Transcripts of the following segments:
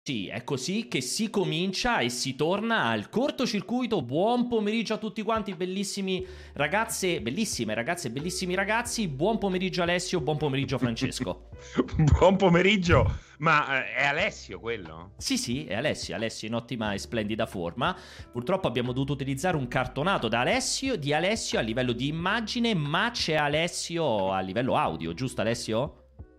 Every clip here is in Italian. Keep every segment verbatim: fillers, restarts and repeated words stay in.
Sì, è così che si comincia e si torna al cortocircuito. Buon pomeriggio a tutti quanti, bellissimi ragazze, bellissime ragazze, bellissimi ragazzi. Buon pomeriggio Alessio, buon pomeriggio Francesco. Buon pomeriggio, ma eh, è Alessio quello? Sì, sì, è Alessio, Alessio in ottima e splendida forma. Purtroppo abbiamo dovuto utilizzare un cartonato da Alessio, di Alessio a livello di immagine, ma c'è Alessio a livello audio, giusto Alessio?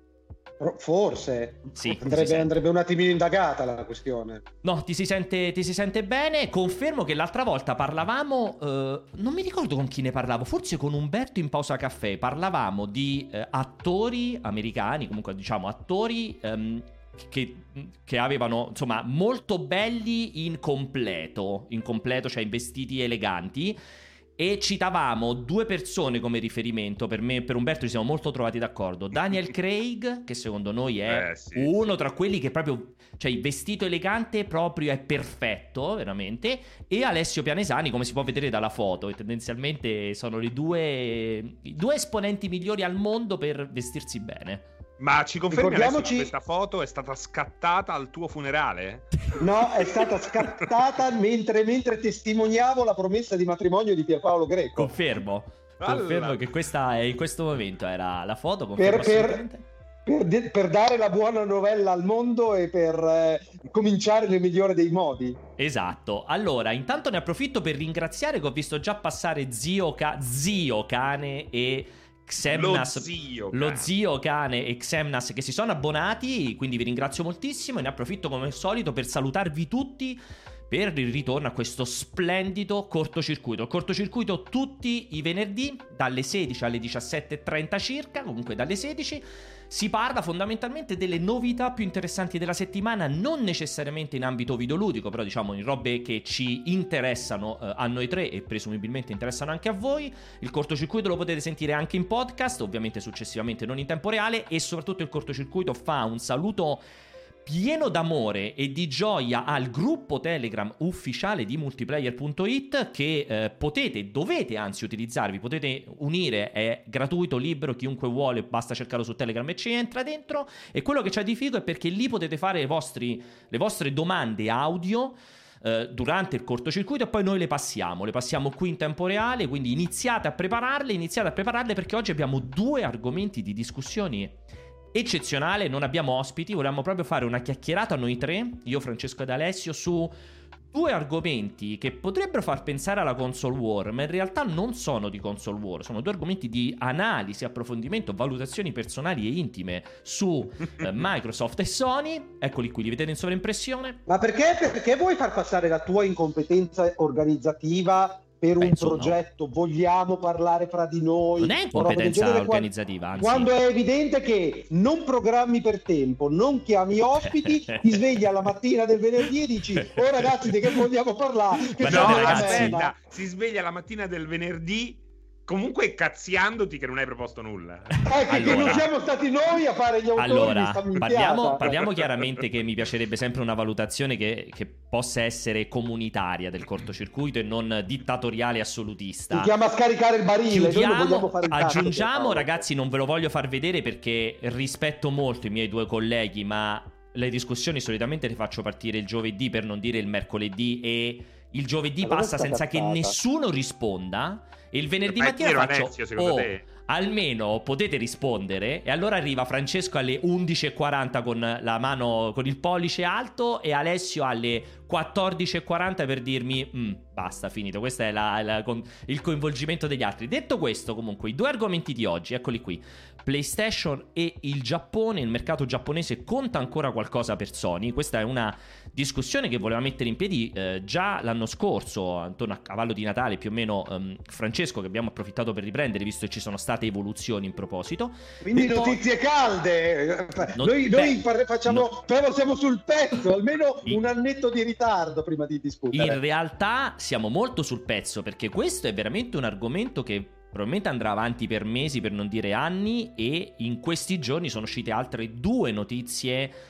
Forse sì, andrebbe, andrebbe un attimino indagata la questione. No, ti si sente, ti si sente bene. Confermo che l'altra volta parlavamo, eh, non mi ricordo con chi ne parlavo, forse con Umberto in pausa caffè. Parlavamo di eh, attori americani, comunque diciamo attori ehm, che, che avevano, insomma, molto belli in completo, in completo, cioè in vestiti eleganti. E citavamo due persone come riferimento. Per me e per Umberto ci siamo molto trovati d'accordo. Daniel Craig, che secondo noi è eh, sì, uno sì. tra quelli che proprio, cioè il vestito elegante proprio è perfetto, veramente. E Alessio Pianesani, come si può vedere dalla foto, e tendenzialmente sono le due, i due esponenti migliori al mondo per vestirsi bene. Ma ci confermi Ricordiamoci... Alessio, che questa foto è stata scattata al tuo funerale? No, è stata scattata mentre, mentre testimoniavo la promessa di matrimonio di Pierpaolo Greco. Confermo, Alla. confermo che questa è in questo momento era la foto. Per, Per, per, de- per dare la buona novella al mondo e per eh, cominciare nel migliore dei modi. Esatto. Allora, intanto ne approfitto per ringraziare che ho visto già passare Zio, Ca- Zio Cane e Xemnas, lo zio, lo zio Cane e Xemnas che si sono abbonati, quindi vi ringrazio moltissimo e ne approfitto come al solito per salutarvi tutti per il ritorno a questo splendido cortocircuito. Il cortocircuito tutti i venerdì dalle sedici alle diciassette e trenta circa, comunque dalle sedici. Si parla fondamentalmente delle novità più interessanti della settimana, non necessariamente in ambito videoludico, però diciamo in robe che ci interessano eh, a noi tre e presumibilmente interessano anche a voi. Il cortocircuito lo potete sentire anche in podcast, ovviamente successivamente non in tempo reale, e soprattutto il cortocircuito fa un saluto pieno d'amore e di gioia al gruppo Telegram ufficiale di multiplayer punto it che eh, potete, dovete anzi utilizzarvi, potete unire, è gratuito, libero, chiunque vuole, basta cercarlo su Telegram e ci entra dentro. E quello che c'è di figo è perché lì potete fare i vostri, le vostre domande audio eh, durante il cortocircuito e poi noi le passiamo, le passiamo qui in tempo reale, quindi iniziate a prepararle, iniziate a prepararle perché oggi abbiamo due argomenti di discussioni eccezionale, non abbiamo ospiti, volevamo proprio fare una chiacchierata noi tre, io, Francesco ed Alessio, su due argomenti che potrebbero far pensare alla console war, ma in realtà non sono di console war, sono due argomenti di analisi, approfondimento, valutazioni personali e intime su eh, Microsoft e Sony. Eccoli qui, li vedete in sovraimpressione? Ma perché, perché vuoi far passare la tua incompetenza organizzativa per un Penso progetto? No. Vogliamo parlare fra di noi? Non è incompetenza organizzativa, anzi. Quando è evidente che non programmi per tempo, non chiami ospiti, ti svegli alla mattina del venerdì e dici: oh ragazzi, di che vogliamo parlare? Che no, ragazzi, aspetta, si sveglia la mattina del venerdì comunque cazziandoti che non hai proposto nulla. Eh, che, allora, che non siamo stati noi a fare gli autori. Allora, parliamo, parliamo chiaramente che mi piacerebbe sempre una valutazione che, che possa essere comunitaria del cortocircuito e non dittatoriale assolutista. Si chiama scaricare il barile. Chiudiamo, noi vogliamo fare il aggiungiamo, cazzo, ragazzi, non ve lo voglio far vedere perché rispetto molto i miei due colleghi, ma le discussioni solitamente le faccio partire il giovedì, per non dire il mercoledì, e il giovedì allora passa senza cazzata. che nessuno risponda. E il venerdì Ma mattina faccio Alessio, oh, te? almeno potete rispondere. E allora arriva Francesco alle undici e quaranta con la mano, con il pollice alto, e Alessio alle quattordici e quaranta per dirmi mm, basta, finito. Questo è la, la, con, il coinvolgimento degli altri. Detto questo, comunque, i due argomenti di oggi, eccoli qui: PlayStation e il Giappone. Il mercato giapponese conta ancora qualcosa per Sony? Questa è una discussione che voleva mettere in piedi eh, già l'anno scorso, attorno a cavallo di Natale più o meno, um, Francesco, che abbiamo approfittato per riprendere, visto che ci sono state evoluzioni in proposito. Quindi e notizie poi... calde. Non... Noi, Beh, noi facciamo, no. siamo sul pezzo, almeno in... un annetto di ritardo prima di discutere. In realtà siamo molto sul pezzo, perché questo è veramente un argomento che probabilmente andrà avanti per mesi, per non dire anni, e in questi giorni sono uscite altre due notizie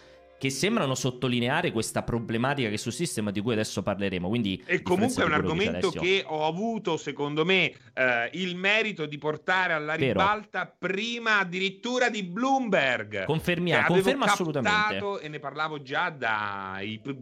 che sembrano sottolineare questa problematica che sussiste, ma di cui adesso parleremo. Quindi, e comunque è un argomento che ho avuto, secondo me, eh, il merito di portare alla ribalta Vero. prima addirittura di Bloomberg. Confermiamo, conferma assolutamente. E ne parlavo già da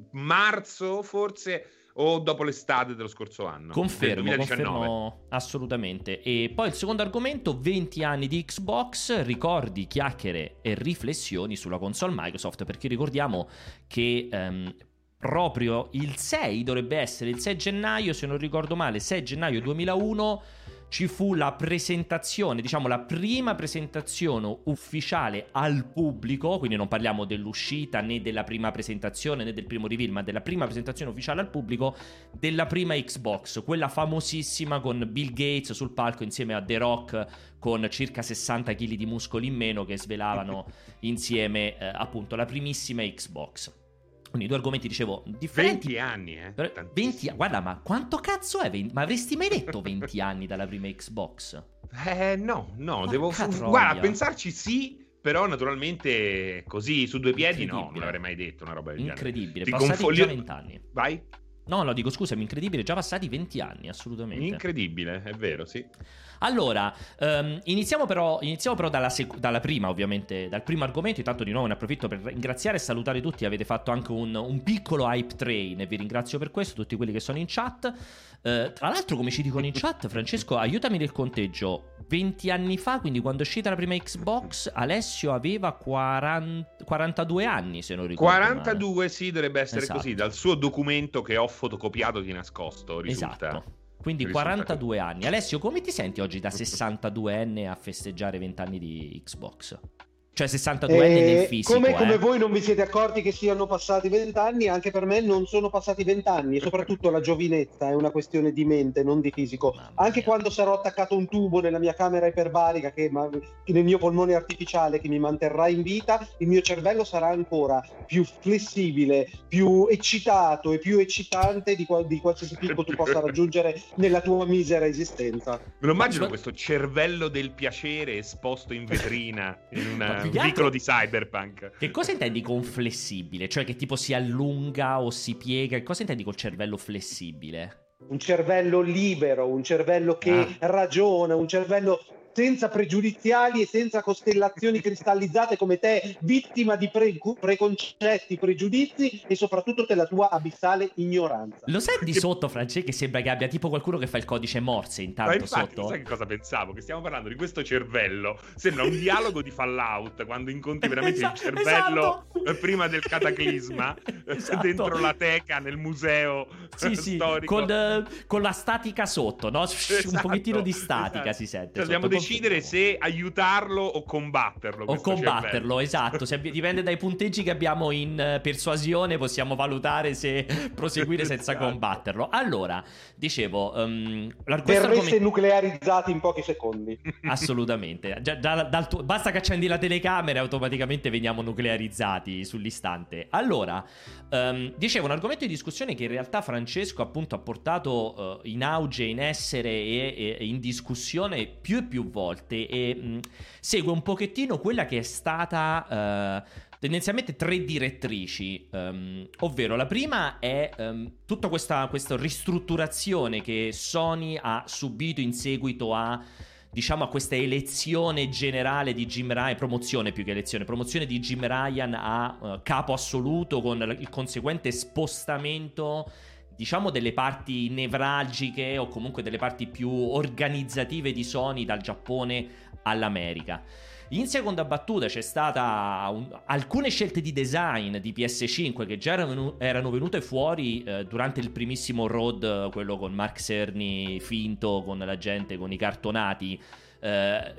marzo, forse, o dopo l'estate dello scorso anno. Confermo, confermo assolutamente. E poi il secondo argomento, venti anni di Xbox, ricordi, chiacchiere e riflessioni sulla console Microsoft, perché ricordiamo che ehm, proprio il sei dovrebbe essere il sei gennaio, se non ricordo male, sei gennaio duemilauno ci fu la presentazione, diciamo la prima presentazione ufficiale al pubblico, quindi non parliamo dell'uscita né della prima presentazione né del primo reveal, ma della prima presentazione ufficiale al pubblico della prima Xbox, quella famosissima con Bill Gates sul palco insieme a The Rock con circa sessanta chili di muscoli in meno, che svelavano insieme eh, appunto la primissima Xbox. Quindi due argomenti, dicevo, differenti. venti anni, eh? venti, guarda, ma quanto cazzo è? venti, ma avresti mai detto venti anni dalla prima Xbox? Eh, no, no, Porca devo... troia. Guarda, a pensarci sì, però naturalmente così, su due piedi, no, non l'avrei mai detto una roba del genere. Incredibile, Ti passati confoglio... già venti anni. Vai? No, no, dico scusami, incredibile, già passati venti anni, assolutamente. Incredibile, è vero, sì. Allora, um, iniziamo però, iniziamo però dalla, sec- dalla prima, ovviamente, dal primo argomento. Intanto di nuovo ne approfitto per ringraziare e salutare tutti. Avete fatto anche un, un piccolo hype train e vi ringrazio per questo, tutti quelli che sono in chat. Uh, tra l'altro, come ci dicono in chat, Francesco, aiutami nel conteggio. venti anni fa, quindi quando è uscita la prima Xbox, Alessio aveva quaranta, quarantadue anni, se non ricordo quarantadue, male. sì, dovrebbe essere Esatto. così, dal suo documento che ho fotocopiato di nascosto, risulta. Esatto. Quindi risulta quarantadue che... anni. Alessio, come ti senti oggi da sessantaduenne a festeggiare venti anni di Xbox? Cioè sessantadue anni nel fisico, come, eh. come voi non vi siete accorti che siano passati vent'anni, anche per me non sono passati vent'anni, e soprattutto la giovinezza è una questione di mente, non di fisico. Mamma anche mia. Quando sarò attaccato a un tubo nella mia camera iperbarica, che, ma, che nel mio polmone artificiale che mi manterrà in vita, il mio cervello sarà ancora più flessibile, più eccitato e più eccitante di, qual- di qualsiasi picco tu possa raggiungere nella tua misera esistenza. Me lo immagino Ma- questo cervello del piacere esposto in vetrina in un Ma più che vicolo altro- di Cyberpunk. Che cosa intendi con flessibile? Cioè che tipo si allunga o si piega? Che cosa intendi col cervello flessibile? Un cervello libero, un cervello che Ah. ragiona, un cervello senza pregiudiziali e senza costellazioni cristallizzate come te, vittima di pre- preconcetti, pregiudizi e soprattutto della tua abissale ignoranza. Lo sai di sotto, Francesco, che sembra che abbia tipo qualcuno che fa il codice Morse Ma intanto infatti, sotto? sai che cosa pensavo? Che stiamo parlando di questo cervello. Sembra un dialogo di Fallout, quando incontri veramente Esatto, il cervello esatto. prima del cataclisma, Esatto. dentro la teca, nel museo Sì, sì, storico. con, eh, con la statica sotto, no? Un Esatto, pochettino di statica esatto. si sente. Cioè, dobbiamo sotto. decidere se aiutarlo o combatterlo. O questo combatterlo, cervello. esatto. Se abbi- dipende dai punteggi che abbiamo in eh, persuasione, possiamo valutare se proseguire senza Esatto. combatterlo. Allora, dicevo, um, questo Verreste argomento... nuclearizzati in pochi secondi. Assolutamente. Già, già dal tuo... Basta che accendi la telecamera e automaticamente veniamo nuclearizzati sull'istante. Allora, um, dicevo, un argomento di discussione che in realtà Francesco appunto ha portato uh, in auge, in essere e, e in discussione più e più volte e mh, segue un pochettino quella che è stata... Uh, tendenzialmente tre direttrici, um, ovvero la prima è um, tutta questa, questa ristrutturazione che Sony ha subito in seguito a, diciamo, a questa elezione generale di Jim Ryan, promozione più che elezione, promozione di Jim Ryan a uh, capo assoluto, con il conseguente spostamento, diciamo, delle parti nevralgiche o comunque delle parti più organizzative di Sony dal Giappone all'America. In seconda battuta c'è stata un, alcune scelte di design di P S cinque che già erano, erano venute fuori eh, durante il primissimo road, quello con Mark Cerny finto, con la gente, con i cartonati. Eh,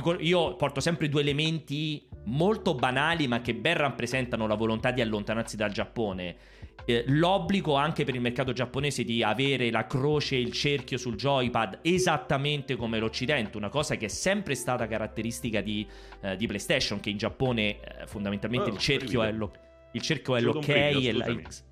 io porto sempre due elementi molto banali ma che ben rappresentano la volontà di allontanarsi dal Giappone. Eh, l'obbligo anche per il mercato giapponese di avere la croce e il cerchio sul joypad esattamente come l'Occidente, una cosa che è sempre stata caratteristica di, eh, di PlayStation, che in Giapone eh, fondamentalmente Oh, il cerchio è, lo, il cerchio è l'ok Pseudo un brivido, e la, scusami.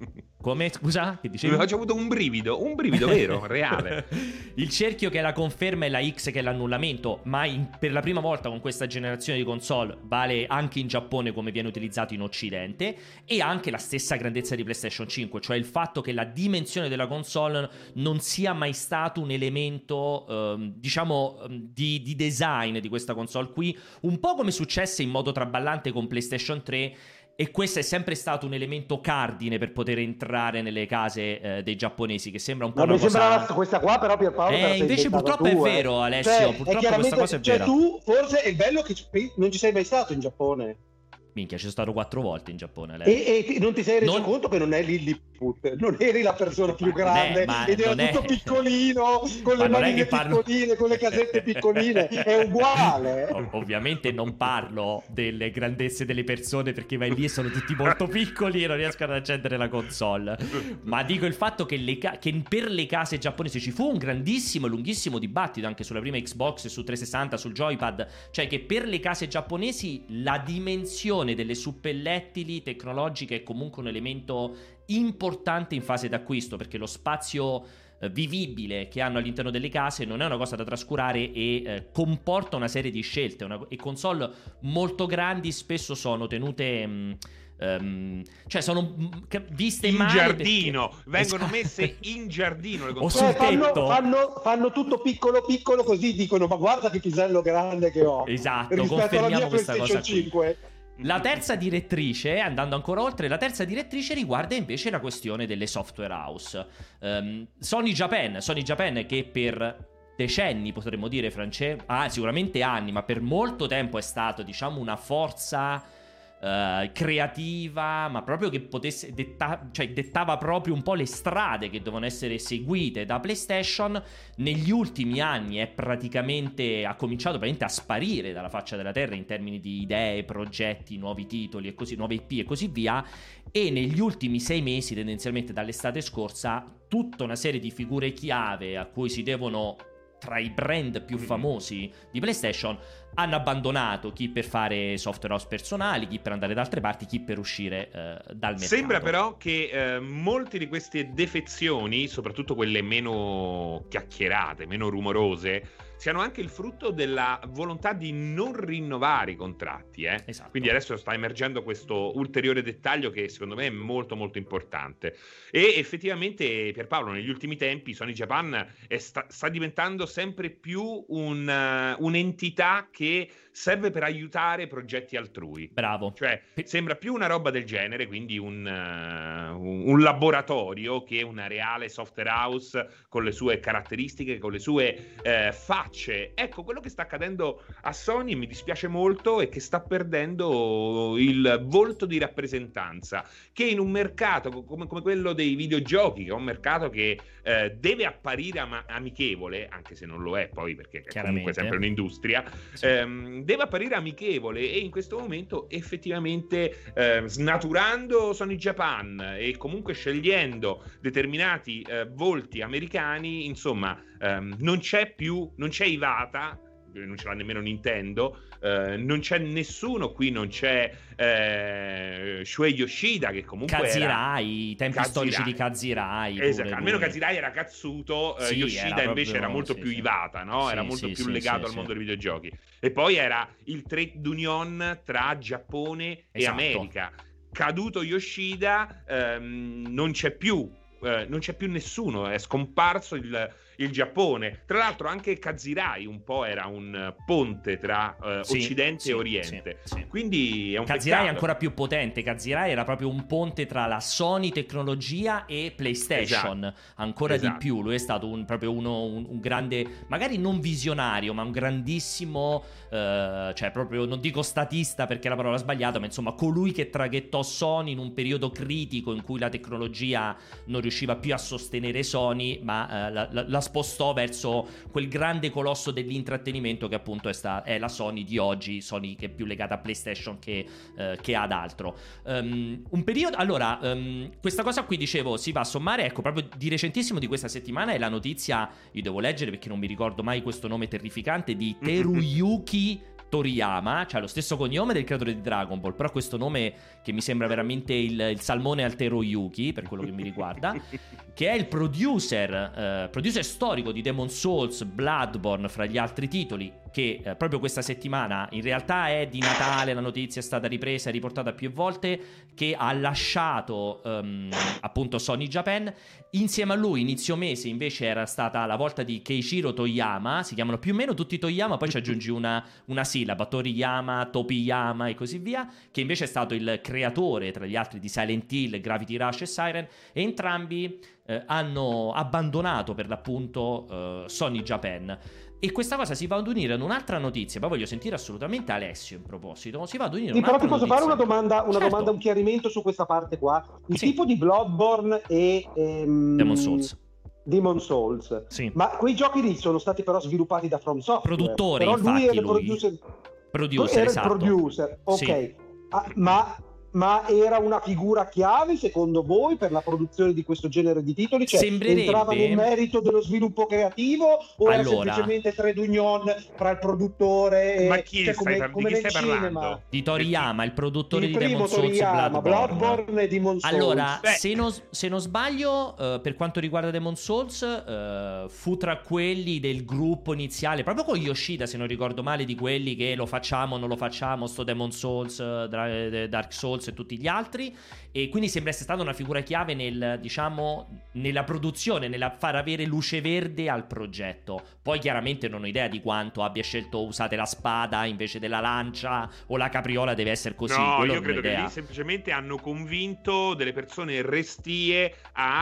Come, scusa? Che dicevi? Ho avuto un brivido, un brivido vero, reale. Il cerchio che è la conferma e la X che è l'annullamento, ma in, per la prima volta con questa generazione di console vale anche in Giappone come viene utilizzato in Occidente, e anche la stessa grandezza di PlayStation cinque, cioè il fatto che la dimensione della console non sia mai stato un elemento, ehm, diciamo, di, di design di questa console qui, un po' come successe in modo traballante con PlayStation tre. E questo è sempre stato un elemento cardine per poter entrare nelle case eh, dei giapponesi, che sembra un po' no, una mi cosa... sembra questa qua, però Pierpaolo eh, invece purtroppo tu, è eh. vero, Alessio, cioè, purtroppo questa cosa è cioè, vera. Tu forse è bello che non ci sei mai stato in Giappone. Minchia, ci sono stato quattro volte in Giappone. E, e non ti sei reso non... conto che non è Lilliput, non eri la persona più grande è, ed era tutto è... piccolino, con le manine parlo... piccoline, con le casette piccoline, è uguale. Ov- ovviamente non parlo delle grandezze delle persone, perché vai lì e sono tutti molto piccoli e non riescono ad accendere la console, ma dico il fatto che, le ca- che per le case giapponesi ci fu un grandissimo e lunghissimo dibattito anche sulla prima Xbox, su trecentosessanta, sul joypad, cioè che per le case giapponesi la dimensione delle suppellettili tecnologiche è comunque un elemento importante in fase d'acquisto, perché lo spazio eh, vivibile che hanno all'interno delle case non è una cosa da trascurare e eh, comporta una serie di scelte, una, e console molto grandi spesso sono tenute mh, Um, cioè sono viste in male giardino, perché... vengono esatto. messe in giardino le o cioè, sul fanno, tetto. fanno, fanno tutto piccolo piccolo, così dicono ma guarda che pisello grande che ho, esatto, rispetto alla mia questa PlayStation cosa qui. cinque. La terza direttrice, andando ancora oltre, la terza direttrice riguarda invece la questione delle software house. um, Sony Japan Sony Japan che per decenni, potremmo dire, France, ah, sicuramente anni, ma per molto tempo è stato, diciamo, una forza Uh, creativa, ma proprio che potesse detta- cioè dettava proprio un po' le strade che devono essere seguite da PlayStation. Negli ultimi anni è praticamente ha cominciato praticamente a sparire dalla faccia della terra in termini di idee, progetti, nuovi titoli e così, nuove I P e così via. E negli ultimi sei mesi, tendenzialmente dall'estate scorsa, tutta una serie di figure chiave a cui si devono, tra i brand più famosi di PlayStation, hanno abbandonato, chi per fare software house personali, chi per andare da altre parti, chi per uscire eh, dal mercato. Sembra però che eh, molte di queste defezioni, soprattutto quelle meno chiacchierate, meno rumorose, siano anche il frutto della volontà di non rinnovare i contratti. Eh? Esatto. Quindi adesso sta emergendo questo ulteriore dettaglio che secondo me è molto molto importante. E effettivamente, Pierpaolo, negli ultimi tempi Sony Japan è sta, sta diventando sempre più un, uh, un'entità che serve per aiutare progetti altrui. Bravo. Cioè, sembra più una roba del genere, quindi un, uh, un, un laboratorio che una reale software house con le sue caratteristiche, con le sue uh, facce. Ecco, quello che sta accadendo a Sony, mi dispiace molto, è che sta perdendo il volto di rappresentanza, che in un mercato come, come quello dei videogiochi, che è un mercato che uh, deve apparire am- amichevole, anche se non lo è poi, perché è comunque sempre un'industria, sì. ehm, deve apparire amichevole, e in questo momento effettivamente eh, snaturando Sony Japan e comunque scegliendo determinati eh, volti americani, insomma, ehm, non c'è più, non c'è Iwata, non ce l'ha nemmeno Nintendo, eh, non c'è nessuno qui, non c'è eh, Shuei Yoshida, che comunque Kazirai, era... i tempi Kazirai. storici di Kazirai, esatto, almeno Kazirai era cazzuto, sì, Yoshida era invece proprio, era molto sì, più sì. Iwata, no? Sì, era molto sì, più sì, legato sì, al sì. mondo dei videogiochi, e poi era il trade union tra Giappone esatto. e America. Caduto Yoshida, ehm, non c'è più eh, non c'è più nessuno, è scomparso il, il Giappone. Tra l'altro anche Kazirai un po' era un ponte tra eh, sì, Occidente sì, e Oriente, sì, sì. quindi è un Kazirai peccato. è ancora più potente. Kazirai era proprio un ponte tra la Sony tecnologia e PlayStation, esatto. ancora esatto. di più. Lui è stato un, proprio uno un, un grande, magari non visionario, ma un grandissimo eh, cioè proprio, non dico statista perché è la parola sbagliata, ma insomma colui che traghettò Sony in un periodo critico in cui la tecnologia non riusciva più a sostenere Sony, ma eh, la, la, la spostò verso quel grande colosso dell'intrattenimento che appunto è, sta, è la Sony di oggi, Sony che è più legata a PlayStation che, eh, che ad altro. Um, un periodo, allora, um, questa cosa qui dicevo si va a sommare, ecco, proprio di recentissimo di questa settimana è la notizia, io devo leggere perché non mi ricordo mai questo nome terrificante, di Teruyuki Toriyama, cioè lo stesso cognome del creatore di Dragon Ball, però questo nome che mi sembra veramente il, il salmone altero Yuki, per quello che mi riguarda, che è il producer, eh, producer storico di Demon Souls, Bloodborne, fra gli altri titoli, che eh, proprio questa settimana, in realtà è di Natale, la notizia è stata ripresa e riportata più volte, che ha lasciato um, appunto Sony Japan. Insieme a lui inizio mese invece era stata la volta di Keiichiro Toyama, si chiamano più o meno tutti Toyama, poi ci aggiungi una, una sillaba, Toriyama, Topiyama e così via, che invece è stato il creatore tra gli altri di Silent Hill, Gravity Rush e Siren, e entrambi eh, hanno abbandonato per l'appunto eh, Sony Japan. E questa cosa si va ad unire ad un'altra notizia. Poi voglio sentire assolutamente Alessio in proposito. Si va ad unire sì, un'altra però ti posso notizia. fare una domanda, una Certo. domanda, un chiarimento su questa parte qua. Il Sì. tipo di Bloodborne e ehm, Demon Souls. Demon Souls. Sì. Ma quei giochi lì sono stati però sviluppati da From Software. Produttore, però lui infatti, era il lui. producer. Producer, era esatto. il producer, ok. Sì. Ah, ma, ma era una figura chiave secondo voi per la produzione di questo genere di titoli? Cioè, Sembrerebbe- entrava nel merito dello sviluppo creativo o era Allora- semplicemente trade union fra il produttore e Ma chi cioè, stai come, par- di come chi nel stai cinema? parlando? Di Toriyama, il produttore Il di primo Demon Souls e Toriyama, Bloodborne. Bloodborne e Demon Souls. Allora, Beh. se non, se non sbaglio, eh, per quanto riguarda Demon Souls, eh, fu tra quelli del gruppo iniziale, proprio con Yoshida, se non ricordo male, di quelli che lo facciamo, non lo facciamo, sto Demon Souls, eh, Dra- eh, Dark Souls e tutti gli altri. E quindi sembra essere stata una figura chiave nel, diciamo, nella produzione, nella far avere luce verde al progetto. Poi chiaramente non ho idea di quanto abbia scelto usate la spada invece della lancia o la capriola deve essere così. No, quello io non ho credo che idea. lì semplicemente hanno convinto delle persone restie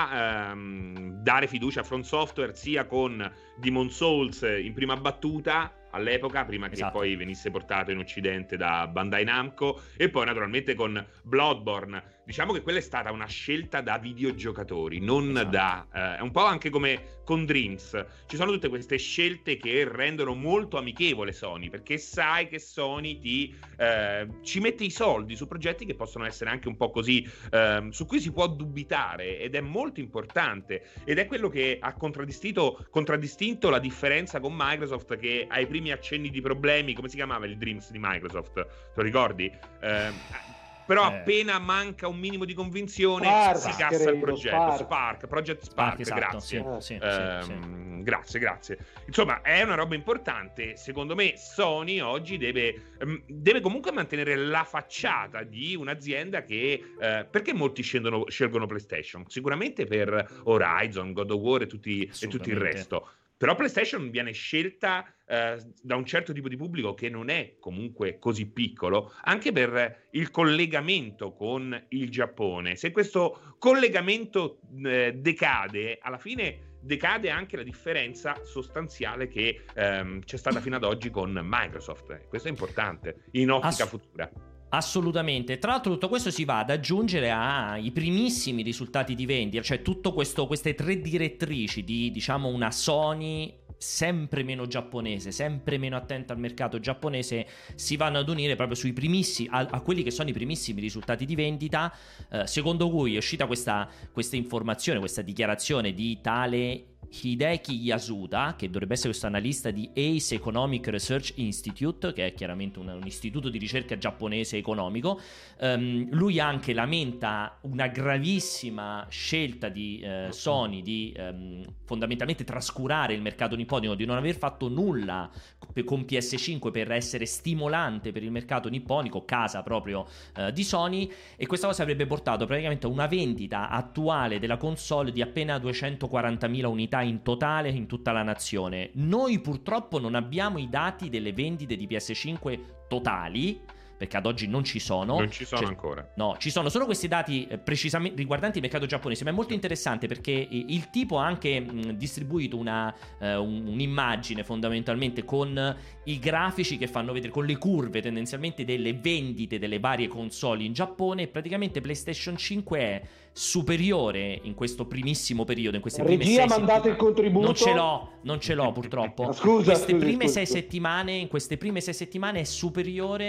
a ehm, dare fiducia a From Software sia con Demon Souls in prima battuta all'epoca, prima che Esatto. poi venisse portato in occidente da Bandai Namco, e poi naturalmente con Bloodborne. Diciamo che quella è stata una scelta da videogiocatori, non Esatto. da... Eh, è un po' anche come con Dreams. Ci sono tutte queste scelte che rendono molto amichevole Sony, perché sai che Sony ti eh, ci mette i soldi su progetti che possono essere anche un po' così, eh, su cui si può dubitare, ed è molto importante. Ed è quello che ha contraddistinto, contraddistinto la differenza con Microsoft, che ai primi accenni di problemi, come si chiamava il Dreams di Microsoft? Te lo ricordi? Eh, però Eh. appena manca un minimo di convinzione Spark, si cassa credo, il progetto. Spark. Spark, Project Spark, Spark, esatto, grazie. sì, sì, Ehm, sì, sì. Grazie, grazie. Insomma, è una roba importante. Secondo me Sony oggi deve, ehm, deve comunque mantenere la facciata di un'azienda che... Eh, perché molti scendono, scelgono PlayStation? Sicuramente per Horizon, God of War e, tutti, e tutto il Assolutamente. resto. Però PlayStation viene scelta eh, da un certo tipo di pubblico che non è comunque così piccolo, anche per il collegamento con il Giappone. Se questo collegamento eh, decade, alla fine decade anche la differenza sostanziale che ehm, c'è stata fino ad oggi con Microsoft. Questo è importante in ottica Ass- futura. Assolutamente. Tra l'altro tutto questo si va ad aggiungere ai primissimi risultati di vendita, cioè tutto questo, queste tre direttrici di, diciamo, una Sony sempre meno giapponese, sempre meno attenta al mercato giapponese, si vanno ad unire proprio sui primissimi, a, a quelli che sono i primissimi risultati di vendita, eh, secondo cui è uscita questa, questa informazione, questa dichiarazione di tale Hideki Yasuda, che dovrebbe essere questo analista di Ace Economic Research Institute, che è chiaramente un, un istituto di ricerca giapponese economico. Um, lui anche lamenta una gravissima scelta di eh, Sony di um, fondamentalmente trascurare il mercato nipponico, di non aver fatto nulla con P S cinque per essere stimolante per il mercato nipponico, casa proprio eh, di Sony, e questa cosa avrebbe portato praticamente a una vendita attuale della console di appena duecentoquarantamila unità in totale in tutta la nazione. Noi purtroppo non abbiamo i dati delle vendite di P S cinque totali, perché ad oggi non ci sono. Non ci sono Cioè, ancora. No, ci sono solo questi dati eh, precisamente riguardanti il mercato giapponese, ma è molto interessante perché eh, il tipo ha anche mh, distribuito una, eh, un- un'immagine fondamentalmente con i grafici che fanno vedere, con le curve tendenzialmente delle vendite delle varie console in Giappone, e praticamente PlayStation cinque è superiore in questo primissimo periodo, in queste prime Regia, sei mandate il settimane. contributo. Non ce l'ho, non ce l'ho purtroppo. Ma scusa, queste scusi, prime scusi, sei scusi. settimane, in queste prime sei settimane è superiore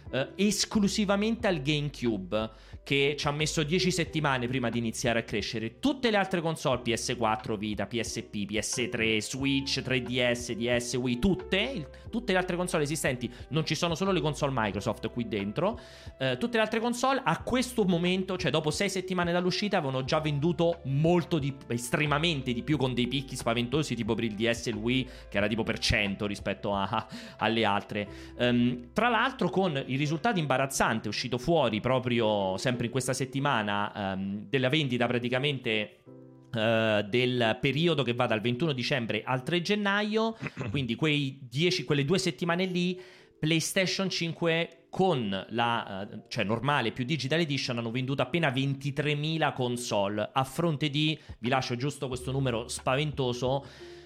eh, esclusivamente al GameCube, che ci ha messo dieci settimane prima di iniziare a crescere. Tutte le altre console, P S quattro, Vita, P S P, P S tre, Switch, tre D S, D S, Wii, tutte, il, tutte le altre console esistenti, non ci sono solo le console Microsoft qui dentro, eh, tutte le altre console a questo momento, cioè dopo sei settimane dall'uscita, avevano già venduto molto di, estremamente di più, con dei picchi spaventosi, tipo per il D S e il Wii, che era tipo per cento rispetto a, a, alle altre. Um, tra l'altro con i risultati imbarazzanti, è uscito fuori proprio sempre in questa settimana um, della vendita praticamente uh, del periodo che va dal ventuno dicembre al tre gennaio, quindi quei dieci, quelle due settimane lì, PlayStation cinque con la uh, cioè normale più Digital Edition hanno venduto appena ventitremila console, a fronte di, vi lascio giusto questo numero spaventoso,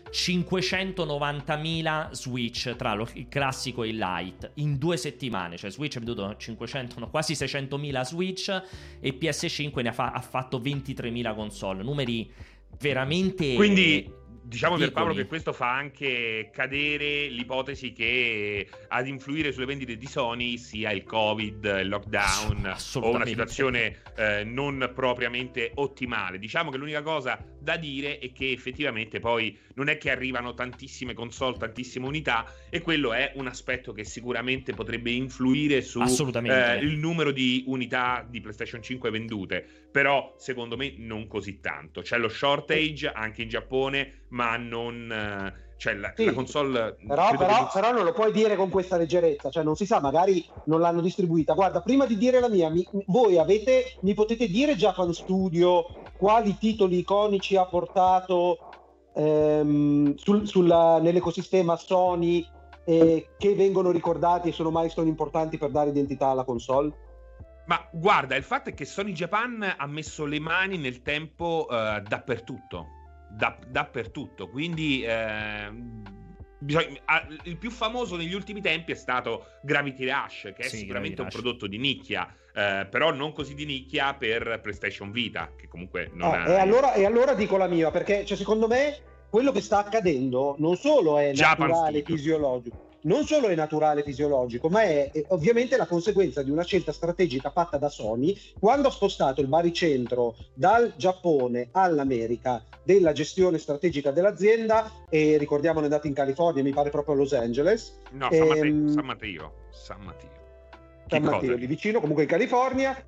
cinquecentonovantamila Switch, tra lo, il classico e il Lite, in due settimane. Cioè Switch ha venduto cinquecento, no, quasi seicentomila Switch, e P S cinque ne ha, fa- ha fatto ventitremila console, numeri veramente... Quindi diciamo piccoli. Per Paolo che questo fa anche cadere l'ipotesi che ad influire sulle vendite di Sony sia il Covid, il lockdown o una situazione eh, non propriamente ottimale. Diciamo che l'unica cosa da dire è che effettivamente poi non è che arrivano tantissime console, tantissime unità, e quello è un aspetto che sicuramente potrebbe influire su eh, il numero di unità di PlayStation cinque vendute, però secondo me non così tanto. C'è lo shortage anche in Giappone, ma non... Cioè la, sì, la console... Però, però, però non lo puoi dire con questa leggerezza, cioè non si sa, magari non l'hanno distribuita. Guarda, prima di dire la mia, mi, voi avete, mi potete dire Japan Studio quali titoli iconici ha portato ehm, sul, sulla, nell'ecosistema Sony eh, che vengono ricordati e sono milestone importanti per dare identità alla console? Ma guarda, il fatto è che Sony Japan ha messo le mani nel tempo uh, dappertutto. Da, dappertutto, quindi eh, bisogna, ah, il più famoso negli ultimi tempi è stato Gravity Rush, che è sì, sicuramente un prodotto di nicchia, eh, però non così di nicchia per PlayStation Vita, che comunque non eh, ha... e, allora, e allora dico la mia, perché cioè, secondo me quello che sta accadendo non solo è Japan naturale, Studio. fisiologico, non solo è naturale fisiologico, ma è, è ovviamente la conseguenza di una scelta strategica fatta da Sony quando ha spostato il baricentro dal Giappone all'America della gestione strategica dell'azienda, e ricordiamo è andato in California, mi pare proprio a Los Angeles. No, San Matteo, ehm, San Matteo, San Matteo. San Matteo, lì vicino, comunque in California,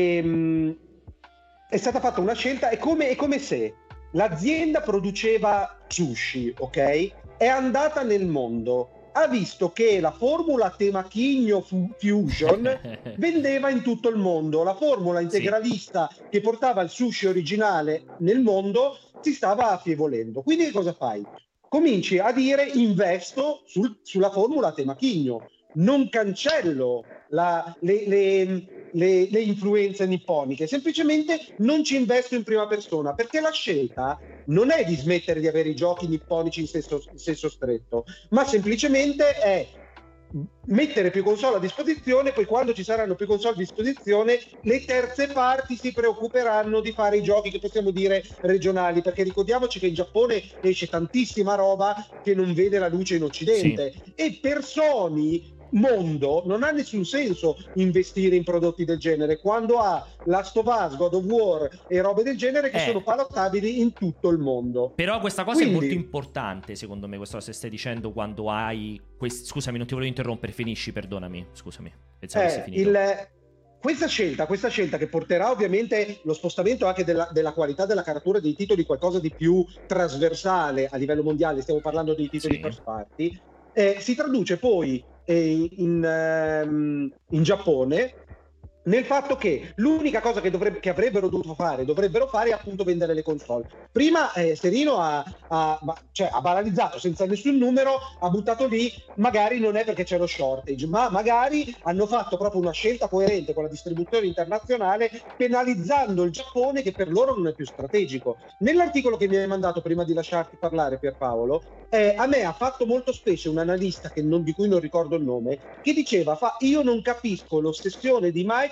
e, è stata fatta una scelta, è come, è come se l'azienda produceva sushi, ok? È andata nel mondo, ha visto che la formula Temachigno Fusion vendeva in tutto il mondo, la formula integralista sì. che portava il sushi originale nel mondo si stava affievolendo. Quindi che cosa fai? Cominci a dire investo sul, sulla formula Temachigno, non cancello la, le, le, le, le influenze nipponiche, semplicemente non ci investo in prima persona, perché la scelta non è di smettere di avere i giochi nipponici in senso, in senso stretto, ma semplicemente è mettere più console a disposizione, poi quando ci saranno più console a disposizione le terze parti si preoccuperanno di fare i giochi che possiamo dire regionali, perché ricordiamoci che in Giappone esce tantissima roba che non vede la luce in Occidente, sì. E per Sony mondo non ha nessun senso investire in prodotti del genere quando ha Last of Us, God of War e robe del genere che eh. sono palottabili in tutto il mondo. Però questa cosa Quindi... è molto importante secondo me, questa cosa che stai dicendo, quando hai quest... scusami, non ti volevo interrompere, finisci, perdonami, scusami, pensavo avessi eh, finito. il... Questa scelta, questa scelta che porterà ovviamente lo spostamento anche della, della qualità della caratura dei titoli, qualcosa di più trasversale a livello mondiale, stiamo parlando dei titoli sì. first party, eh, si traduce poi in, in, in Giappone nel fatto che l'unica cosa che, dovrebbe, che avrebbero dovuto fare, dovrebbero fare è appunto vendere le console. Prima eh, Serino ha, ha, cioè, ha banalizzato senza nessun numero, ha buttato lì, magari non è perché c'è lo shortage, ma magari hanno fatto proprio una scelta coerente con la distribuzione internazionale, penalizzando il Giappone che per loro non è più strategico. Nell'articolo che mi hai mandato prima di lasciarti parlare, Pierpaolo, eh, a me ha fatto molto specie un analista che non, di cui non ricordo il nome, che diceva, fa, io non capisco l'ossessione di Microsoft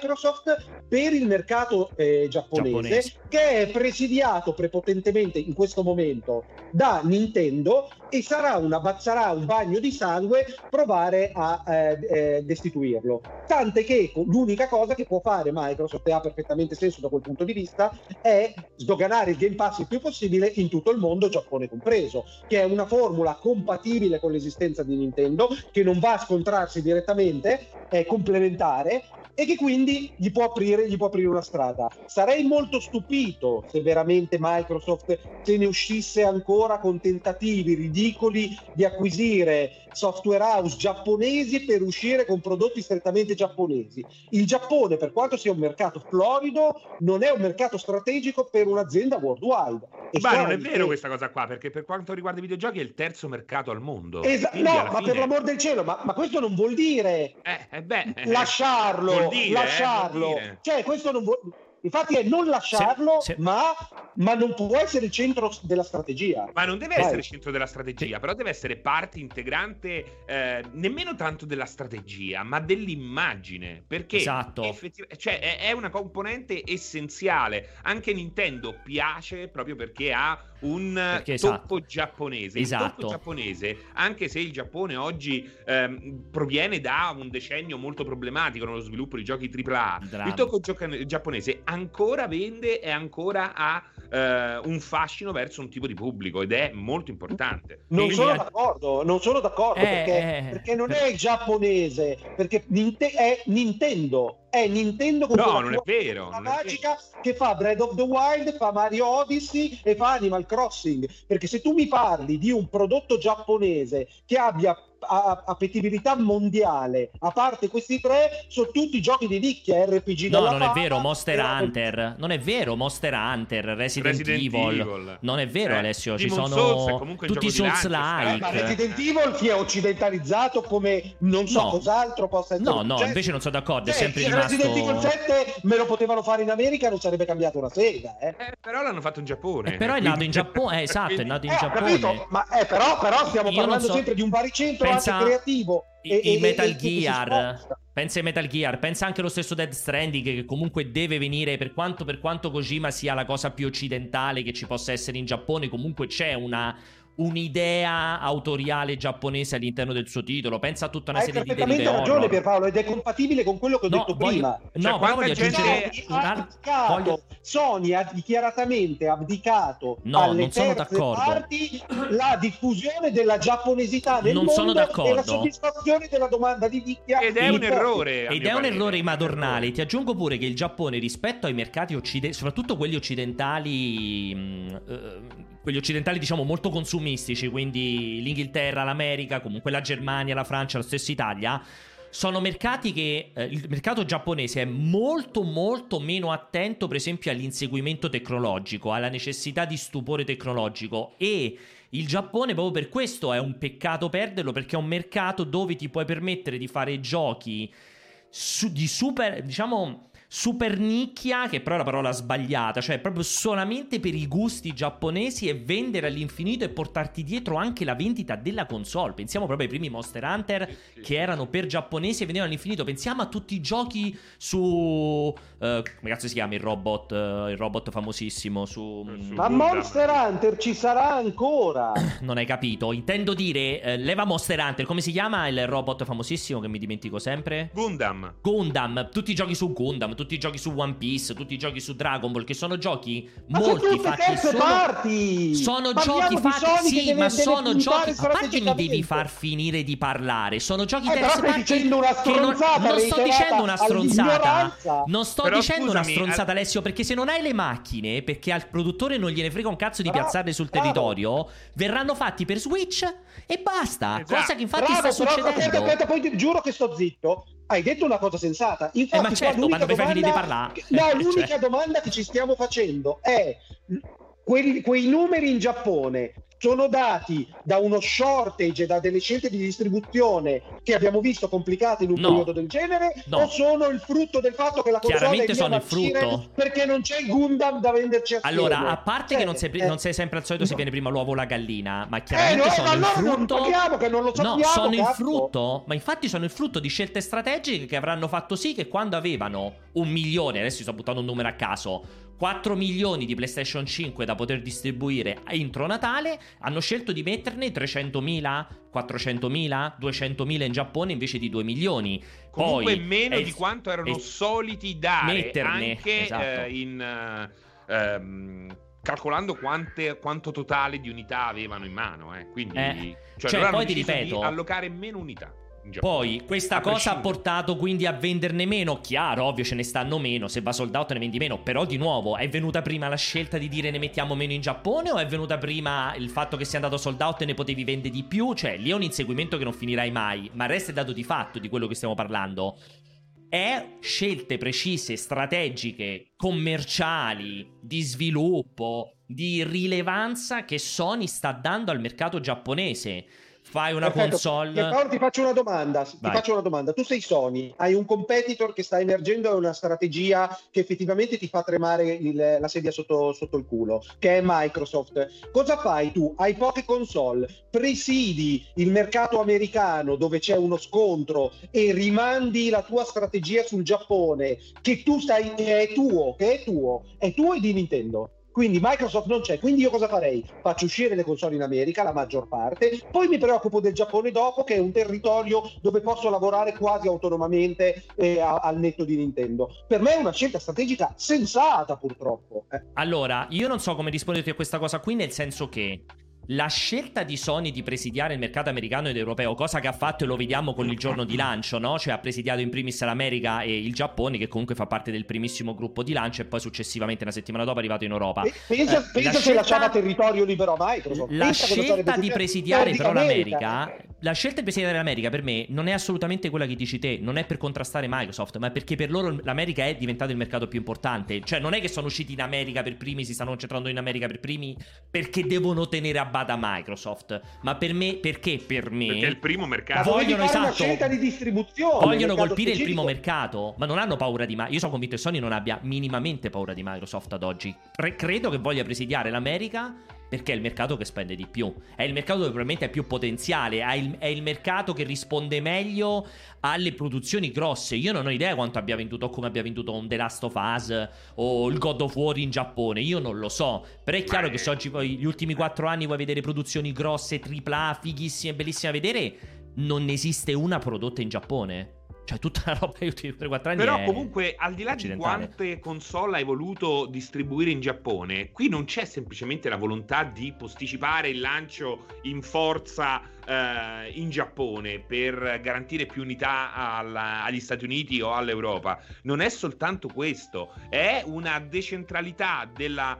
Microsoft per il mercato eh, giapponese, Giapponese. che è presidiato prepotentemente in questo momento da Nintendo, e sarà una sarà un bagno di sangue provare a eh, eh, destituirlo. Tant'è che l'unica cosa che può fare Microsoft, e ha perfettamente senso da quel punto di vista, è sdoganare il Game Pass il più possibile in tutto il mondo, Giappone compreso, che è una formula compatibile con l'esistenza di Nintendo, che non va a scontrarsi direttamente, è complementare, e che quindi gli può aprire, gli può aprire una strada. Sarei molto stupito se veramente Microsoft se ne uscisse ancora con tentativi ridicoli di acquisire software house giapponesi per uscire con prodotti strettamente giapponesi. Il Giappone, per quanto sia un mercato florido, non è un mercato strategico per un'azienda worldwide. E Ma non è Sony, vero che- questa cosa qua, perché per quanto riguarda i videogiochi è il terzo mercato al mondo. Esa- Quindi, no, alla ma fine- per l'amor del cielo, ma, ma questo non vuol dire Eh, eh, beh, eh, lasciarlo, vuol dire, eh, lasciarlo. vuol dire. Cioè, questo non vuol... Infatti è non lasciarlo, Se- se- ma, ma non può essere il centro della strategia. Ma non deve Vai. essere il centro della strategia, Sì. però deve essere parte integrante eh, nemmeno tanto della strategia, ma dell'immagine, perché Esatto. effettiv- cioè, è, è una componente essenziale. Anche Nintendo piace proprio perché ha un Perché, tocco esatto. giapponese. Esatto. Il tocco giapponese, anche se il Giappone oggi ehm, proviene da un decennio molto problematico nello sviluppo di giochi tripla A, Dramma. il tocco gioca- giapponese ancora vende e ancora ha eh, un fascino verso un tipo di pubblico, ed è molto importante. Non E sono gli- d'accordo, non sono d'accordo, Eh, perché, eh, perché non per- è il giapponese, perché Ninte- è Nintendo, è Nintendo con No, quella non è vero, forza non è magica che fa Breath of the Wild, fa Mario Odyssey e fa Animal Crossing. Perché se tu mi parli di un prodotto giapponese che abbia a- appetibilità mondiale, a parte questi tre, sono tutti giochi di nicchia, R P G No, della non è fama, vero, Monster e- Hunter. Non è vero, Monster Hunter, Resident, Resident Evil. Evil. Non è vero, Eh, Alessio, ci Demon's sono Souls è comunque un tutti i gioco di lancio, Souls-like. Eh, ma Resident Evil si è occidentalizzato come non so No. cos'altro possa essere. No, no, successo. invece non sono d'accordo, è Cioè, sempre se rimasto... Resident Evil sette me lo potevano fare in America, non sarebbe cambiato una sega, eh. Eh, però l'hanno fatto in Giappone. Eh, però è quindi- nato in Giappone, eh, esatto, è nato in Eh, ho Giappone. capito, ma eh, però, però stiamo Io non parlando so- sempre di un baricentro pensa- anche creativo. I, e- i e- Metal e- e che si Gear, sposta. pensa ai Metal Gear, pensa anche allo stesso Death Stranding, che comunque deve venire, per quanto, per quanto Kojima sia la cosa più occidentale che ci possa essere in Giappone, comunque c'è una un'idea autoriale giapponese all'interno del suo titolo. Pensa a tutta una Hai serie di perfettamente derive ragione horror. Pierpaolo, ed è compatibile con quello che ho No, detto voglio- prima. no, Cioè, però quanta voglio gente- aggiungere Sony un ha altro- abdicato, voglio- Sony ha dichiaratamente abdicato No, alle non sono terze d'accordo. parti la diffusione della giapponesità nel Non mondo sono d'accordo. e la soddisfazione della domanda di nicchia. Ed è di un pochi. errore. a Ed mio è un parere. errore È un madornale. errore. Ti aggiungo pure che il Giappone, rispetto ai mercati occidentali, soprattutto quelli occidentali, mh, eh, quelli occidentali diciamo molto consumistici, quindi l'Inghilterra, l'America, comunque la Germania, la Francia, la stessa Italia, sono mercati che eh, il mercato giapponese è molto molto meno attento, per esempio, all'inseguimento tecnologico, alla necessità di stupore tecnologico, e il Giappone proprio per questo è un peccato perderlo, perché è un mercato dove ti puoi permettere di fare giochi su- di super, diciamo, super nicchia, che però è la parola sbagliata, cioè proprio solamente per i gusti giapponesi, e vendere all'infinito e portarti dietro anche la vendita della console. Pensiamo proprio ai primi Monster Hunter Sì, sì, che sì. erano per giapponesi e vendevano all'infinito. Pensiamo a tutti i giochi su eh, come cazzo si chiama il robot, eh, il robot famosissimo su, Su- Ma Gundam. Monster Hunter ci sarà ancora. non hai capito, intendo dire eh, leva Monster Hunter, come si chiama il robot famosissimo che mi dimentico sempre? Gundam. Gundam, tutti i giochi su Gundam, tutti i giochi su One Piece, tutti i giochi su Dragon Ball, che sono giochi Ma sono molti tutte fatti terze solo... parti. Sono Parliamo giochi di fatti, Sony che sì, deve- ma deve sono puntare giochi. A parte mi strategicamente. devi far finire di parlare. Sono giochi Eh, però terze stai parti dicendo una che non, stronzata non sto reiterata dicendo una stronzata. all'ignoranza. Non sto Però dicendo una scusami, stronzata, al- Alessio, perché se non hai le macchine, perché al produttore non gliene frega un cazzo di Bravo, piazzarle sul bravo. territorio, verranno fatti per Switch e basta. Esatto. Cosa che infatti Bravo, sta però, succedendo. aspetta, aspetta, poi ti giuro che sto zitto. Hai detto una cosa sensata. Infatti, Eh, ma qua certo, l'unica quando mi fai finire di domanda- parlare. No, l'unica Cioè. domanda che ci stiamo facendo è quelli- quei numeri in Giappone sono dati da uno shortage e da delle scelte di distribuzione che abbiamo visto complicate in un No. periodo del genere, No. o sono il frutto del fatto che la console Chiaramente è sono via il frutto. marcire perché non c'è il Gundam da venderci assieme? Allora, a parte Cioè, che non sei, eh, non sei sempre al solito, si no. viene prima l'uovo o la gallina, ma Eh, chiaramente no, sono ma il allora non frutto. parliamo che non lo sappiamo, No, sono il cazzo. frutto, ma infatti sono il frutto di scelte strategiche che avranno fatto sì che quando avevano un milione, adesso sto buttando un numero a caso, quattro milioni di PlayStation cinque da poter distribuire entro Natale, hanno scelto di metterne trecentomila, quattrocentomila, duecentomila in Giappone invece di due milioni. Comunque Poi meno è- di quanto erano è- soliti dare, metterne, anche esatto. eh, in eh, ehm, calcolando quante, quanto totale di unità avevano in mano, eh. Quindi Eh, cioè, cioè, loro hanno poi ti deciso ripeto- di allocare meno unità in Giappone. Poi questa A cosa ha prescindere. portato quindi a venderne meno. Chiaro, ovvio, ce ne stanno meno. Se va sold out ne vendi meno. Però di nuovo, è venuta prima la scelta di dire ne mettiamo meno in Giappone, o è venuta prima il fatto che sia andato sold out e ne potevi vendere di più? Cioè, lì è un inseguimento che non finirai mai. Ma resta il dato di fatto di quello che stiamo parlando. È scelte precise, strategiche, commerciali, di sviluppo, di rilevanza che Sony sta dando al mercato giapponese. Fai una Perfetto. console. Paolo, ti faccio una domanda. Ti Vai. faccio una domanda. Tu sei Sony, hai un competitor che sta emergendo e una strategia che effettivamente ti fa tremare il- la sedia sotto, sotto il culo, che è Microsoft. Cosa fai tu? Hai poche console, presidi il mercato americano dove c'è uno scontro e rimandi la tua strategia sul Giappone, che tu stai, che è tuo, che è tuo, è tuo e di Nintendo. Quindi Microsoft non c'è, quindi io cosa farei? Faccio uscire le console in America, la maggior parte, poi mi preoccupo del Giappone dopo, che è un territorio dove posso lavorare quasi autonomamente eh, a- al netto di Nintendo. Per me è una scelta strategica sensata, purtroppo. Eh. Allora, io non so come risponderti a questa cosa qui, nel senso che la scelta di Sony di presidiare il mercato americano ed europeo, cosa che ha fatto e lo vediamo con il giorno di lancio, no? Cioè ha presidiato in primis l'America e il Giappone, che comunque fa parte del primissimo gruppo di lancio, e poi successivamente una settimana dopo è arrivato in Europa. Pe- Pensa, Eh, pensa la se scelta- lasciava territorio libero a Microsoft. La Pensa cosa sarebbe scelta di successo. presidiare Perdi però l'America. l'America, la scelta di presidiare l'America per me non è assolutamente quella che dici te, non è per contrastare Microsoft, ma perché per loro l'America è diventato il mercato più importante. Cioè non è che sono usciti in America per primi, si stanno concentrando in America per primi perché devono tenere a bada Microsoft, ma per me, perché per me Perché è il primo Ma mercato. vogliono vogliono, fare una esatto, scelta di distribuzione. vogliono mercato colpire il specifico. primo mercato, ma non hanno paura di Microsoft. Io sono convinto che Sony non abbia minimamente paura di Microsoft ad oggi. Pre- credo che voglia presidiare l'America perché è il mercato che spende di più, è il mercato dove probabilmente è più potenziale, è il, è il mercato che risponde meglio alle produzioni grosse. Io non ho idea quanto abbia venduto o come abbia venduto un The Last of Us o il God of War in Giappone, io non lo so, però è chiaro Ma che se oggi poi gli ultimi quattro anni vuoi vedere produzioni grosse, tripla A, fighissime, bellissime da vedere, non esiste una prodotta in Giappone. Cioè tutta la roba degli ultimi tre quattro anni Però è comunque, al di là di occidentale. quante console hai voluto distribuire in Giappone, qui non c'è semplicemente la volontà di posticipare il lancio in forza eh, in Giappone per garantire più unità alla- agli Stati Uniti o all'Europa. Non è soltanto questo, è una decentralità della...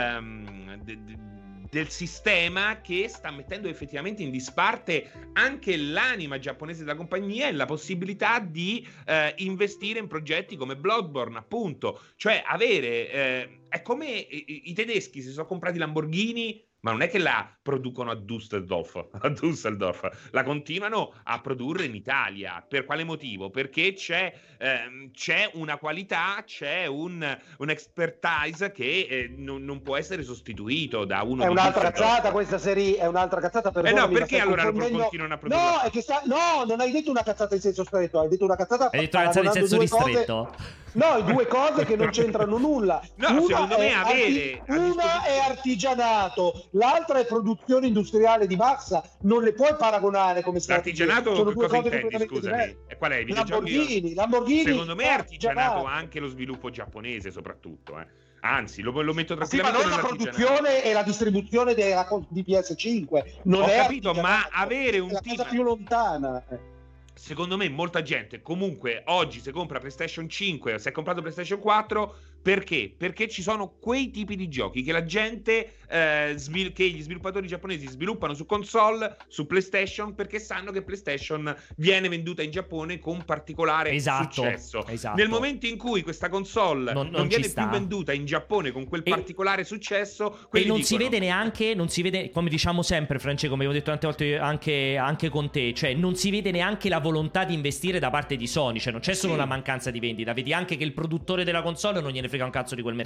ehm, de- de- del sistema che sta mettendo effettivamente in disparte anche l'anima giapponese della compagnia e la possibilità di eh, investire in progetti come Bloodborne, appunto. Cioè avere... eh, è come i, i tedeschi si sono comprati Lamborghini, ma non è che la producono a Düsseldorf, a Düsseldorf, la continuano a produrre in Italia. Per quale motivo? Perché c'è, ehm, c'è una qualità, c'è un, un expertise che eh, non, non può essere sostituito da uno È di un'altra Düsseldorf. cazzata questa serie, è un'altra cazzata per Eh no, perché allora continuano a produrre? No, è che sta... no, non hai detto una cazzata in senso stretto, hai detto una cazzata Hai detto una cazzata in senso paragonando due ristretto? cose- No, due cose che non c'entrano nulla. No, Una secondo me è avere a una disposizione- è artigianato, l'altra è produzione industriale di massa. Non le puoi paragonare come strategie. L'artigianato Sono due cosa cose intendi, completamente scusami? diverse. E qual è? I videogiochi? Lamborghini, Lamborghini. Secondo me è artigianato artigianato. anche lo sviluppo giapponese, soprattutto. Eh. Anzi, lo, lo metto Ma sì, ma tranquillamente non la nell'artigianato. produzione e la distribuzione della con- di P S cinque. Non Ho è capito, artigianato, ma avere un è la team- cosa più lontana. eh. Secondo me molta gente comunque oggi se compra PlayStation cinque o se ha comprato PlayStation quattro Perché? Perché ci sono quei tipi di giochi che la gente, eh, svil- che gli sviluppatori giapponesi sviluppano su console, su PlayStation, perché sanno che PlayStation viene venduta in Giappone con particolare esatto, successo. Esatto. Nel momento in cui questa console non, non, non viene ci sta. più venduta in Giappone con quel e, particolare successo, e non dicono... si vede neanche, non si vede, come diciamo sempre, Francesco, come abbiamo detto tante volte anche, anche con te, cioè non si vede neanche la volontà di investire da parte di Sony, cioè non c'è solo Sì. una mancanza di vendita, vedi anche che il produttore della console non gliene frega un cazzo di quel mercato.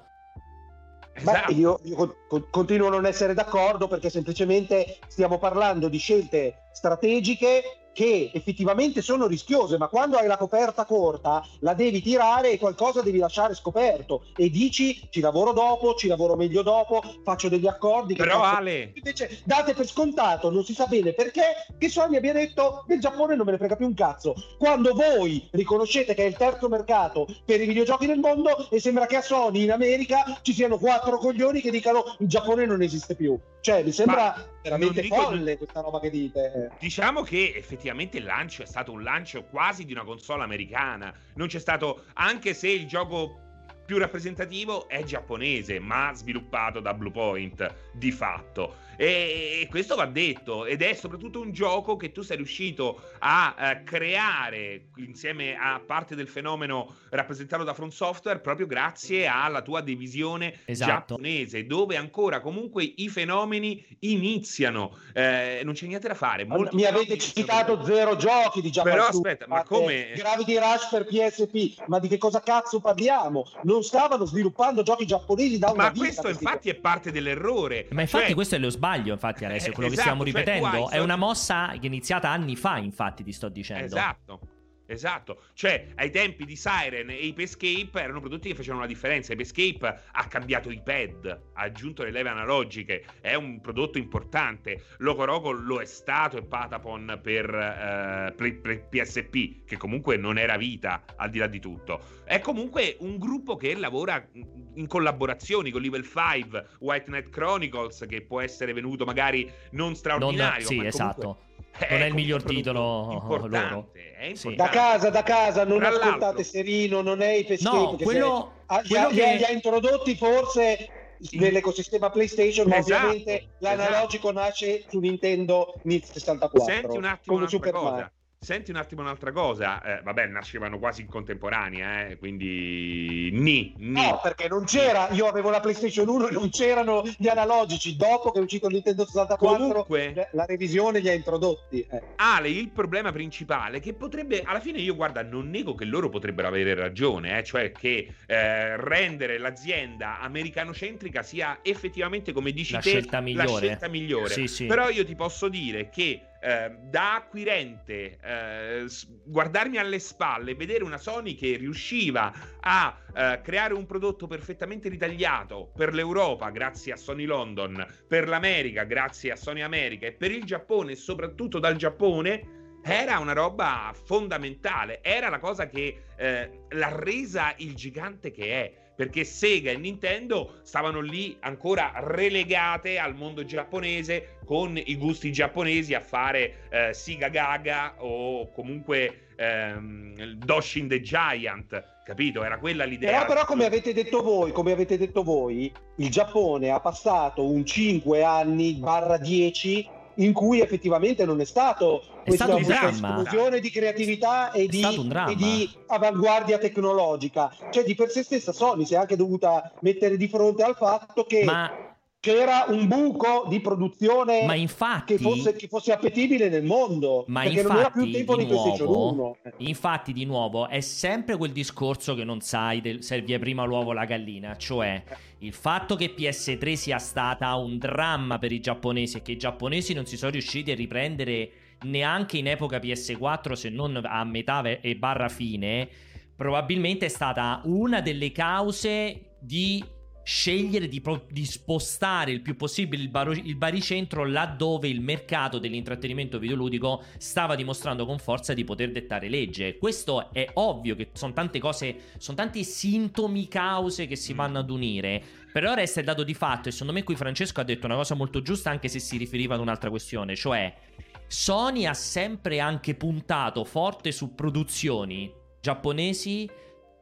Esatto. Beh, io, io continuo a non essere d'accordo, perché semplicemente stiamo parlando di scelte strategiche che effettivamente sono rischiose, ma quando hai la coperta corta la devi tirare e qualcosa devi lasciare scoperto e dici ci lavoro dopo, ci lavoro meglio dopo, faccio degli accordi. Che Però cazzo... Ale, invece date per scontato, non si sa bene perché, che Sony abbia detto del Giappone non me ne frega più un cazzo, quando voi riconoscete che è il terzo mercato per i videogiochi nel mondo e sembra che a Sony in America ci siano quattro coglioni che dicano il Giappone non esiste più. Cioè mi sembra Ma veramente dico, folle questa roba che dite. Diciamo che effettivamente il lancio è stato un lancio quasi di una console americana. Non c'è stato, anche se il gioco più rappresentativo è giapponese, ma sviluppato da Bluepoint di fatto. E questo va detto, ed è soprattutto un gioco che tu sei riuscito a uh, creare insieme a parte del fenomeno rappresentato da From Software proprio grazie alla tua divisione esatto. giapponese, dove ancora comunque i fenomeni iniziano. Eh, non c'è niente da fare. Molti mi avete citato per... zero giochi di Giappone. Però aspetta, ma come? Gravity Rush per P S P, ma di che cosa cazzo parliamo? Non stavano sviluppando giochi giapponesi da una ma vita. Questo infatti è parte dell'errore. Ma infatti cioè... questo è lo sbaglio. Infatti adesso è quello esatto, che stiamo ripetendo, cioè, è una mossa che è iniziata anni fa, infatti ti sto dicendo. Esatto. Esatto, cioè ai tempi di Siren e Ape Escape erano prodotti che facevano la differenza. Ape Escape ha cambiato i pad, ha aggiunto le leve analogiche, è un prodotto importante. Loco Roco lo è stato e Patapon per uh, Play, Play, P S P, che comunque non era vita al di là di tutto. È comunque un gruppo che lavora in collaborazioni con Level cinque, White Knight Chronicles, che può essere venuto magari non straordinario, non, sì, ma esatto. È non è il miglior titolo importante, loro. È importante. Sì. Da casa, da casa, non Tra ascoltate l'altro. Serino, non è i peschieri. No, quello, ha, quello li, che... li ha introdotti forse nell'ecosistema PlayStation, ma esatto, ovviamente l'analogico esatto. nasce su Nintendo N I S sessantaquattro. Senti un attimo come un'altra Super cosa. Mario. Senti un attimo un'altra cosa, eh, vabbè, nascevano quasi in contemporanea, eh, quindi ni, ni. No, perché non c'era, io avevo la PlayStation uno e non c'erano gli analogici, dopo che è uscito il Nintendo sessantaquattro comunque la revisione li ha introdotti. Eh. Ale, il problema principale che potrebbe, alla fine io guarda, non nego che loro potrebbero avere ragione, eh, cioè che eh, rendere l'azienda americanocentrica sia effettivamente, come dici la te, scelta migliore. la scelta migliore. Sì, sì. Però io ti posso dire che Eh, da acquirente eh, guardarmi alle spalle e vedere una Sony che riusciva a eh, creare un prodotto perfettamente ritagliato per l'Europa grazie a Sony London, per l'America grazie a Sony America e per il Giappone e soprattutto dal Giappone, era una roba fondamentale, era la cosa che eh, l'ha resa il gigante che è, perché Sega e Nintendo stavano lì ancora relegate al mondo giapponese con i gusti giapponesi a fare eh, Siga Gaga o comunque ehm, Doshin the Giant, capito? Era quella l'idea. Però, però come avete detto voi, come avete detto voi, il Giappone ha passato un cinque anni barra dieci in cui effettivamente non è stato è stato un questa dramma. esplosione di creatività e di, e di avanguardia tecnologica. Cioè di per sé stessa Sony si è anche dovuta mettere di fronte al fatto che Ma... c'era un buco di produzione ma infatti, che, fosse, che fosse appetibile nel mondo, ma perché infatti, non era più il tempo di, di PlayStation uno. Infatti di nuovo è sempre quel discorso che non sai del, se vi è prima l'uovo o la gallina, cioè il fatto che P S tre sia stata un dramma per i giapponesi e che i giapponesi non si sono riusciti a riprendere neanche in epoca P S quattro, se non a metà e barra fine, probabilmente è stata una delle cause di scegliere di, pro- di spostare il più possibile il, baro- il baricentro laddove il mercato dell'intrattenimento videoludico stava dimostrando con forza di poter dettare legge. Questo è ovvio che sono tante cose, sono tanti sintomi, cause che si vanno ad unire, però resta il dato di fatto, e secondo me qui Francesco ha detto una cosa molto giusta, anche se si riferiva ad un'altra questione, cioè Sony ha sempre anche puntato forte su produzioni giapponesi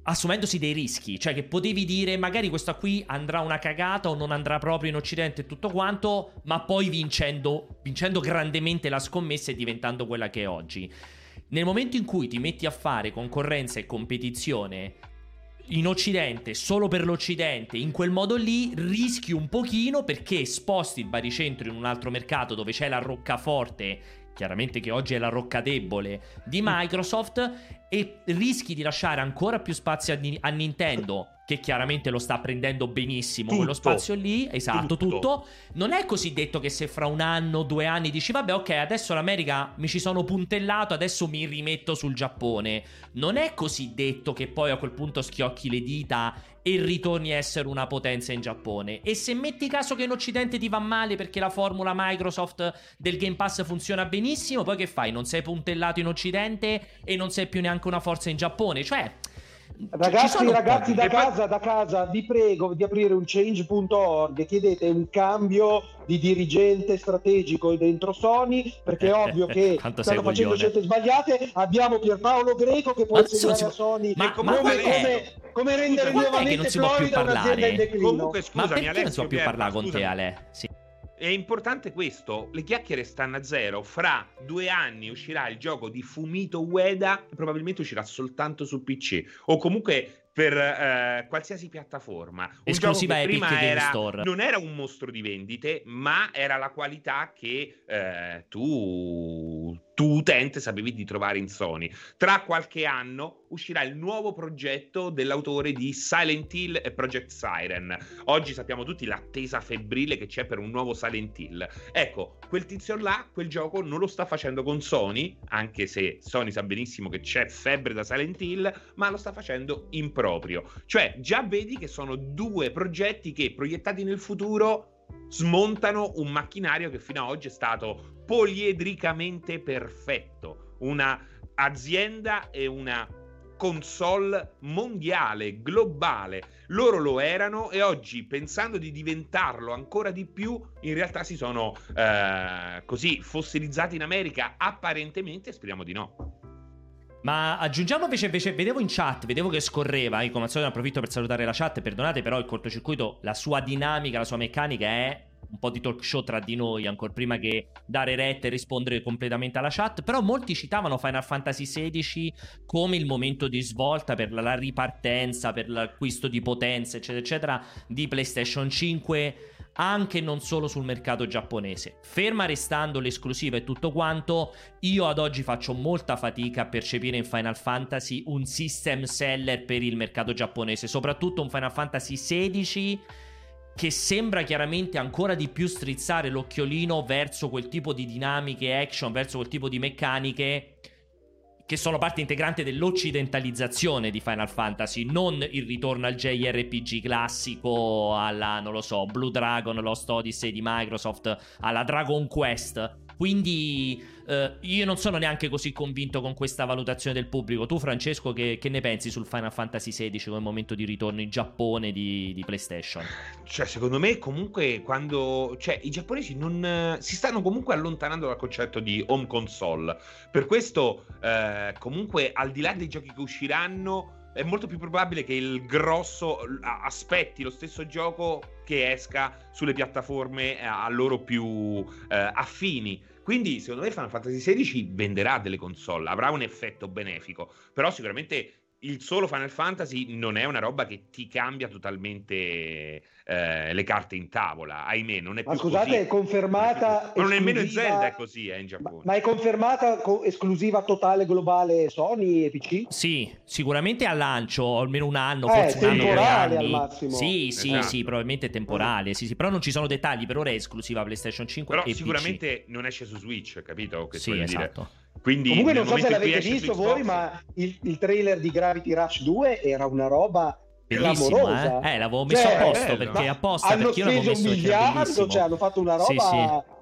assumendosi dei rischi, cioè che potevi dire magari questa qui andrà una cagata o non andrà proprio in Occidente e tutto quanto, ma poi vincendo, vincendo grandemente la scommessa e diventando quella che è oggi. Nel momento in cui ti metti a fare concorrenza e competizione in Occidente, solo per l'Occidente, in quel modo lì rischi un pochino, perché sposti il baricentro in un altro mercato dove c'è la roccaforte, chiaramente che oggi è la rocca debole, di Microsoft, e rischi di lasciare ancora più spazio a, a Nintendo, che chiaramente lo sta prendendo benissimo tutto. quello spazio lì, esatto, tutto. tutto. Non è così detto che se fra un anno, due anni dici vabbè ok, adesso l'America mi ci sono puntellato, adesso mi rimetto sul Giappone. Non è così detto che poi a quel punto schiocchi le dita e ritorni a essere una potenza in Giappone. E se metti caso che in Occidente ti va male perché la formula Microsoft del Game Pass funziona benissimo, poi che fai? Non sei puntellato in Occidente e non sei più neanche una forza in Giappone? Cioè, ragazzi, ragazzi da casa, da casa, vi prego di aprire un change punto org e chiedete un cambio di dirigente strategico dentro Sony, perché è ovvio che stanno facendo scelte sbagliate. Abbiamo Pierpaolo Greco che può insegnare si... a Sony ma, come, ma come, come, come rendere nuovamente Florida un'azienda in declino. Comunque scusami, ma perché Alessio, non so più Pierpa, parlare con scusami. te, Ale? Sì. È importante questo, le chiacchiere stanno a zero. Fra due anni uscirà il gioco di Fumito Ueda, che probabilmente uscirà soltanto su P C o comunque per eh, qualsiasi piattaforma. Un esclusiva gioco che Epic prima Game era, Store. non era un mostro di vendite, ma era la qualità che eh, tu, tu utente sapevi di trovare in Sony. Tra qualche anno uscirà il nuovo progetto dell'autore di Silent Hill e Project Siren. Oggi sappiamo tutti l'attesa febbrile che c'è per un nuovo Silent Hill. Ecco, quel tizio là, quel gioco non lo sta facendo con Sony, anche se Sony sa benissimo che c'è febbre da Silent Hill, ma lo sta facendo in proprio. Cioè, già vedi che sono due progetti che, proiettati nel futuro, smontano un macchinario che fino ad oggi è stato poliedricamente perfetto. Una azienda e una console mondiale, globale. Loro lo erano e oggi, pensando di diventarlo ancora di più, in realtà si sono eh, così fossilizzati in America, apparentemente, speriamo di no. Ma aggiungiamo invece, invece, vedevo in chat, vedevo che scorreva, io come al solito ne approfitto per salutare la chat, perdonate però il cortocircuito, la sua dinamica, la sua meccanica è un po' di talk show tra di noi, ancora prima che dare retta e rispondere completamente alla chat, però molti citavano Final Fantasy sedici come il momento di svolta per la ripartenza, per l'acquisto di potenza, eccetera, eccetera, di PlayStation cinque, anche e non solo sul mercato giapponese. Ferma restando l'esclusiva e tutto quanto, io ad oggi faccio molta fatica a percepire in Final Fantasy un system seller per il mercato giapponese, soprattutto un Final Fantasy sedici che sembra chiaramente ancora di più strizzare l'occhiolino verso quel tipo di dinamiche action, verso quel tipo di meccaniche che sono parte integrante dell'occidentalizzazione di Final Fantasy, non il ritorno al J R P G classico, alla, non lo so, Blue Dragon, Lost Odyssey di Microsoft, alla Dragon Quest. Quindi eh, io non sono neanche così convinto con questa valutazione del pubblico. Tu, Francesco, che, che ne pensi sul Final Fantasy sedici come momento di ritorno in Giappone di, di PlayStation? Cioè, secondo me comunque quando... Cioè, i giapponesi non si stanno comunque allontanando dal concetto di home console. Per questo, eh, comunque, al di là dei giochi che usciranno, è molto più probabile che il grosso aspetti lo stesso gioco che esca sulle piattaforme a loro più eh, affini. Quindi secondo me Final Fantasy sedici venderà delle console, avrà un effetto benefico, però sicuramente il solo Final Fantasy non è una roba che ti cambia totalmente eh, le carte in tavola, ahimè, non è più ma scusate, così. È confermata, ma non nemmeno in esclusiva... Zelda è così eh, in Giappone. Ma, ma è confermata co- esclusiva totale globale Sony e P C? Sì, sicuramente al lancio, almeno un anno, Eh, forse un anno, due temporale anni. al massimo. Sì, sì, Esatto. sì, probabilmente temporale. Sì, sì, però non ci sono dettagli, per ora è esclusiva PlayStation cinque Però e sicuramente P C. non esce su Switch, capito? Che Sì, voglio esatto. dire. Quindi, Comunque nel non so se momento in cui l'avete esce visto su voi, Xbox- ma il, il trailer di Gravity Rush due era una roba Bellissimo, clamorosa. eh? Eh, l'avevo messo Cioè, a posto, bello. perché Ma apposta hanno perché io l'avevo speso un messo perché è miliardo, bellissimo. cioè hanno fatto una Sì, roba sì.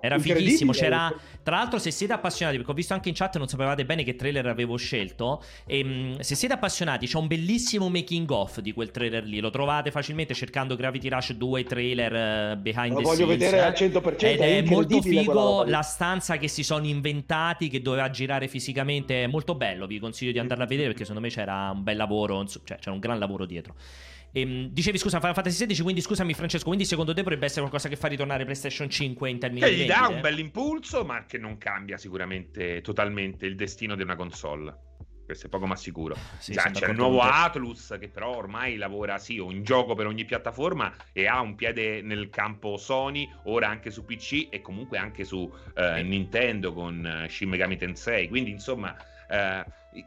Era fighissimo, c'era, tra l'altro se siete appassionati, perché ho visto anche in chat non sapevate bene che trailer avevo scelto, e, se siete appassionati c'è un bellissimo making of di quel trailer lì, lo trovate facilmente cercando Gravity Rush due trailer uh, behind lo the voglio scenes, vedere al cento per cento, ed è, è molto figo, lì. la stanza che si sono inventati, che doveva girare fisicamente, è molto bello, vi consiglio di andarla a vedere perché secondo me c'era un bel lavoro, cioè c'era un gran lavoro dietro. Ehm, dicevi scusa Final Fantasy sedici, quindi scusami Francesco, quindi secondo te potrebbe essere qualcosa che fa ritornare PlayStation cinque in termini che di gli vendite? dà un bel impulso, ma che non cambia sicuramente totalmente il destino di una console. Questo è poco ma sicuro. Sì, Già, c'è il nuovo Atlus che però ormai lavora sì, un gioco per ogni piattaforma e ha un piede nel campo Sony, ora anche su P C e comunque anche su eh, Nintendo con uh, Shin Megami Tensei, quindi insomma eh,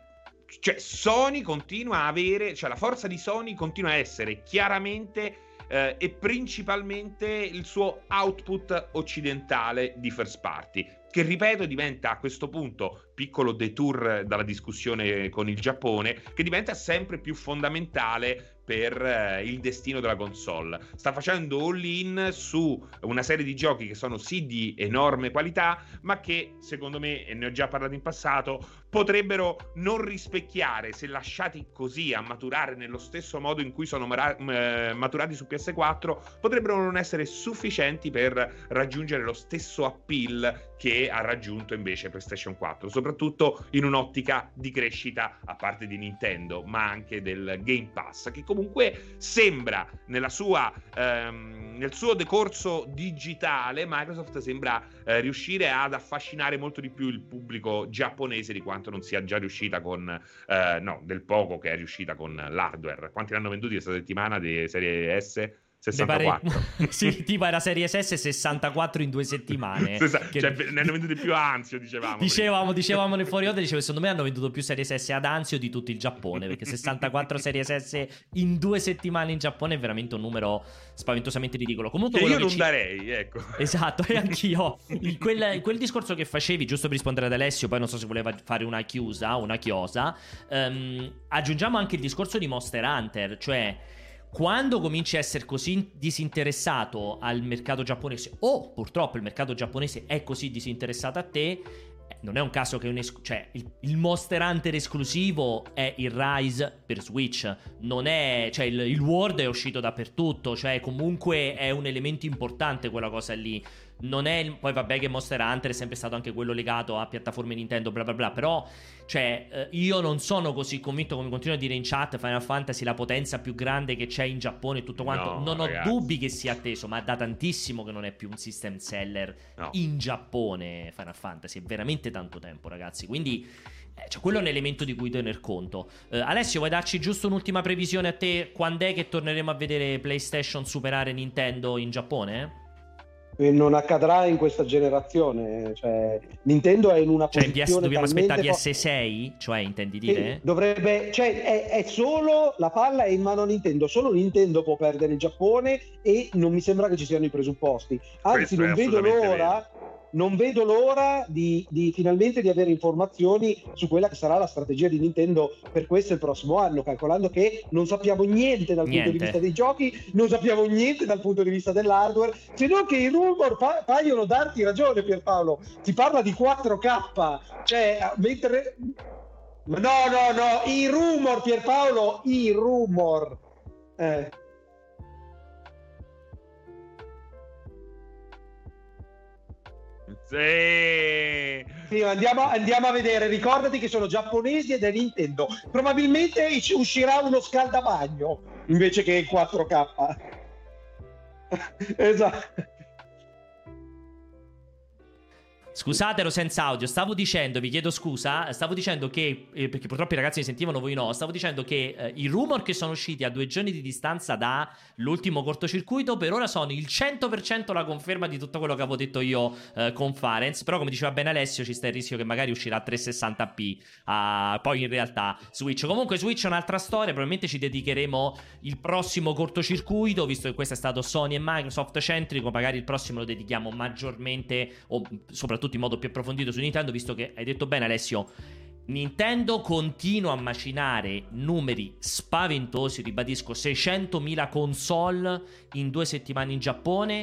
cioè Sony continua a avere, cioè la forza di Sony continua a essere chiaramente eh, e principalmente il suo output occidentale di first party, che ripeto diventa a questo punto, piccolo detour dalla discussione con il Giappone, che diventa sempre più fondamentale per eh, il destino della console. Sta facendo all-in su una serie di giochi che sono sì di enorme qualità, ma che secondo me, e ne ho già parlato in passato, potrebbero non rispecchiare, se lasciati così a maturare nello stesso modo in cui sono mara- eh, maturati su P S quattro, potrebbero non essere sufficienti per raggiungere lo stesso appeal che ha raggiunto invece PlayStation quattro, soprattutto in un'ottica di crescita a parte di Nintendo, ma anche del Game Pass, che comunque sembra nella sua ehm, nel suo decorso digitale Microsoft sembra eh, riuscire ad affascinare molto di più il pubblico giapponese di quanto non sia già riuscita con eh, no, del poco che è riuscita con l'hardware. Quanti ne hanno venduti questa settimana di serie S? sessantaquattro. Pare... sì, tipo era serie S sessantaquattro in due settimane. Sessa... che... Cioè, ne hanno venduti più a Anzio, dicevamo. Dicevamo, dicevamo nel fuori onda, dicevo, secondo me hanno venduto più serie S ad Anzio di tutto il Giappone, perché sessantaquattro serie S in due settimane in Giappone è veramente un numero spaventosamente ridicolo. Comunque che io che non ci... darei, ecco. Esatto, e anch'io. Il, quel, quel discorso che facevi, giusto per rispondere ad Alessio, poi non so se voleva fare una chiusa, una chiosa, um, aggiungiamo anche il discorso di Monster Hunter, cioè... Quando cominci a essere così disinteressato al mercato giapponese, o purtroppo il mercato giapponese è così disinteressato a te, non è un caso che un es- cioè, il, il Monster Hunter esclusivo è il Rise per Switch, non è, cioè il, il World è uscito dappertutto, cioè comunque è un elemento importante quella cosa lì. Non è, poi vabbè che Monster Hunter è sempre stato anche quello legato a piattaforme Nintendo bla bla bla, però cioè eh, io non sono così convinto, come continuo a dire in chat, Final Fantasy la potenza più grande che c'è in Giappone e tutto quanto, no, non ragazzi. ho dubbi che sia atteso, ma da tantissimo che non è più un system seller no. in Giappone Final Fantasy, è veramente tanto tempo ragazzi, quindi eh, cioè, quello è un elemento di cui tener conto. eh, Alessio, vuoi darci giusto un'ultima previsione a te, quando è che torneremo a vedere PlayStation superare Nintendo in Giappone? Non accadrà in questa generazione, cioè Nintendo è in una cioè, posizione P S, dobbiamo aspettare P S po- sei, cioè intendi dire? Dovrebbe, cioè è, è solo la palla è in mano a Nintendo, solo Nintendo può perdere il Giappone e non mi sembra che ci siano i presupposti, anzi non vedo l'ora non vedo l'ora di, di finalmente di avere informazioni su quella che sarà la strategia di Nintendo per questo e il prossimo anno, calcolando che non sappiamo niente dal niente. punto di vista dei giochi, non sappiamo niente dal punto di vista dell'hardware, se non che i rumor pa- paiono darti ragione, Pierpaolo, si parla di quattro K, cioè mentre no no no i rumor, Pierpaolo, i rumor eh Sì. Sì, andiamo, andiamo a vedere, ricordati che sono giapponesi ed è Nintendo, probabilmente uscirà uno scaldabagno invece che il quattro K. Esatto. Scusatelo senza audio, stavo dicendo, vi chiedo scusa, stavo dicendo che, eh, perché purtroppo i ragazzi mi sentivano, voi no, stavo dicendo che eh, i rumor che sono usciti a due giorni di distanza dall'ultimo cortocircuito per ora sono il cento per cento la conferma di tutto quello che avevo detto io eh, con Farenz, però come diceva bene Alessio ci sta il rischio che magari uscirà a trecentosessanta p, uh, poi in realtà Switch. Comunque Switch è un'altra storia, probabilmente ci dedicheremo il prossimo cortocircuito, visto che questo è stato Sony e Microsoft centrico, magari il prossimo lo dedichiamo maggiormente o soprattutto in modo più approfondito su Nintendo, visto che hai detto bene Alessio, Nintendo continua a macinare numeri spaventosi, ribadisco, seicentomila console in due settimane in Giappone.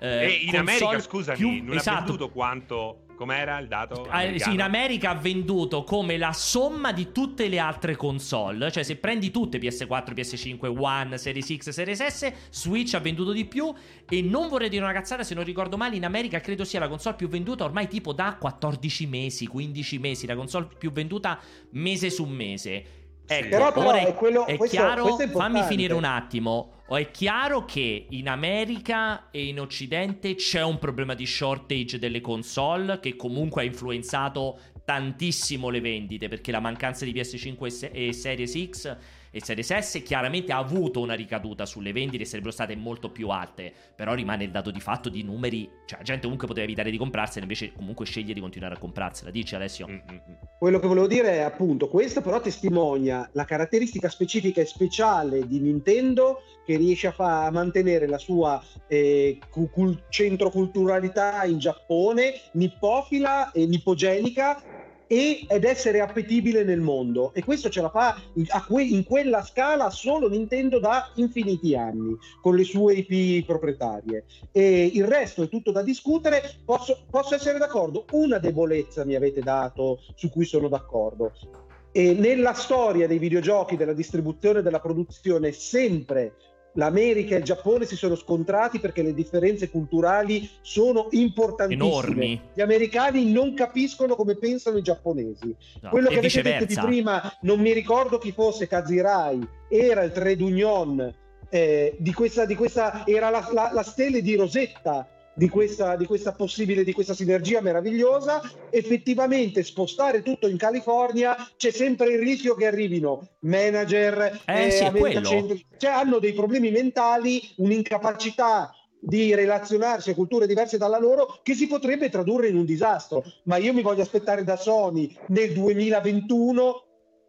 eh, e in console America, scusami, più... non esatto. ha venduto quanto... Com'era il dato? Eh, sì, in America ha venduto come la somma di tutte le altre console. Cioè, se prendi tutte, P S quattro, P S cinque, One, Series X, Series S, Switch ha venduto di più. E non vorrei dire una cazzata, se non ricordo male, in America credo sia la console più venduta ormai tipo da quattordici mesi, quindici mesi. La console più venduta mese su mese. Ecco, però, però ora è, è, quello, è questo, chiaro, questo è fammi finire un attimo. È chiaro che in America e in Occidente c'è un problema di shortage delle console che comunque ha influenzato tantissimo le vendite, perché la mancanza di P S cinque e Series X e Series S chiaramente ha avuto una ricaduta sulle vendite, sarebbero state molto più alte, però rimane il dato di fatto di numeri, cioè la gente comunque poteva evitare di comprarsela, invece comunque sceglie di continuare a comprarsela. Dici, Alessio? Mm-hmm. Quello che volevo dire è appunto questo, però testimonia la caratteristica specifica e speciale di Nintendo, che riesce a, fa- a mantenere la sua eh, cul- centroculturalità in Giappone, nippofila e nippogenica, e, ed essere appetibile nel mondo, e questo ce la fa in, a que- in quella scala solo Nintendo da infiniti anni con le sue I P proprietarie, e il resto è tutto da discutere. Posso, posso essere d'accordo, una debolezza mi avete dato su cui sono d'accordo, e nella storia dei videogiochi, della distribuzione e della produzione, sempre l'America e il Giappone si sono scontrati perché le differenze culturali sono importantissime. Enormi. Gli americani non capiscono come pensano i giapponesi. No, Quello e che avete viceversa. detto di prima, non mi ricordo chi fosse, Kazirai, era il trade union eh, di questa, di questa era la, la, la stele di Rosetta di questa, di questa possibile, di questa sinergia meravigliosa. Effettivamente spostare tutto in California, c'è sempre il rischio che arrivino manager eh, eh sì, America centrici, cioè hanno dei problemi mentali, un'incapacità di relazionarsi a culture diverse dalla loro, che si potrebbe tradurre in un disastro. Ma io mi voglio aspettare da Sony nel duemilaventuno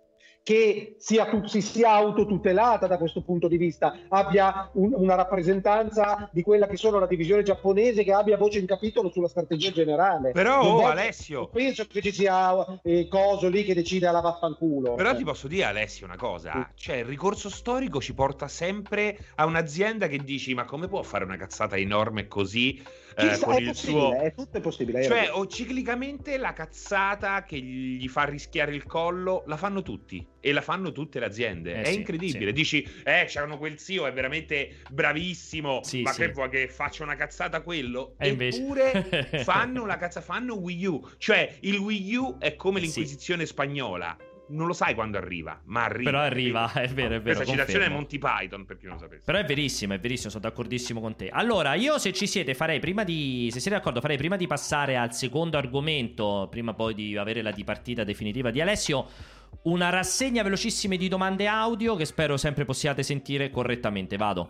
che sia, si sia autotutelata da questo punto di vista, abbia un, una rappresentanza di quella che sono la divisione giapponese, che abbia voce in capitolo sulla strategia generale. Però non oh, voglio, Alessio, non penso che ci sia eh, coso lì che decide alla vaffanculo. Però ti posso dire, Alessio, una cosa, cioè il ricorso storico ci porta sempre a un'azienda che dici: ma come può fare una cazzata enorme così eh, con è il possibile, suo... è tutto è possibile, cioè o ciclicamente la cazzata che gli fa rischiare il collo la fanno tutti, e la fanno tutte le aziende. Eh è sì, incredibile. sì. Dici, eh, c'erano quel zio, è veramente bravissimo, Sì, ma sì. che vuoi che faccia una cazzata quello? E invece... Eppure fanno la cazza, fanno Wii U. Cioè il Wii U è come Sì. l'Inquisizione spagnola. Non lo sai quando arriva, ma arriva. Però arriva, è vero, è vero. Questa citazione è confermo. Monty Python, per chi non lo sapesse. Però è verissimo, è verissimo, sono d'accordissimo con te. Allora, io se ci siete farei prima di... Se siete d'accordo, farei prima di passare al secondo argomento, prima poi di avere la dipartita definitiva di Alessio, una rassegna velocissima di domande audio che spero sempre possiate sentire correttamente. Vado.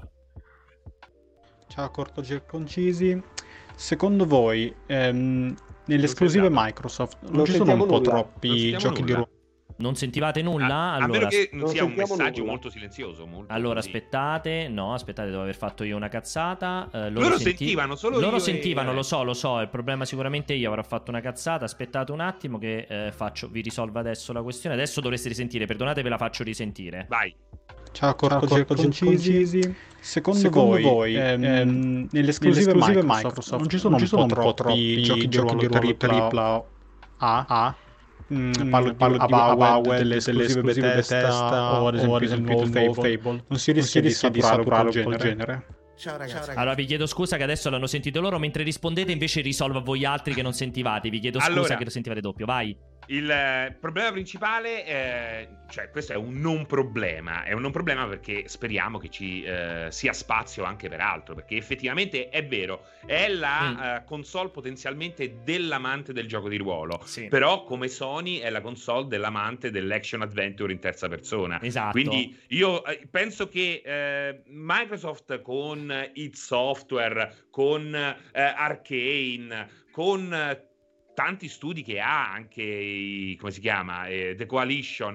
Ciao cortogi e concisi. Secondo voi, ehm, nelle esclusive Microsoft non, Non ci sono un po' sentiamo nulla. Non troppi sentiamo giochi nulla. di ruolo? Non sentivate nulla? A, a allora, meno che non non sia un sentiamo messaggio nulla. molto silenzioso. Molto allora così. aspettate. No, aspettate, devo aver fatto io una cazzata. Eh, loro Loro senti- sentivano, solo Loro io sentivano, e- lo so, lo so. Il problema sicuramente io avrò fatto una cazzata. Aspettate un attimo che eh, faccio, vi risolvo adesso la questione. Adesso dovreste risentire, perdonate, ve la faccio risentire. Vai. Ciao cortogi e concisi. Secondo, Secondo voi, voi, ehm, ehm, nelle esclusive, nelle esclusive Microsoft, Microsoft non ci sono, non ci un, sono po un po' troppi giochi di ruolo tripla A? A? Mm, parlo, parlo di Avowed, delle esclusive Bethesda, o ad esempio, il nuovo Fable. Non si rischia di saturare quel genere? Ciao ragazzi. Ciao, ragazzi. Allora vi chiedo scusa che adesso l'hanno sentito loro. Mentre rispondete invece risolvo a voi altri che non sentivate. Vi chiedo scusa Allora, che lo sentivate doppio. Vai. Il eh, problema principale, eh, cioè questo è un non problema, è un non problema perché speriamo che ci eh, sia spazio anche per altro, perché effettivamente è vero, è la Mm. eh, console potenzialmente dell'amante del gioco di ruolo, Sì. però come Sony è la console dell'amante dell'action adventure in terza persona. Esatto. Quindi io eh, penso che eh, Microsoft con id Software, con eh, Arcane, con eh, tanti studi che ha, anche i, come si chiama, eh, The Coalition,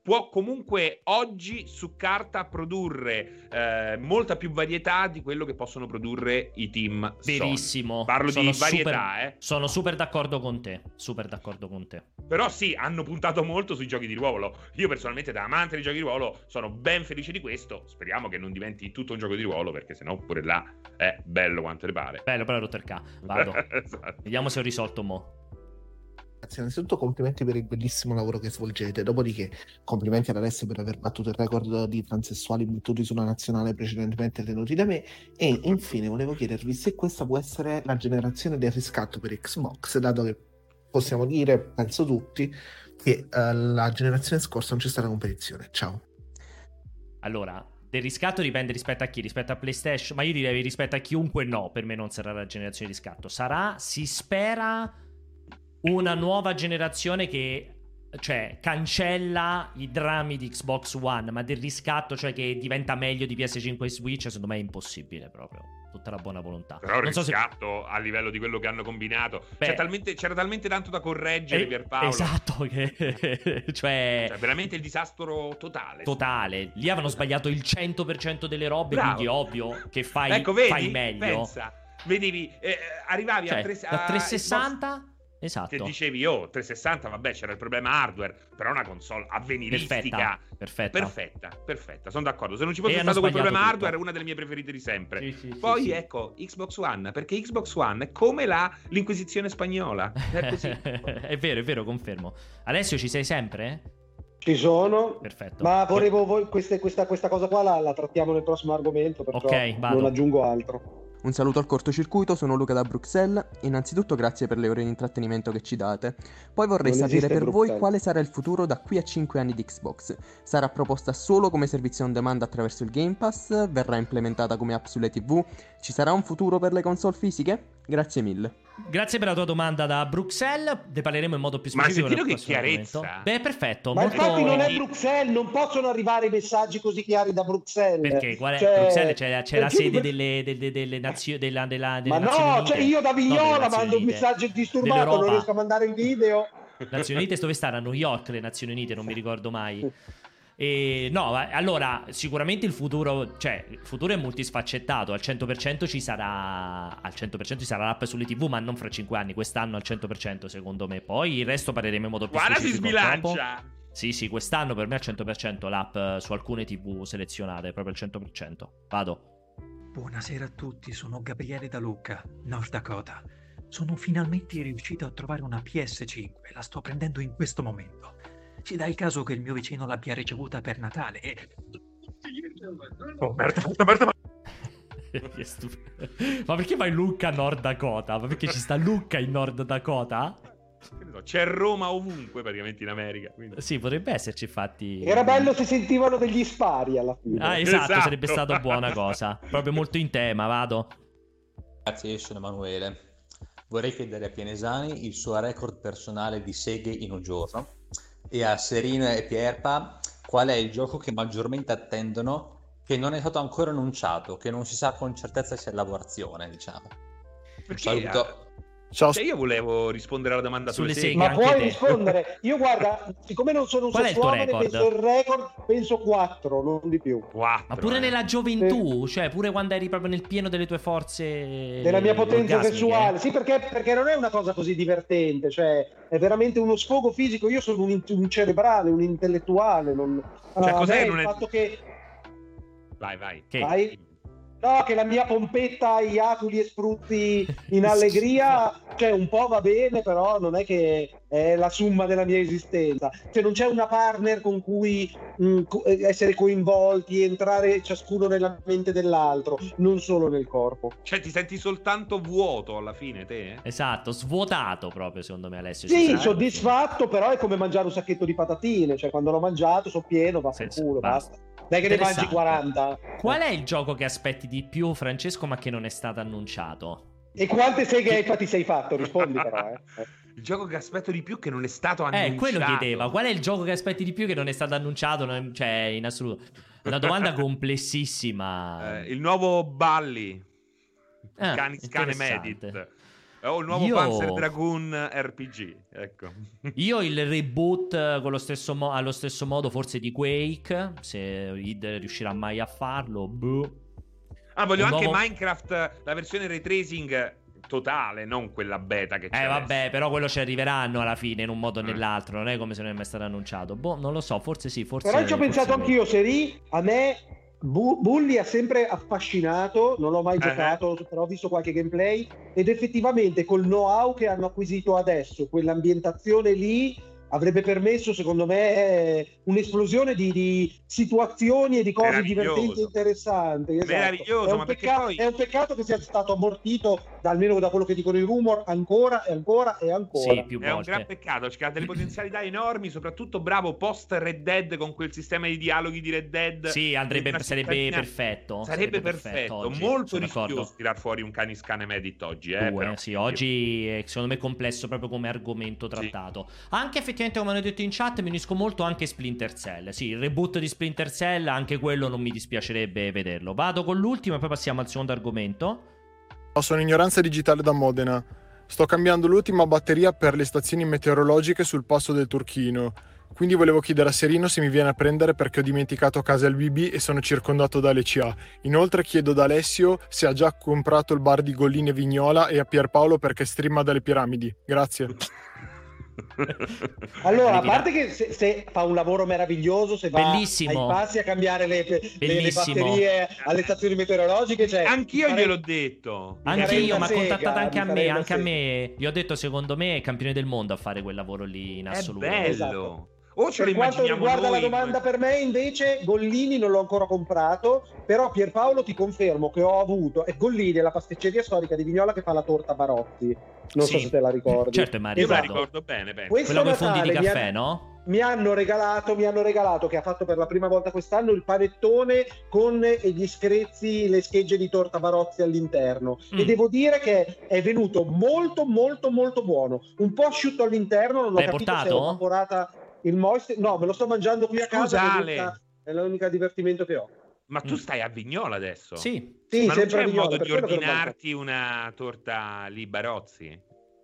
può comunque oggi su carta produrre eh, molta più varietà di quello che possono produrre i team Verissimo. Sony. Parlo sono di varietà, super, eh. Sono super d'accordo con te, super d'accordo con te. Però sì, hanno puntato molto sui giochi di ruolo. Io personalmente, da amante dei giochi di ruolo, sono ben felice di questo. Speriamo che non diventi tutto un gioco di ruolo, perché sennò pure là è bello quanto le pare. Bello, però rotto il ca. Vado. Esatto. Vediamo se ho risolto mo'. Grazie, innanzitutto complimenti per il bellissimo lavoro che svolgete, dopodiché complimenti ad Alessio per aver battuto il record di transessuali battuti sulla nazionale precedentemente tenuti da me, e infine volevo chiedervi se questa può essere la generazione del riscatto per Xbox, dato che possiamo dire, penso tutti, che uh, la generazione scorsa non c'è stata competizione. Ciao. Allora, del riscatto dipende rispetto a chi, rispetto a PlayStation, ma io direi rispetto a chiunque no, per me non sarà la generazione di riscatto. Sarà, si spera, una nuova generazione che, cioè, cancella i drammi di Xbox One, ma del riscatto, cioè che diventa meglio di P S cinque e Switch, secondo me è impossibile proprio. Tutta la buona volontà. Però il non so riscatto se... a livello di quello che hanno combinato, Beh, c'è talmente, c'era talmente tanto da correggere, eh, Pierpaolo. Esatto, che cioè... cioè veramente il disastro totale. Totale. Lì avevano sbagliato il cento per cento delle robe, Bravo. quindi è ovvio che fai, ecco, vedi? fai meglio. Pensa, vedevi, eh, arrivavi cioè, a, tre, da trecentosessanta... Xbox... Esatto. Che dicevi, oh, trecentosessanta, vabbè, c'era il problema hardware, però una console avveniristica perfetta, perfetta, perfetta, perfetta, sono d'accordo. Se non ci fosse E stato quel problema tutto. hardware, è una delle mie preferite di sempre. Sì, sì, Poi sì, ecco, Xbox One, perché Xbox One è come la l'Inquisizione spagnola, è così. È vero, è vero, confermo. Alessio, ci sei sempre? Ci sono. Perfetto. Ma volevo voi, queste, questa, questa cosa qua la, la trattiamo nel prossimo argomento, perciò Ok, vado. non aggiungo altro. Un saluto al cortocircuito, sono Luca da Bruxelles. Innanzitutto grazie per le ore di intrattenimento che ci date. Poi vorrei Non sapere esiste per Bruxelles. voi quale sarà il futuro da qui a cinque anni di Xbox. Sarà proposta solo come servizio on demand attraverso il Game Pass? Verrà implementata come app sulle tivù? Ci sarà un futuro per le console fisiche? Grazie mille. Grazie per la tua domanda da Bruxelles. Ne parleremo in modo più Ma specifico. sentito nel che prossimo chiarezza. argomento. Beh, perfetto. Ma molto... infatti non è Bruxelles, non possono arrivare messaggi così chiari da Bruxelles. Perché qual è? Cioè, Bruxelles c'è, c'è la perché- sede delle, delle, delle nazioni della, della, delle Ma Nazioni no, Unite. cioè io da No, delle Vignola Nazioni mando un Unite. messaggio disturbato, non Dell'Europa. riesco a mandare il video. Nazioni Unite dove stanno? A New York le Nazioni Unite, non mi ricordo mai. E no, ma- allora sicuramente il futuro, cioè il futuro è multisfaccettato. Al cento per cento ci sarà, al cento per cento ci sarà l'app sulle tivù, ma non fra cinque anni. Quest'anno al cento per cento secondo me. Poi il resto parleremo in modo più Guarda, si specifico dopo. sbilancia. Sì, sì, quest'anno per me al cento per cento l'app eh, su alcune tivù selezionate, proprio al cento per cento. Vado. Buonasera a tutti, sono Gabriele da Lucca, North Dakota. Sono finalmente riuscito a trovare una P S cinque, la sto prendendo in questo momento. Ci dà il caso che il mio vicino l'abbia ricevuta per Natale e... Oh, merda, merda, merda, Che stupido. Ma perché vai Lucca Nord Dakota? Ma perché ci sta Lucca in Nord Dakota? Che ne so, c'è Roma ovunque praticamente in America. Quindi. Sì, potrebbe esserci infatti. Era bello se sentivano degli spari alla fine. Ah, esatto, Esatto. sarebbe stata buona cosa. Proprio molto in tema, vado. Grazie, io sono Emanuele. Vorrei chiedere a Pianesani il suo record personale di seghe in un giorno e a Serena e Pierpa qual è il gioco che maggiormente attendono che non è stato ancora annunciato, che non si sa con certezza se è in lavorazione, diciamo. Un Perché, saluto. Ciao. Cioè, io volevo rispondere alla domanda Sulle sulle seghe. seghe. Ma anche puoi te. rispondere? Io guarda, siccome non sono un Qual è il tuo sessuale, record? penso il record, penso quattro, non di più. Quattro, Ma pure eh. nella gioventù, cioè pure quando eri proprio nel pieno delle tue forze Della mia potenza orgasmiche. sessuale, sì, perché, perché non è una cosa così divertente, cioè è veramente uno sfogo fisico. Io sono un, in- un cerebrale, un intellettuale. Non... Cioè, Ah, cos'è a me che non il è- fatto che Vai, vai. Che? Vai. No, che la mia pompetta iaculi e spruzzi in allegria, cioè un po' va bene, però non è che è la summa della mia esistenza. Cioè non c'è una partner con cui mh, co- essere coinvolti, entrare ciascuno nella mente dell'altro, non solo nel corpo. Cioè, ti senti soltanto vuoto alla fine, te? eh? Esatto, svuotato proprio secondo me Alessio. Sì, ci sta. soddisfatto, però è come mangiare un sacchetto di patatine, cioè quando l'ho mangiato sono pieno, va per Sì, culo, basta. basta. Dai che ne mangi Interessante. quaranta. Qual è il gioco che aspetti di più, Francesco, ma che non è stato annunciato? E quante seghe hai ti sei fatto? Rispondi però, eh. Il gioco che aspetto di più che non è stato annunciato. Eh, quello chiedeva. Qual è il gioco che aspetti di più che non è stato annunciato? Non- Cioè, in assoluto. Una domanda complessissima. Eh, il nuovo Balli. Ah, Canis Cane interessante. Medit. O il nuovo Io- Panzer Dragoon R P G, ecco. Io il reboot con lo stesso mo- allo stesso modo forse di Quake, se id riuscirà mai a farlo, boh. Ah, voglio Un anche nuovo- Minecraft, la versione ray tracing totale, non quella beta che c'è Eh vabbè, adesso. però quello ci arriveranno alla fine in un modo o nell'altro, non è come se non è mai stato annunciato. Boh, non lo so, forse sì, forse Però ci ho forse pensato no. anch'io, Seri, a me Bu- Bully ha sempre affascinato, non l'ho mai Eh. giocato, però ho visto qualche gameplay, ed effettivamente col know-how che hanno acquisito adesso, quell'ambientazione lì avrebbe permesso, secondo me, eh, un'esplosione di, di situazioni e di cose Meraviglioso. divertenti e interessanti. Esatto. Meraviglioso, è un ma perché peccato, poi- è un peccato che sia stato ammortito, da- almeno da quello che dicono i rumor, ancora e ancora e ancora. Sì, più È un volte. gran peccato, c'ha delle potenzialità enormi, soprattutto bravo post Red Dead con quel sistema di dialoghi di Red Dead. Sì, andrebbe, Una sarebbe cittadina- perfetto. Sarebbe perfetto, oggi, molto sono d'accordo. rischioso tirar fuori un Canis Canem Edit oggi, eh, Due, però. sì, oggi è, secondo me è complesso proprio come argomento trattato. Anche effettivamente, come hanno detto in chat, mi unisco molto anche Splinter Cell. Sì, il reboot di Splinter Cell, anche quello non mi dispiacerebbe vederlo. Vado con l'ultimo e poi passiamo al secondo argomento. Sono Ignoranza Digitale da Modena. Sto cambiando l'ultima batteria per le stazioni meteorologiche sul passo del Turchino. Quindi volevo chiedere a Serino se mi viene a prendere perché ho dimenticato a casa il B B e sono circondato dalle C A. Inoltre chiedo da Alessio se ha già comprato il bar di Gollini e Vignola e a Pierpaolo perché streama dalle piramidi. Grazie. Allora, a Le parte che se, se fa un lavoro meraviglioso, se va Bellissimo. ai passi a cambiare le, le- le Bellissimo. batterie alle stazioni meteorologiche, cioè, Anch'io farei- gliel'ho detto. Mi farei Anch'io, una ma ha sega, contattato anche mi a me. farei una Anche a sega. me. Gli ho detto, secondo me, è campione del mondo a fare quel lavoro lì in È assoluto. bello. Esatto. O ce lo Per quanto immaginiamo riguarda noi, la domanda per me, invece, Gollini non l'ho ancora comprato, però Pierpaolo ti confermo che ho avuto, e Gollini è la pasticceria storica di Vignola che fa la torta Barozzi, non so Sì. se te la ricordi. Certo, ma Io me la Esatto. ricordo bene, penso. Questo Quella con i fondi di Natale mi caffè, ha- no? Mi hanno regalato, mi hanno regalato, che ha fatto per la prima volta quest'anno, il panettone con gli screzi, le schegge di torta Barozzi all'interno. Mm. E devo dire che è venuto molto, molto, molto buono. Un po' asciutto all'interno, non ho L'hai capito portato? se è evaporata il moist. No, me lo sto mangiando qui a casa. Scusa, è Ale. l'unica- È l'unico divertimento che ho. Ma tu Mm. stai a Vignola adesso? Sì. Sì, Ma non sempre c'è a Vignola, modo per di quello che l'ho mangiato. ordinarti una torta lì Barozzi?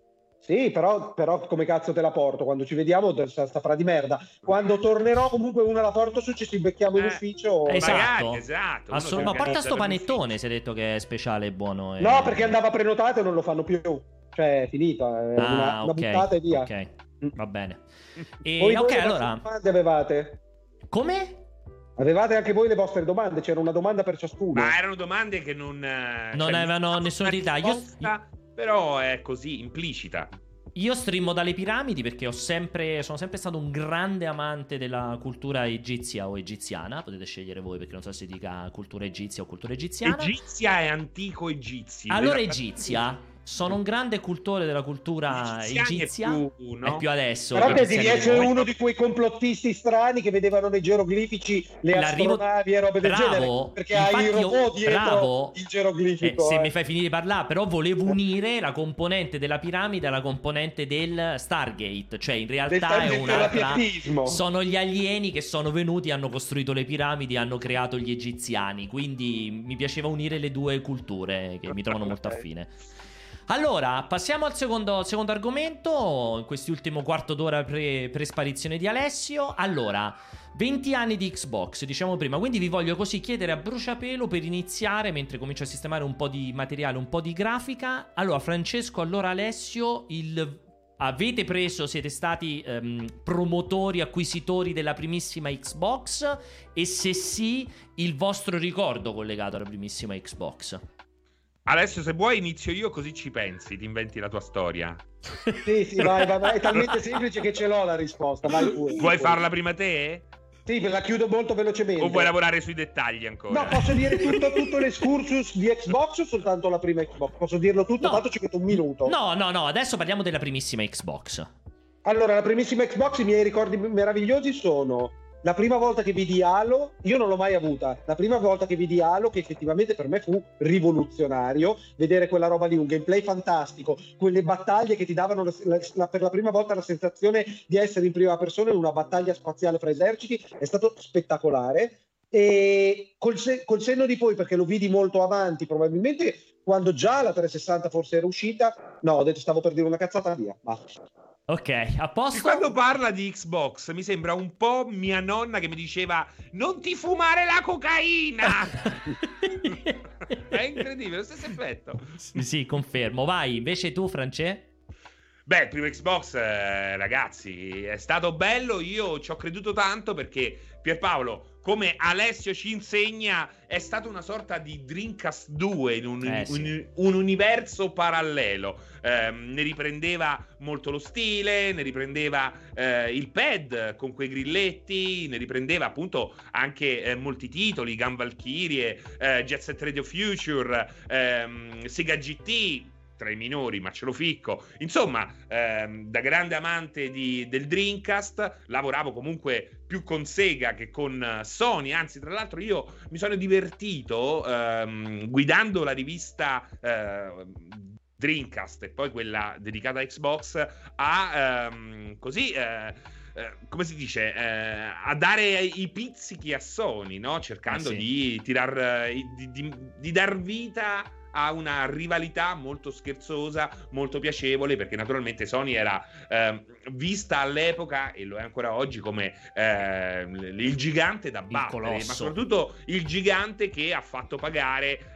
Sì, però, però come cazzo te la porto? Quando ci vediamo sta, sta fra di merda. Quando tornerò comunque una la porto su, ci si becchiamo in Eh, ufficio. esatto. Magari, esatto. uno Assolut- si ma porta organizza sto per panettone, si è detto che è speciale e buono. e- No, perché andava prenotato e non lo fanno più. Cioè, è finita. È Ah, una, una ok, buttata e via. ok, va bene. E, Poi voi ok, le vostre allora, domande avevate? come? Avevate anche voi le vostre domande? C'era una domanda per ciascuno. Ma erano domande che non... eh, Non cioè, avevano mi nessuna una utilità. Io- risposta, però è così, implicita. Io streamo dalle piramidi perché ho sempre, sono sempre stato un grande amante della cultura egizia o egiziana. Potete scegliere voi perché non so se dica cultura egizia o cultura egiziana. Egizia è antico egizi. Allora Della- egizia. Sono un grande cultore della cultura Gli egiziani è egizia. più, no? È più adesso. Però gli te egiziani devi di essere noi. uno di quei complottisti strani che vedevano nei geroglifici le L'arrivo- astronavi e robe del Bravo. genere. Perché Infatti hai il io- robot dietro bravo. il Eh, geroglifico. se eh. mi fai finire di parlare, però volevo unire la componente della piramide alla componente del Stargate. Cioè, in Del realtà è un'altra. terrapiattismo. Sono gli alieni che sono venuti, hanno costruito le piramidi, hanno creato gli egiziani. Quindi mi piaceva unire le due culture che mi trovano molto affine. Allora, passiamo al secondo, al secondo argomento, in quest'ultimo quarto d'ora pre, pre-sparizione di Alessio. Allora, venti anni di Xbox, diciamo prima, quindi vi voglio così chiedere a bruciapelo per iniziare, mentre comincio a sistemare un po' di materiale, un po' di grafica. Allora, Francesco, allora Alessio, il... avete preso, siete stati ehm, promotori, acquisitori della primissima Xbox? E se sì, il vostro ricordo collegato alla primissima Xbox? Adesso se vuoi inizio io così ci pensi, ti inventi la tua storia. Sì, sì, vai, vai, vai. È talmente semplice che ce l'ho la risposta. Vai pure. Vuoi farla prima te? Sì, ve la chiudo molto velocemente. O vuoi lavorare sui dettagli ancora? No, posso dire tutto, tutto l'escursus di Xbox o soltanto la prima Xbox? Posso dirlo tutto, No. tanto ci metto un minuto. No, no, no, adesso parliamo della primissima Xbox. Allora, la primissima Xbox, i miei ricordi meravigliosi sono la prima volta che vidi Halo, io non l'ho mai avuta, la prima volta che vidi Halo, che effettivamente per me fu rivoluzionario, vedere quella roba lì, un gameplay fantastico, quelle battaglie che ti davano la, la, la, per la prima volta la sensazione di essere in prima persona in una battaglia spaziale fra eserciti, è stato spettacolare. E col, se- col senno di poi, perché lo vidi molto avanti, probabilmente quando già la trecentosessanta forse era uscita, no, ho detto stavo per dire una cazzata, via, basta. Ok, a posto. E quando parla di Xbox mi sembra un po' mia nonna che mi diceva non ti fumare la cocaina. È incredibile, lo stesso effetto. Sì, sì, confermo. Vai, invece tu, France? Beh, il primo Xbox, eh, ragazzi, è stato bello. Io ci ho creduto tanto perché Pierpaolo, come Alessio ci insegna, è stata una sorta di Dreamcast due in un, Eh, sì. un, un universo parallelo. Eh, ne riprendeva molto lo stile, ne riprendeva eh, il pad con quei grilletti, ne riprendeva appunto anche eh, molti titoli, Gun Valkyrie, eh, Jet Set Radio Future, ehm, Sega G T, tra i minori, ma ce lo ficco. Insomma, ehm, da grande amante di, del Dreamcast, lavoravo comunque più con Sega che con Sony. Anzi, tra l'altro, io mi sono divertito ehm, guidando la rivista eh, Dreamcast e poi quella dedicata a Xbox a ehm, così. Eh, Eh, come si dice, eh, a dare i pizzichi a Sony, no? Cercando Eh sì. di tirar di, di, di dar vita a una rivalità molto scherzosa, molto piacevole, perché naturalmente Sony era eh, vista all'epoca, e lo è ancora oggi, come eh, il gigante da battere, ma soprattutto il gigante che ha fatto pagare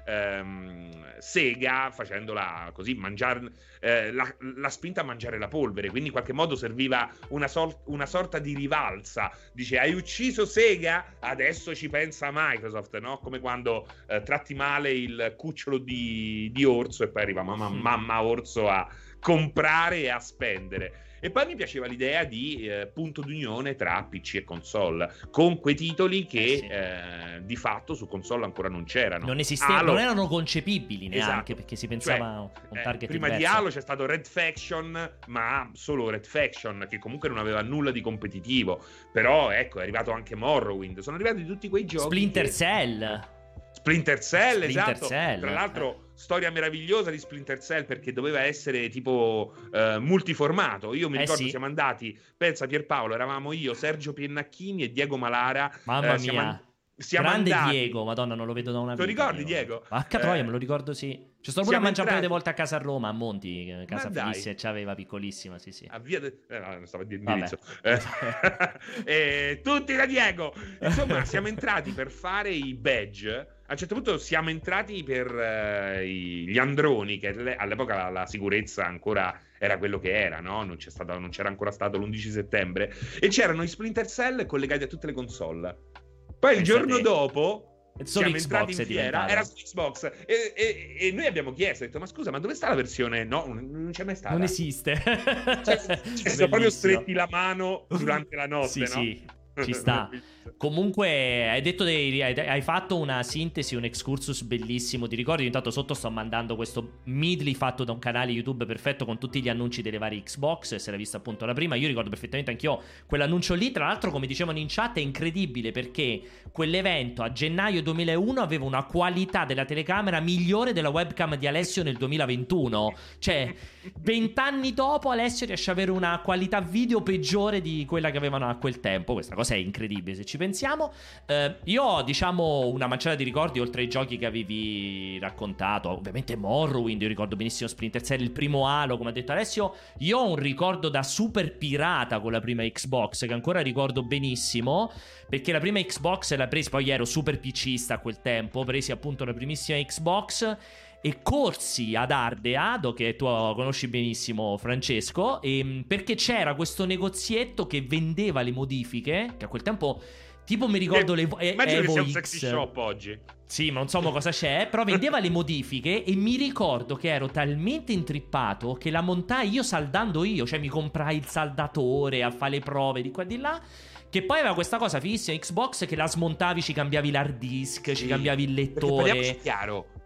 ehm, Sega, facendola così mangiare eh, la, la spinta a mangiare la polvere. Quindi in qualche modo serviva una, sor- una sorta di rivalsa. Dice: hai ucciso Sega? Adesso ci pensa Microsoft, no? Come quando eh, tratti male il cucciolo di, di orso e poi arriva mamma, mamma orso a comprare e a spendere. E poi mi piaceva l'idea di eh, punto d'unione tra P C e console, con quei titoli che Eh sì. eh, di fatto su console ancora non c'erano. Non esistevano, Halo... non erano concepibili neanche, Esatto. perché si pensava Cioè, a un eh, target prima diverso. di Halo c'è stato Red Faction, ma solo Red Faction, che comunque non aveva nulla di competitivo. Però ecco, è arrivato anche Morrowind, sono arrivati tutti quei giochi. Splinter che... Cell. Splinter Cell, Splinter esatto. Cell, Tra l'altro, storia meravigliosa di Splinter Cell, perché doveva essere tipo eh, multiformato. Io mi Eh ricordo sì. siamo andati, pensa Pierpaolo, eravamo io, Sergio Piennacchini e Diego Malara. Mamma eh, siamo mia. an- siamo Grande andati... Diego, madonna, non lo vedo da una Te lo vita. ricordi, Diego? Vacca troia, Eh, me lo ricordo, sì. Ci sono pure a siamo mangiare un paio entrati- di volte a casa a Roma, a Monti, eh, casa Ma dai. Felice, c'aveva piccolissima, sì sì. A via de... eh, no, non stavo a dire Vabbè. indirizzo. Eh, eh, tutti da Diego. Insomma, siamo entrati per fare i badge. A un certo punto siamo entrati per eh, i- gli androni, che alle- all'epoca la, la sicurezza ancora era quello che era, no? Non c'è stato, non c'era ancora stato l'undici settembre. E c'erano i Splinter Cell collegati a tutte le console. Poi il Pensate. giorno dopo Solo siamo entrati Xbox in è fiera, diventata. era su Xbox e, e- e noi abbiamo chiesto, ho detto: ma scusa, ma dove sta la versione? No, non non c'è mai stata. Non esiste. Cioè, ci sono proprio stretti la mano durante la notte, Sì, no? sì, ci sta. Comunque hai detto dei, hai, hai fatto una sintesi, un excursus bellissimo. Ti ricordi? Intanto sotto sto mandando questo medley fatto da un canale YouTube perfetto con tutti gli annunci delle varie Xbox. Si era vista appunto la prima. Io ricordo perfettamente anch'io quell'annuncio lì. Tra l'altro, come dicevano in chat, è incredibile perché quell'evento a gennaio duemilauno aveva una qualità della telecamera migliore della webcam di Alessio nel duemilaventuno. Cioè, vent'anni dopo Alessio riesce ad avere una qualità video peggiore di quella che avevano a quel tempo. Questa cosa è incredibile se ci pensiamo. Eh, io ho, diciamo, una manciata di ricordi oltre ai giochi che avevi raccontato. Ovviamente Morrowind, io ricordo benissimo Splinter Cell, il primo Halo, come ha detto Alessio. Io ho un ricordo da super pirata con la prima Xbox, che ancora ricordo benissimo, perché la prima Xbox l'ha presa, poi ero super PCista a quel tempo, presi appunto la primissima Xbox e corsi ad Ardeado, che tu conosci benissimo, Francesco, e, perché c'era questo negozietto che vendeva le modifiche, che a quel tempo tipo mi ricordo Che- le e- immagino che Evo sia un X. sexy shop oggi. Sì, ma non so mo cosa c'è, però vendeva le modifiche e mi ricordo che ero talmente intrippato che la montai io saldando io, cioè mi comprai il saldatore a fare le prove di qua e di là, che poi aveva questa cosa fissima Xbox che la smontavi, ci cambiavi l'hard disk, ci Sì, cambiavi il Perché parliamoci lettore. chiaro,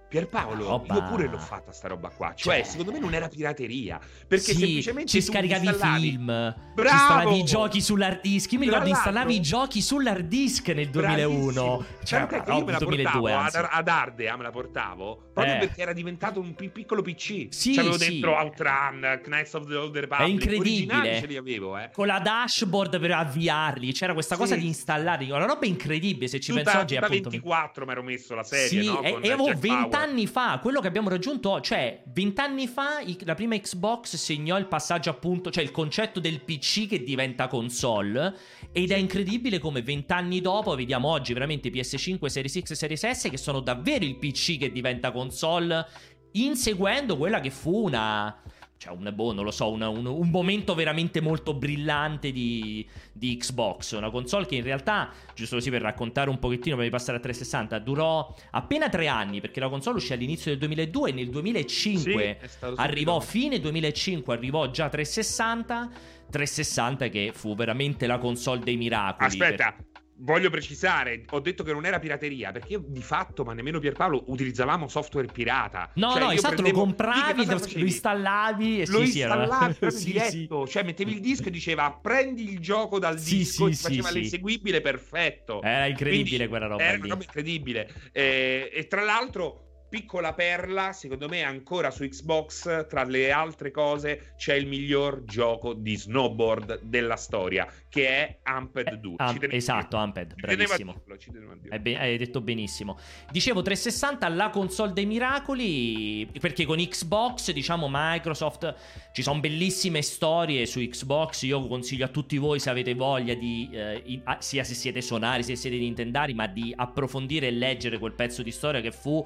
Pierpaolo, roba... io pure l'ho fatta sta roba qua. Cioè, cioè... secondo me non era pirateria. Perché sì, semplicemente ci tu scaricavi installavi... i film, Bravo! ci installavi i giochi sull'hard disk. Io mi ricordo installavi i giochi sull'hard disk nel duemilauno. Cioè, che io me la duemiladue, portavo anzi. ad, ad Ardea, me la portavo proprio eh. perché era diventato un pi- piccolo P C. Sì, c'avevo sì. dentro Outrun, Knights of the Old Republic. È incredibile. Ce li avevo, eh. Con la dashboard per avviarli. C'era questa cosa sì. di installarli. Una roba incredibile. Se ci tutta, penso oggi, tutta appunto. ventiquattro mi ero messo la serie. Sì, no? e, Con e avevo Jack venti Bauer. anni fa. Quello che abbiamo raggiunto, cioè venti anni fa i- la prima Xbox segnò il passaggio, appunto, cioè il concetto del P C che diventa console. Ed è incredibile come vent'anni dopo vediamo oggi veramente P S cinque, Series X e Series S che sono davvero il P C che diventa console, inseguendo quella che fu una... cioè un, boh, non lo so, una, un, un momento veramente molto brillante di, di Xbox. Una console che in realtà, giusto così per raccontare un pochettino, per passare a trecentosessanta, durò appena tre anni, perché la console uscì all'inizio del duemiladue e nel duemilacinque sì, arrivò, fine duemilacinque arrivò già trecentosessanta, trecentosessanta che fu veramente la console dei miracoli. Aspetta, per... voglio precisare, ho detto che non era pirateria, perché io di fatto, ma nemmeno Pierpaolo, utilizzavamo software pirata. No, cioè, no, io esatto, prendevo... lo compravi, lo, lo installavi e lo sì, installavi sì, proprio sì, diretto, sì. Cioè mettevi il disco e diceva prendi il gioco dal sì, disco sì, e ti faceva sì, l'eseguibile perfetto. Era incredibile. Quindi, quella roba era lì. una roba incredibile. Eh, e tra l'altro, piccola perla, secondo me ancora su Xbox, tra le altre cose, c'è il miglior gioco di snowboard della storia, che è Amped due. Am- Ci esatto, Amped, bravissimo. dirlo, ci tenevo a dirlo. Hai, be- hai detto benissimo. Dicevo trecentosessanta, la console dei miracoli, perché con Xbox, diciamo, Microsoft, ci sono bellissime storie su Xbox. Io consiglio a tutti voi, se avete voglia di eh, in- ah, sia se siete sonari, se siete nintendari, ma di approfondire e leggere quel pezzo di storia che fu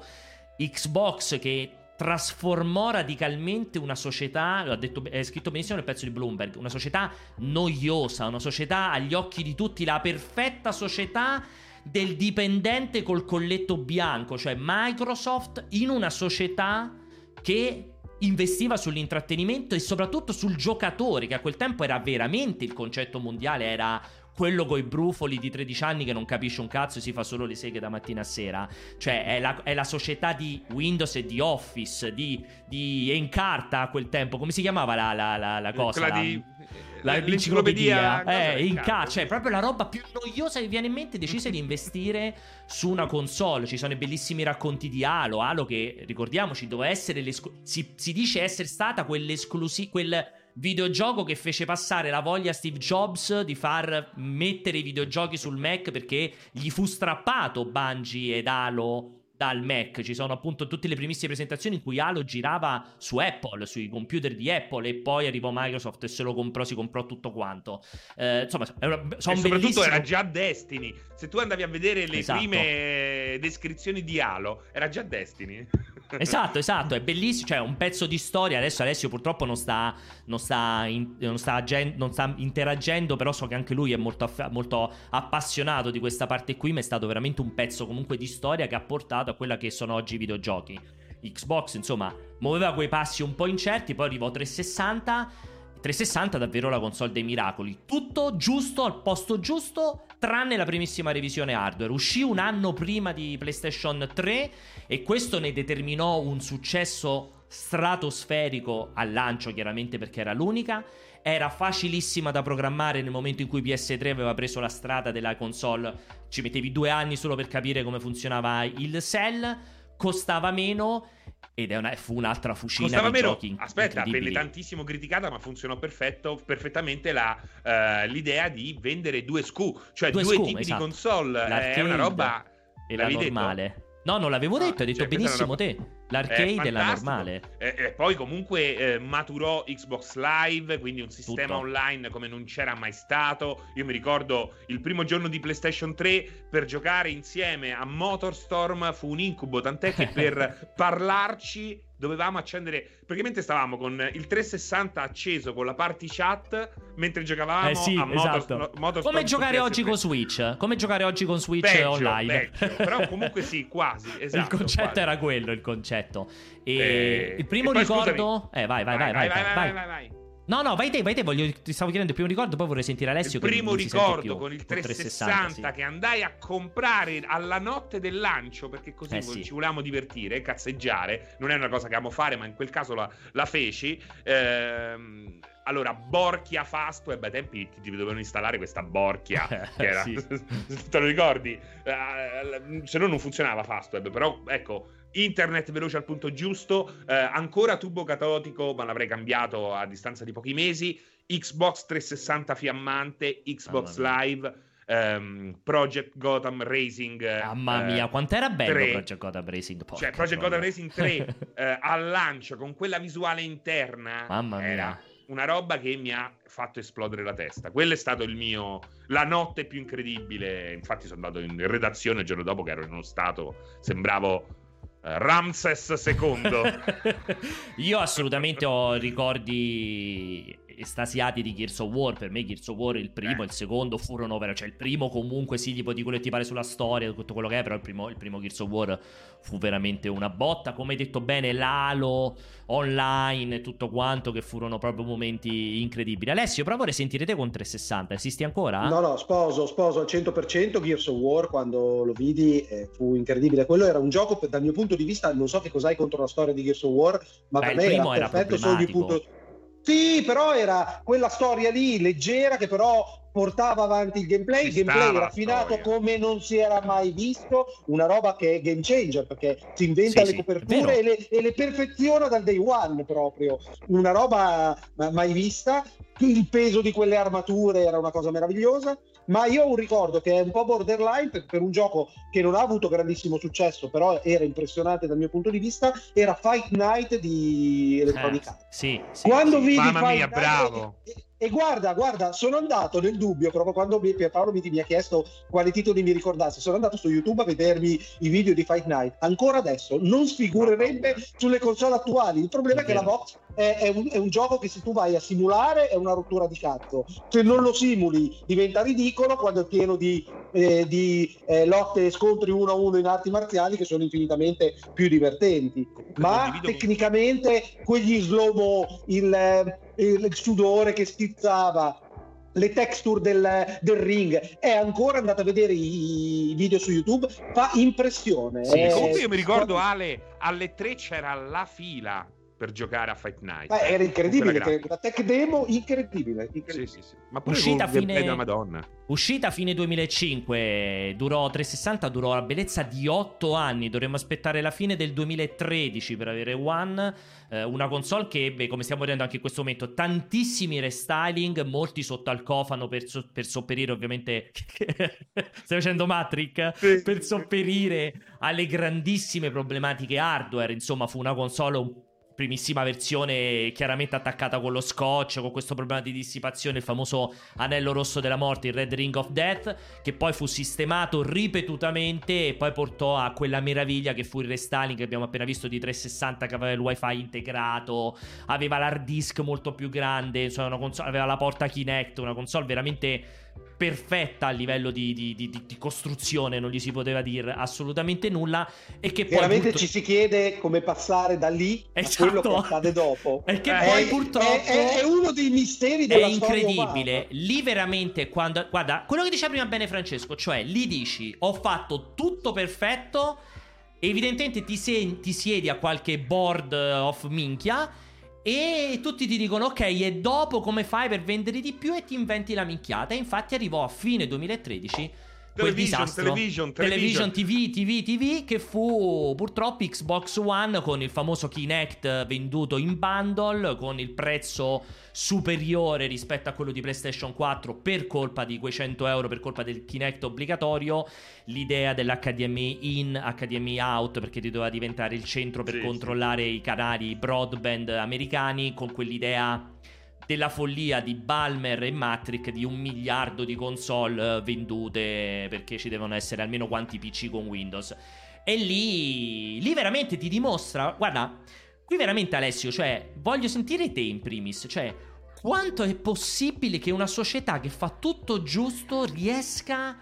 Xbox, che trasformò radicalmente una società, l'ha detto, è scritto benissimo nel pezzo di Bloomberg, una società noiosa, una società agli occhi di tutti, la perfetta società del dipendente col colletto bianco, cioè Microsoft in una società che investiva sull'intrattenimento e soprattutto sul giocatore, che a quel tempo era veramente il concetto mondiale, era quello coi brufoli di tredici anni che non capisce un cazzo e si fa solo le seghe da mattina a sera. Cioè è la, è la società di Windows e di Office, di, di Encarta a quel tempo. Come si chiamava la, la, la, la cosa? Quella La, di... la, l'enciclopedia. l'enciclopedia Eh, Encarta, cioè proprio la roba più noiosa che viene in mente. Decise di investire su una console. Ci sono i bellissimi racconti di Halo. Halo che, ricordiamoci, doveva essere si, si dice essere stata quell'esclusiva, quel videogioco che fece passare la voglia a Steve Jobs di far mettere i videogiochi sul Mac, perché gli fu strappato Bungie ed Halo dal Mac. Ci sono appunto tutte le primissime presentazioni in cui Halo girava su Apple, sui computer di Apple, e poi arrivò Microsoft e se lo comprò, si comprò tutto quanto. Eh, insomma, è una, sono e soprattutto bellissimo... era già Destiny. Se tu andavi a vedere le esatto. prime descrizioni di Halo, era già Destiny. Esatto, esatto, è bellissimo, cioè un pezzo di storia. Adesso Alessio purtroppo non sta non sta, in, non sta, agen- non sta interagendo, però so che anche lui è molto, aff- molto appassionato di questa parte qui, ma è stato veramente un pezzo comunque di storia che ha portato a quella che sono oggi i videogiochi. Xbox, insomma, muoveva quei passi un po' incerti, poi arrivò trecentosessanta. trecentosessanta davvero la console dei miracoli, tutto giusto al posto giusto, tranne la primissima revisione hardware. Uscì un anno prima di PlayStation tre e questo ne determinò un successo stratosferico al lancio, chiaramente perché era l'unica. Era facilissima da programmare nel momento in cui P S tre aveva preso la strada della console. Ci mettevi due anni solo per capire come funzionava il cell, costava meno ed è una, fu un'altra fucina Costava di meno. giochi. Aspetta, venne tantissimo criticata, ma funzionò perfetto, perfettamente la, uh, l'idea di vendere due S K U, cioè due, due tipi esatto. di console. L'arcade è una roba e la normale. Detto? No, non l'avevo detto, no, hai detto cioè, benissimo te. L'arcade e la normale. E, e poi comunque eh, maturò Xbox Live, quindi un sistema Tutto. online come non c'era mai stato. Io mi ricordo il primo giorno di PlayStation tre per giocare insieme a Motorstorm fu un incubo, tant'è che per parlarci dovevamo accendere, praticamente stavamo con il trecentosessanta acceso con la party chat mentre giocavamo eh sì, a esatto. Motor, Motorstorm. Come giocare oggi con Switch? Come giocare oggi con Switch peggio, online? Peggio, però comunque sì, quasi. Esatto, il concetto quasi. era quello, il concetto. E eh, il primo e poi, ricordo... Scusami. Eh, vai, vai, vai, vai, vai, vai, vai, vai, vai, vai. No, no, vai te, vai te, voglio, ti stavo chiedendo il primo ricordo, poi vorrei sentire Alessio. Il primo che ricordo più, con il trecentosessanta sì. che andai a comprare alla notte del lancio, perché così eh, ci sì. volevamo divertire, cazzeggiare, non è una cosa che amo fare, ma in quel caso la, la feci. Ehm, allora, Borchia Fastweb, ai tempi ti, ti dovevano installare questa Borchia, che era, sì. te lo ricordi? Uh, se no non funzionava Fastweb, però ecco, internet veloce al punto giusto, eh, ancora tubo catodico, ma l'avrei cambiato a distanza di pochi mesi, Xbox trecentosessanta fiammante, Xbox Live, ehm, Project Gotham Racing. Mamma eh, mia, quant'era bello tre. Project Gotham Racing. Cioè, Project Gotham Racing tre eh, al lancio con quella visuale interna. Mamma mia. Era una roba che mi ha fatto esplodere la testa. Quello è stato il mio la notte più incredibile. Infatti sono andato in redazione il giorno dopo che ero in uno stato, sembravo Ramses secondo. Io assolutamente ho ricordi estasiati di Gears of War. Per me Gears of War il primo e eh. il secondo furono vero, cioè il primo comunque sì, tipo di quello che ti pare sulla storia, tutto quello che è, però il primo, il primo Gears of War fu veramente una botta. Come hai detto bene, l'Halo online e tutto quanto, che furono proprio momenti incredibili. Alessio, però vorrei sentire te con trecentosessanta, esisti ancora? No, no, sposo, sposo al cento per cento Gears of War. Quando lo vidi eh, fu incredibile. Quello era un gioco, dal mio punto di vista, non so che cos'hai contro la storia di Gears of War, ma Beh, per me era, era perfetto solo di punto. Sì, però era quella storia lì leggera che però portava avanti il gameplay, Ci il gameplay stava raffinato come non si era mai visto, una roba che è game changer perché si inventa sì, le sì, coperture e le, e le perfeziona dal day one proprio, una roba mai vista. Il peso di quelle armature era una cosa meravigliosa. Ma io ho un ricordo che è un po' borderline per, per un gioco che non ha avuto grandissimo successo, però era impressionante dal mio punto di vista, era Fight Night di Electronic Arts. Eh, sì, sì, Quando sì. vidi Mamma Fight mia, Night, bravo! E, e guarda, guarda, sono andato nel dubbio, proprio quando mi, Pierpaolo mi, mi ha chiesto quali titoli mi ricordassi, sono andato su YouTube a vedermi i video di Fight Night. Ancora adesso non sfigurerebbe sulle console attuali. Il problema è, è che la box è, è, un, è un gioco che se tu vai a simulare è una rottura di cazzo. Se non lo simuli diventa ridicolo, quando è pieno di, eh, di eh, lotte e scontri uno a uno in arti marziali che sono infinitamente più divertenti. Ma tecnicamente quegli slow-mo, il, il sudore che stizzava, le texture del, del ring, è ancora andate a vedere i video su YouTube, fa impressione. Sì, è... comunque io mi ricordo Ale, alle tre c'era la fila per giocare a Fight Night. Beh, era incredibile, che, la tech demo incredibile, incredibile. Sì, sì, sì. Ma poi uscita fine della Madonna. Uscita fine duemilacinque, durò trecentosessanta, durò la bellezza di otto anni. Dovremmo aspettare la fine del duemilatredici per avere One, eh, una console che ebbe, come stiamo vedendo anche in questo momento, tantissimi restyling, molti sotto al cofano per, so- per sopperire ovviamente stai facendo Matrix? Sì. Per sopperire alle grandissime problematiche hardware. Insomma, fu una console un primissima versione chiaramente attaccata con lo scotch, con questo problema di dissipazione, il famoso anello rosso della morte, il Red Ring of Death, che poi fu sistemato ripetutamente e poi portò a quella meraviglia che fu il restyling che abbiamo appena visto di trecentosessanta, che aveva il wifi integrato, aveva l'hard disk molto più grande, insomma una console, aveva la porta Kinect, una console veramente perfetta a livello di, di, di, di costruzione, non gli si poteva dire assolutamente nulla. E che poi veramente purtro... ci si chiede come passare da lì esatto. a quello che accade dopo. E che eh, poi è, purtroppo è, è uno dei misteri della è incredibile. Storia lì veramente quando guarda quello che diceva prima bene Francesco, cioè lì dici ho fatto tutto perfetto, evidentemente ti, sen- ti siedi a qualche board of minchia e tutti ti dicono ok, e dopo come fai per vendere di più, e ti inventi la minchiata. E infatti arrivò a fine duemilatredici quel Television, disastro television, television. television, T V, T V, T V, che fu purtroppo Xbox One con il famoso Kinect venduto in bundle con il prezzo superiore rispetto a quello di PlayStation quattro per colpa di quei cento euro, per colpa del Kinect obbligatorio, l'idea dell'H D M I in, H D M I out, perché ti doveva diventare il centro per sì, controllare sì. i canali broadband americani, con quell'idea della follia di Balmer e Matrix di un miliardo di console vendute, perché ci devono essere almeno quanti P C con Windows. E lì lì veramente ti dimostra, guarda, qui veramente Alessio, cioè voglio sentire te in primis, cioè quanto è possibile che una società che fa tutto giusto riesca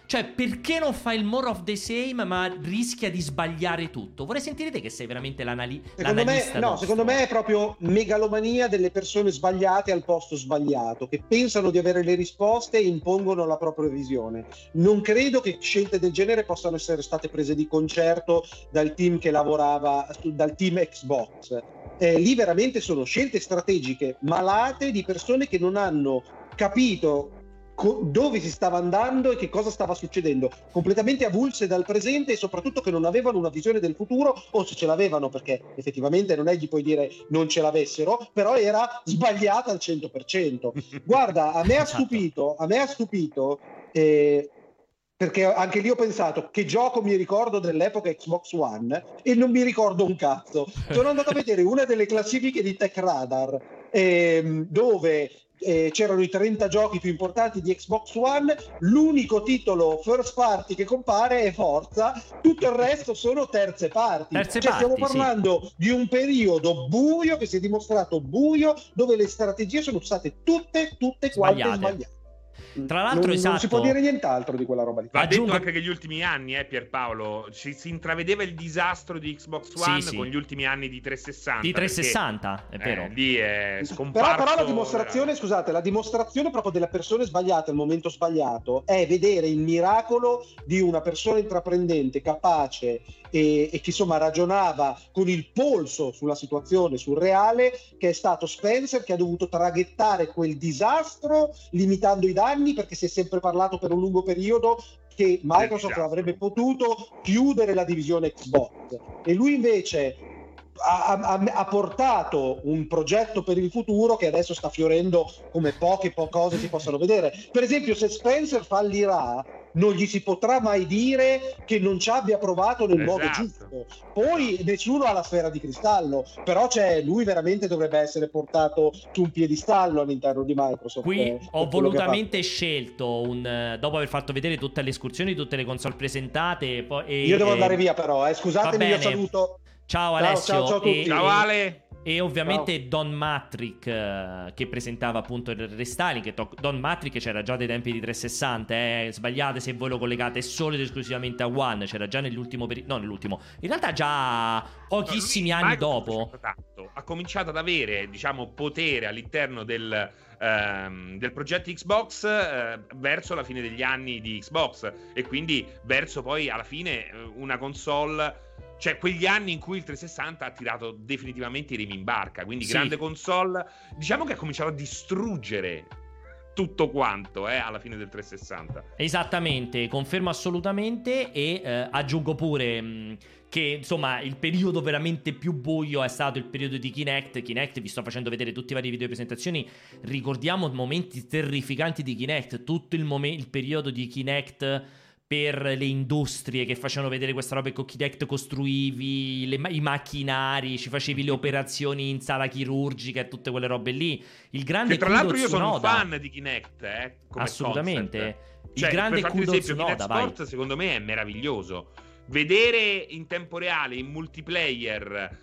Cioè, perché non fa il more of the same, ma rischia di sbagliare tutto? Vorrei sentire te che sei veramente l'anali- secondo l'analista. me, no, nostro. secondo me è proprio megalomania delle persone sbagliate al posto sbagliato, che pensano di avere le risposte e impongono la propria visione. Non credo che scelte del genere possano essere state prese di concerto dal team che lavorava, dal team Xbox. Eh, lì veramente sono scelte strategiche malate di persone che non hanno capito dove si stava andando e che cosa stava succedendo, completamente avulse dal presente e soprattutto che non avevano una visione del futuro, o se ce l'avevano, perché effettivamente non è gli puoi dire non ce l'avessero, però era sbagliata al cento per cento. Guarda, a me ha stupito, a me ha stupito eh, perché anche lì ho pensato che gioco mi ricordo dell'epoca Xbox One e non mi ricordo un cazzo. Sono andato a vedere una delle classifiche di TechRadar eh, dove Eh, c'erano i trenta giochi più importanti di Xbox One, l'unico titolo first party che compare è Forza, tutto il resto sono terze parti. Terze cioè, parti, stiamo parlando sì. di un periodo buio che si è dimostrato buio, dove le strategie sono state tutte, tutte quante Sbagliate. sbagliate. Tra l'altro, non, esatto. non si può dire nient'altro di quella roba lì. Va Aggiungo- detto anche che gli ultimi anni, eh, Pierpaolo, ci, si intravedeva il disastro di Xbox One Sì, sì. con gli ultimi anni di trecentosessanta. Di perché, trecentosessanta, è vero. eh, lì è scomparso. Però, però la dimostrazione, scusate, la dimostrazione proprio delle persone sbagliate al momento sbagliato è vedere il miracolo di una persona intraprendente, capace e, e che insomma ragionava con il polso sulla situazione, sul reale, che è stato Spencer, che ha dovuto traghettare quel disastro limitando i danni, perché si è sempre parlato per un lungo periodo che Microsoft avrebbe potuto chiudere la divisione Xbox, e lui invece ha, ha, ha portato un progetto per il futuro che adesso sta fiorendo come poche po- cose si possono vedere. Per esempio, se Spencer fallirà, non gli si potrà mai dire che non ci abbia provato nel Esatto. modo giusto. Poi nessuno ha la sfera di cristallo, però c'è, lui veramente dovrebbe essere portato su un piedistallo all'interno di Microsoft. Qui eh, ho per quello che ha volutamente scelto un eh, dopo aver fatto vedere tutte le escursioni, tutte le console presentate. Poi, e, Io devo e- andare via però, eh. Va Scusatemi, io bene. saluto. Ciao Ciao, Alessio. ciao, ciao a tutti. e, Ciao Ale! E ovviamente Don Matrick eh, che presentava appunto il restyling, che to- Don Matrick c'era già dai tempi di trecentosessanta, eh, sbagliate se voi lo collegate solo ed esclusivamente a One, c'era già nell'ultimo periodo, no nell'ultimo, in realtà già pochissimi No, lui- anni Microsoft dopo. ha tanto, ha cominciato ad avere, diciamo, potere all'interno del, ehm, del progetto Xbox eh, verso la fine degli anni di Xbox, e quindi verso poi alla fine eh, una console. Cioè quegli anni in cui il trecentosessanta ha tirato definitivamente i remi in barca, quindi Sì. grande console, diciamo che ha cominciato a distruggere tutto quanto eh, alla fine del trecentosessanta. Esattamente, confermo assolutamente. E eh, aggiungo pure mh, che insomma il periodo veramente più buio è stato il periodo di Kinect. Kinect, vi sto facendo vedere tutti i vari video presentazioni, ricordiamo momenti terrificanti di Kinect, tutto il, mom- il periodo di Kinect per le industrie che facevano vedere questa roba, che con Kinect costruivi le ma- i macchinari, ci facevi le operazioni in sala chirurgica e tutte quelle robe lì. Il grande Che tra Kudo l'altro io sono un Tsunoda. fan di Kinect, eh, come Assolutamente. concept. Il Cioè, grande per farti un Kudo esempio, Tsunoda, Kinect vai. Sport secondo me è meraviglioso. Vedere in tempo reale, in multiplayer,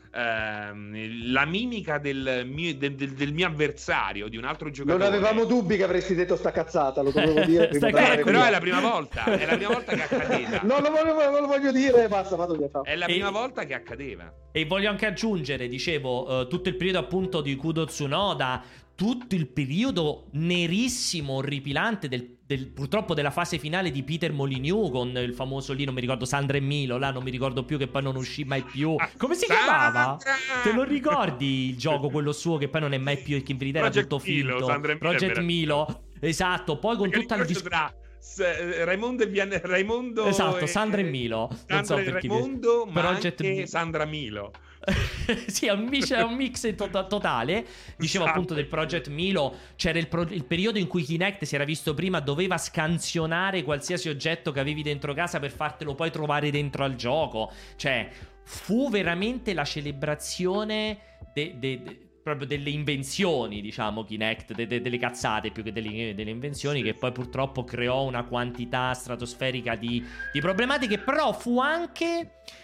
ehm, la mimica del mio, del, del- del mio avversario, di un altro giocatore. Non avevamo dubbi che avresti detto sta cazzata, lo dovevo dire prima Stai di andare Eh, però via. è la prima volta, è la prima volta che accadeva. Non lo voglio, non lo voglio dire, basta, vado via, ciao. È la E- prima volta che accadeva. E voglio anche aggiungere, dicevo, eh, tutto il periodo appunto di Kudo Tsunoda, tutto il periodo nerissimo, orripilante del, del- purtroppo della fase finale di Peter Molyneux con il famoso lì, non mi ricordo, Sandra e Milo, là non mi ricordo più, che poi non uscì mai più. Come si chiamava? Te lo ricordi il gioco, quello suo, che poi non è mai più, che in verità era Project tutto Milo, finto? Sandra e Milo è Project meraviglioso. Milo, esatto, poi con Perché tutta la l'incrocio dis- tra S- Raimondo e Vian- Raimondo Esatto, Sandra e Milo. Non so Sandra e per chi- Raimondo, ma Project anche Mi- Sandra Milo. Sì, è un mix, è un mix to- totale. Dicevo Esatto. appunto del Project Milo. C'era il, pro- il periodo in cui Kinect, si era visto prima, doveva scansionare qualsiasi oggetto che avevi dentro casa per fartelo poi trovare dentro al gioco. Cioè, fu veramente la celebrazione de- de- de- proprio delle invenzioni, diciamo, Kinect, de- de- delle cazzate più che delle, delle invenzioni, che poi purtroppo creò una quantità stratosferica di, di problematiche. Però fu anche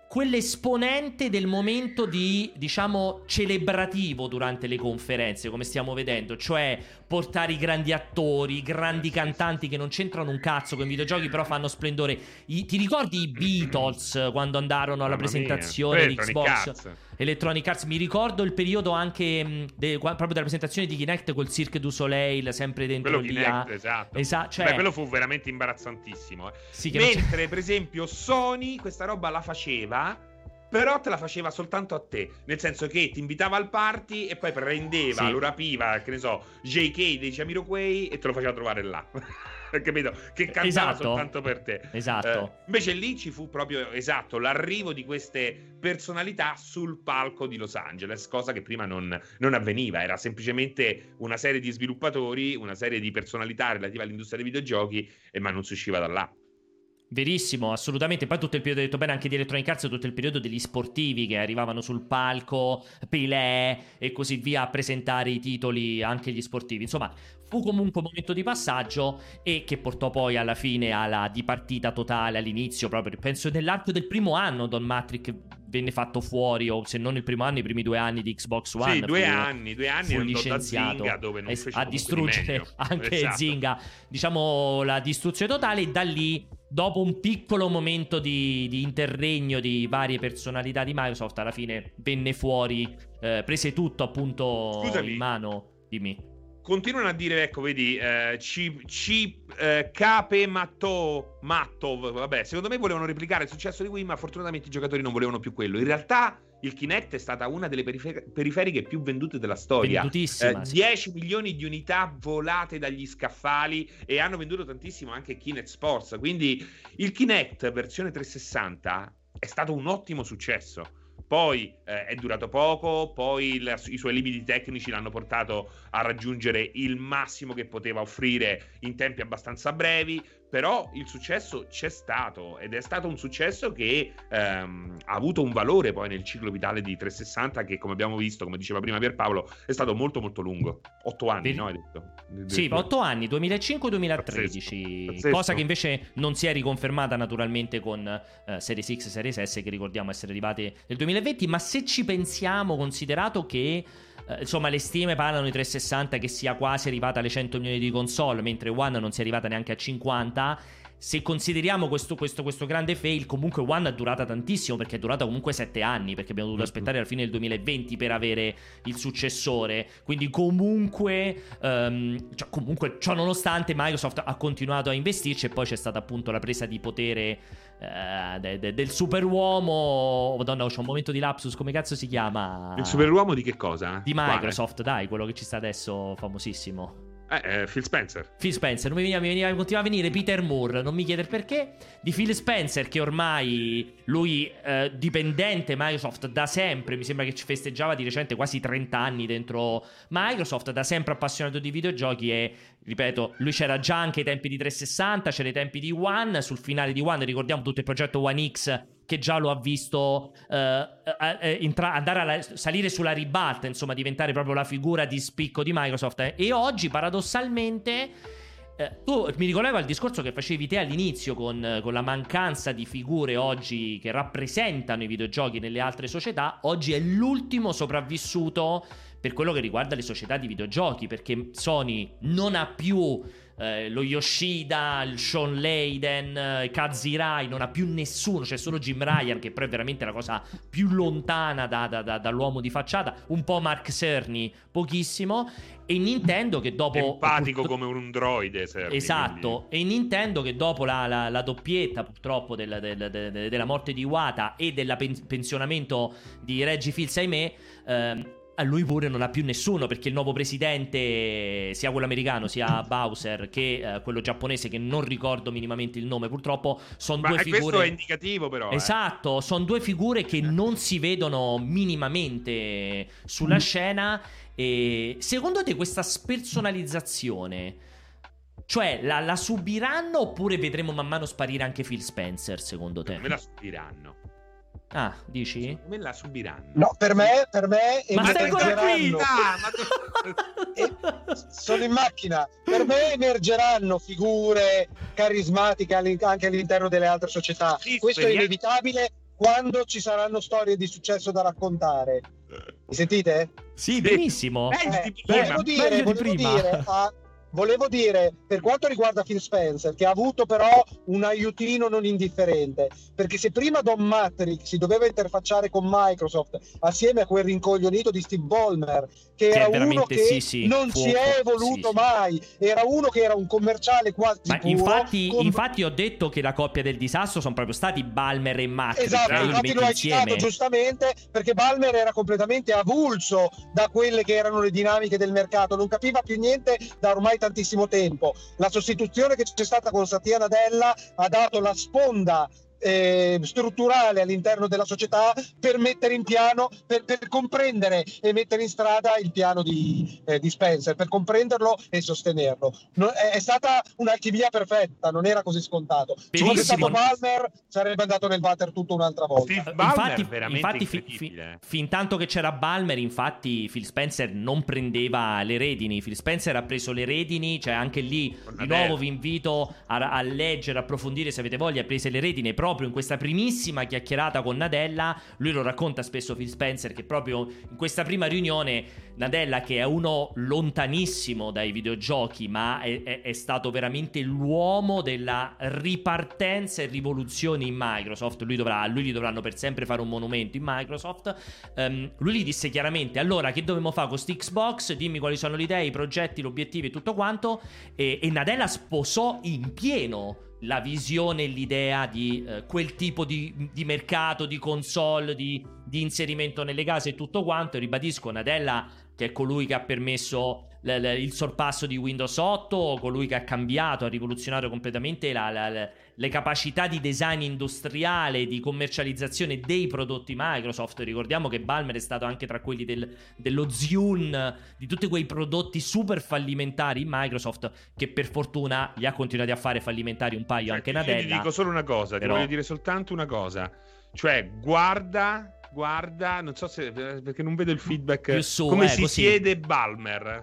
quell'esponente del momento di, diciamo, celebrativo durante le conferenze, come stiamo vedendo, cioè portare i grandi attori, i grandi cantanti che non c'entrano un cazzo con i videogiochi, però fanno splendore. I, ti ricordi i Beatles quando andarono alla Mamma presentazione mia. di Xbox? Electronic Arts, mi ricordo il periodo anche mh, de, proprio della presentazione di Kinect col Cirque du Soleil, sempre dentro quello lì. Kinect, esatto. Esa- cioè... Beh, quello fu veramente imbarazzantissimo. Eh. Sì, che Mentre, per esempio, Sony questa roba la faceva, però te la faceva soltanto a te. Nel senso che ti invitava al party e poi prendeva, sì. lo rapiva, che ne so, J K dei Jamiroquai e te lo faceva trovare là. Capito? Che cantava esatto. soltanto per te. Esatto. Eh, invece lì ci fu proprio, esatto, l'arrivo di queste personalità sul palco di Los Angeles, cosa che prima non, non avveniva. Era semplicemente una serie di sviluppatori, una serie di personalità relative all'industria dei videogiochi, e ma non si usciva da là. Verissimo, assolutamente. Poi tutto il periodo, detto bene, anche di Electronic Arts, tutto il periodo degli sportivi che arrivavano sul palco, Pelé e così via, a presentare i titoli, anche gli sportivi. Insomma, fu comunque un momento di passaggio e che portò poi alla fine alla dipartita totale all'inizio, proprio penso nell'arco del primo anno Don Matrick venne fatto fuori, o se non il primo anno, i primi due anni di Xbox One. Sì, due fu, anni, due anni fu andò licenziato da Zynga, dove non es- fece a distruggere anche esatto. Zynga, diciamo la distruzione totale, e da lì, dopo un piccolo momento di, di interregno di varie personalità di Microsoft, alla fine venne fuori, eh, prese tutto appunto Scusami. in mano. Dimmi. Continuano a dire, ecco, vedi, eh, C, C eh, Cape Matto, Mattov, vabbè, secondo me volevano replicare il successo di Wii, ma fortunatamente i giocatori non volevano più quello. In realtà il Kinect è stata una delle perifer- periferiche più vendute della storia. Vendutissima, eh, sì. dieci milioni di unità volate dagli scaffali, e hanno venduto tantissimo anche Kinect Sports. Quindi il Kinect versione trecentosessanta è stato un ottimo successo. Poi eh, è durato poco, poi la, i suoi limiti tecnici l'hanno portato a raggiungere il massimo che poteva offrire in tempi abbastanza brevi, però il successo c'è stato, ed è stato un successo che ehm, ha avuto un valore poi nel ciclo vitale di trecentosessanta, che, come abbiamo visto, come diceva prima Pierpaolo, è stato molto molto lungo. Otto anni, Vedi? no? Hai detto? Sì, otto anni, duemilacinque duemilatredici, Pazzesco, pazzesco. cosa che invece non si è riconfermata naturalmente con eh, Series X e Series S, che ricordiamo essere arrivate nel duemilaventi. Ma se ci pensiamo, considerato che eh, insomma le stime parlano di trecentosessanta che sia quasi arrivata alle cento milioni di console, mentre One non si è arrivata neanche a cinquanta. Se consideriamo questo, questo, questo grande fail, comunque One è durata tantissimo, perché è durata comunque sette anni, perché abbiamo dovuto aspettare alla fine del duemilaventi per avere il successore. Quindi comunque um, cioè, comunque ciò nonostante Microsoft ha continuato a investirci, e poi c'è stata appunto la presa di potere uh, de, de, del superuomo. Oh, Madonna, c'ho un momento di lapsus, come cazzo si chiama? Il superuomo di che cosa? Di Microsoft, Quale? Dai, quello che ci sta adesso, famosissimo. Eh, eh, Phil Spencer. Phil Spencer, non mi veniva, mi veniva, continua a venire Peter Moore, non mi chiedere perché. Di Phil Spencer, che ormai lui eh, dipendente Microsoft da sempre, mi sembra che ci festeggiava di recente quasi trenta anni dentro Microsoft, da sempre appassionato di videogiochi, e ripeto, lui c'era già anche ai tempi di trecentosessanta, c'era ai tempi di One, sul finale di One ricordiamo tutto il progetto One X, che già lo ha visto eh, eh, intra- andare a salire sulla ribalta, insomma diventare proprio la figura di spicco di Microsoft, eh. E oggi paradossalmente eh, tu mi ricollego al discorso che facevi te all'inizio con, con la mancanza di figure oggi che rappresentano i videogiochi nelle altre società. Oggi è l'ultimo sopravvissuto per quello che riguarda le società di videogiochi, perché Sony non ha più Eh, lo Yoshida, il Sean Layden, eh, Kazirai, non ha più nessuno, c'è solo Jim Ryan, che però è veramente la cosa più lontana da, da, da, dall'uomo di facciata, un po' Mark Cerny, pochissimo, e Nintendo che dopo... Empatico come un droide, Cerny, esatto, quindi. E Nintendo che dopo la, la, la doppietta purtroppo del, del, del, della morte di Iwata e del pen- pensionamento di Reggie Fils, ahimè, ehm, a lui pure non ha più nessuno, perché il nuovo presidente, sia quello americano sia Bowser che eh, quello giapponese, che non ricordo minimamente il nome purtroppo, sono due figure... questo è indicativo però. Esatto, eh. sono due figure che non si vedono minimamente sulla scena. E secondo te questa spersonalizzazione, cioè la, la subiranno, oppure vedremo man mano sparire anche Phil Spencer, secondo te? Me la subiranno. Ah, dici? Me la subiranno. No, per me, per me ma stai ancora qui? Ah, ma sono in macchina. Per me emergeranno figure carismatiche anche all'interno delle altre società. Sì, questo speriamo. È inevitabile. quando ci saranno storie di successo da raccontare. Mi sentite? Sì, benissimo. Eh, volevo dire, volevo dire a, Volevo dire, per quanto riguarda Phil Spencer, che ha avuto però un aiutino non indifferente, perché se prima Don Mattrick si doveva interfacciare con Microsoft assieme a quel rincoglionito di Steve Ballmer, che, che era uno che sì, sì, non fuoco. si è evoluto sì, mai, era uno che era un commerciale quasi Ma puro. Infatti, con... infatti ho detto che la coppia del disastro sono proprio stati Ballmer e Mattrick. Esatto, cioè infatti lo hai insieme. citato giustamente, perché Ballmer era completamente avulso da quelle che erano le dinamiche del mercato, non capiva più niente da ormai tantissimo tempo. La sostituzione che c'è stata con Satya Nadella ha dato la sponda eh, strutturale all'interno della società per mettere in piano, per, per comprendere e mettere in strada il piano di, eh, di Spencer, per comprenderlo e sostenerlo. No, è, è stata un'alchimia perfetta, non era così scontato. Se fosse stato Ballmer sarebbe andato nel water tutto un'altra volta. Steve Ballmer, infatti, infatti fi, fi, fin tanto che c'era Ballmer, infatti Phil Spencer non prendeva le redini. Phil Spencer ha preso le redini, cioè anche lì di nuovo vi invito a, a leggere, approfondire se avete voglia. Ha preso le redini proprio in questa primissima chiacchierata con Nadella. Lui lo racconta spesso Phil Spencer, che proprio in questa prima riunione Nadella, che è uno lontanissimo dai videogiochi ma è, è, è stato veramente l'uomo della ripartenza e rivoluzione in Microsoft. Lui dovrà, lui gli dovranno per sempre fare un monumento in Microsoft. Um, lui gli disse chiaramente: allora, che dobbiamo fare con sti Xbox? Dimmi quali sono le idee, i progetti, gli obiettivi e tutto quanto. E, e Nadella sposò in pieno la visione e l'idea di eh, quel tipo di, di mercato, di console, di, di inserimento nelle case e tutto quanto. E ribadisco, Nadella, che è colui che ha permesso l- l- il sorpasso di Windows otto, colui che ha cambiato, ha rivoluzionato completamente la, la, la, le capacità di design industriale, di commercializzazione dei prodotti Microsoft. Ricordiamo che Ballmer è stato anche tra quelli del, dello Zune, di tutti quei prodotti super fallimentari in Microsoft, che per fortuna li ha continuati a fare fallimentari un paio, cioè, anche Nadella. Io ti dico solo una cosa, però... ti voglio dire soltanto una cosa, cioè guarda... Guarda, non so se perché non vedo il feedback. Su, come eh, si così. siede Ballmer.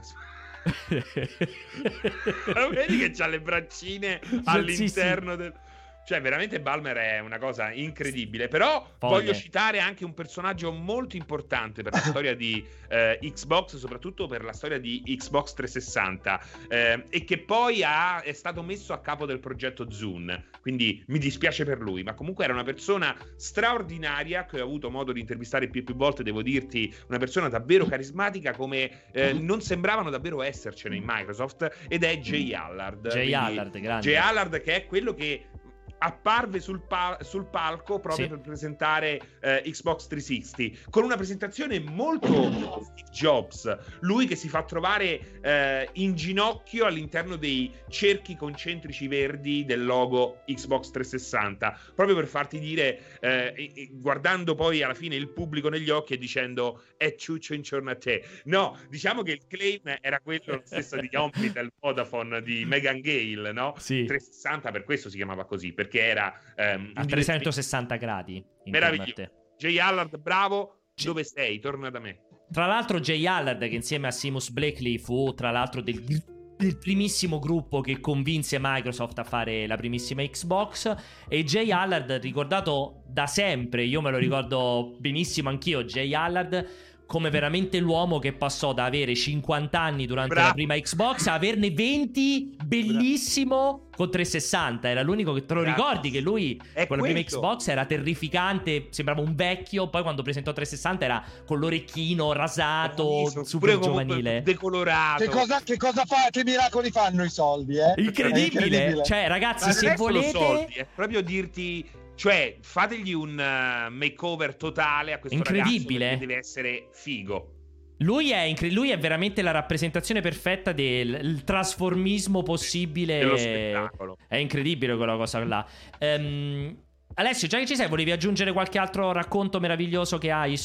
Vedi che c'ha le braccine all'interno sì, sì. del. Cioè, veramente Ballmer è una cosa incredibile. Però Foglie. voglio citare anche un personaggio molto importante per la storia di eh, Xbox, soprattutto per la storia di Xbox trecentosessanta, eh, e che poi ha, è stato messo a capo del progetto Zune. Quindi mi dispiace per lui, ma comunque era una persona straordinaria che ho avuto modo di intervistare più e più volte. Devo dirti, una persona davvero carismatica, come eh, non sembravano davvero essercene in Microsoft, ed è Jay Allard. Jay Allard, grande. Jay Allard, che è quello che apparve sul, pa- sul palco proprio sì. per presentare eh, Xbox trecentosessanta, con una presentazione molto Steve Jobs, lui che si fa trovare eh, in ginocchio all'interno dei cerchi concentrici verdi del logo Xbox trecentosessanta, proprio per farti dire, eh, guardando poi alla fine il pubblico negli occhi e dicendo: è ciuccio intorno a te. No, diciamo che il claim era quello lo stesso di Omni del Vodafone di Megan Gale, no? Sì. trecentosessanta, per questo si chiamava così, perché che era um, a trecentosessanta gradi. Meraviglioso. Jay Allard, bravo. C- dove sei? Torna da me. Tra l'altro Jay Allard, che insieme a Seamus Blakely fu tra l'altro del, del primissimo gruppo che convinse Microsoft a fare la primissima Xbox. E Jay Allard, ricordato da sempre, io me lo ricordo benissimo anch'io, Jay Allard come veramente l'uomo che passò da avere cinquanta anni durante Bravo. la prima Xbox a averne venti, bellissimo, con trecentosessanta. Era l'unico che te lo Bravo. ricordi, che lui È con questo. la prima Xbox era terrificante, sembrava un vecchio. Poi quando presentò trecentosessanta era con l'orecchino rasato, visto, super giovanile, decolorato. Che cosa, che cosa fa? Che miracoli fanno i soldi, eh? Incredibile, incredibile. Cioè ragazzi, Ma se volete soldi, è proprio dirti, cioè fategli un uh, makeover totale a questo incredibile. ragazzo, perché deve essere figo. Lui è, incre- lui è veramente la rappresentazione perfetta del trasformismo possibile. Dello spettacolo. È incredibile quella cosa là. Um, Alessio, già che ci sei, volevi aggiungere qualche altro racconto meraviglioso che hai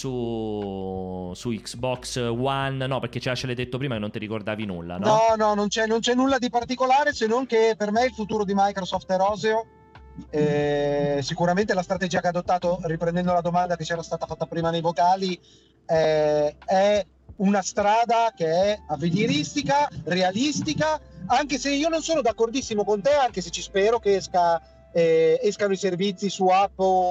su, su Xbox One? No, perché ce l'hai detto prima e non ti ricordavi nulla, no? No, no, non c'è, non c'è nulla di particolare, se non che per me il futuro di Microsoft è roseo. Eh, sicuramente la strategia che ha adottato, riprendendo la domanda che c'era stata fatta prima nei vocali, eh, è una strada che è avveniristica, realistica, anche se io non sono d'accordissimo con te, anche se ci spero che esca, eh, escano i servizi su app o,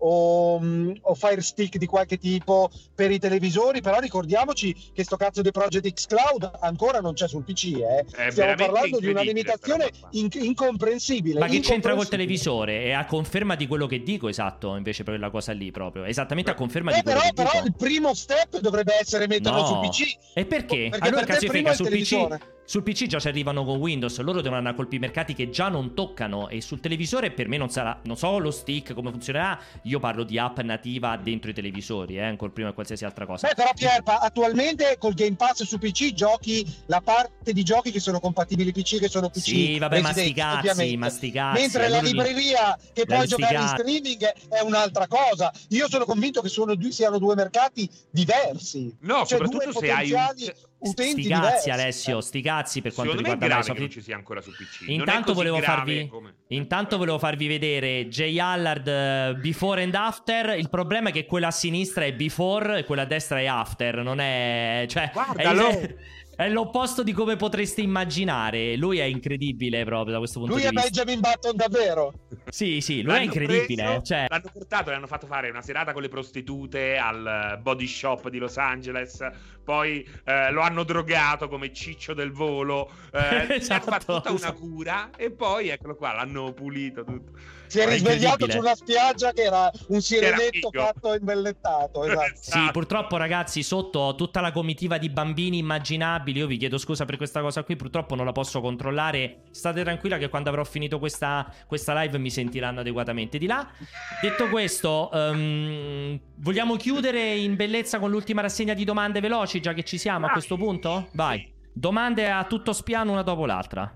o, o Fire Stick di qualche tipo per i televisori, però ricordiamoci che sto cazzo di Project X Cloud ancora non c'è sul P C, eh. Stiamo parlando di una limitazione in- incomprensibile. Ma che c'entra col televisore? È a conferma di quello che dico, esatto, invece per quella cosa lì proprio, esattamente a conferma eh, di quello però, che però dico. il primo step dovrebbe essere metterlo No. sul P C. E perché? Perché Allora, per te cazzo prima frega, il sul P C, televisore. sul P C già ci arrivano con Windows, loro devono andare a colpire mercati che già non toccano, e sul televisore per me non sarà, non so lo stick come funzionerà, io parlo di app nativa dentro i televisori, eh, ancora prima di qualsiasi altra cosa. Beh, però Pierpa, attualmente col Game Pass su P C giochi la parte di giochi che sono compatibili P C, che sono P C. Sì, vabbè, ma sti Resident, cazzi, ovviamente. ma sti cazzi. Mentre la Allora, libreria che la puoi giocare in sti cazzi. streaming è un'altra cosa. Io sono convinto che sono due, siano due mercati diversi. No, cioè, soprattutto due se hai un... potenziali utenti sti cazzi, diversi. Alessio, sti cazzi per quanto Secondo me è riguarda grave Microsoft. che non ci sia ancora su P C. Non è Intanto così volevo grave farvi come- Intanto volevo farvi vedere Jay Allard uh, before and after. Il problema è che quella a sinistra è before e quella a destra è after. Non è, cioè, Guardalo! è, è l'opposto di come potreste immaginare. Lui è incredibile proprio da questo punto Lui di è vista. Benjamin Button davvero. Sì, sì, lui è L'hanno incredibile, preso, cioè. L'hanno portato e hanno fatto fare una serata con le prostitute al body shop di Los Angeles. Poi eh, lo hanno drogato come ciccio del volo. Eh, Esatto, hanno fatto tutta una esatto. cura. E poi eccolo qua, l'hanno pulito tutto. Si è È risvegliato incredibile. su una spiaggia che era un sirenetto figo. fatto e imbellettato. Esatto. Sì, purtroppo ragazzi, sotto ho tutta la comitiva di bambini immaginabili. Io vi chiedo scusa per questa cosa qui, purtroppo non la posso controllare. State tranquilla che quando avrò finito questa, questa live mi sentiranno adeguatamente di là. Detto questo, ehm, vogliamo chiudere in bellezza con l'ultima rassegna di domande veloci, già che ci siamo a questo punto? Vai. Domande a tutto spiano una dopo l'altra.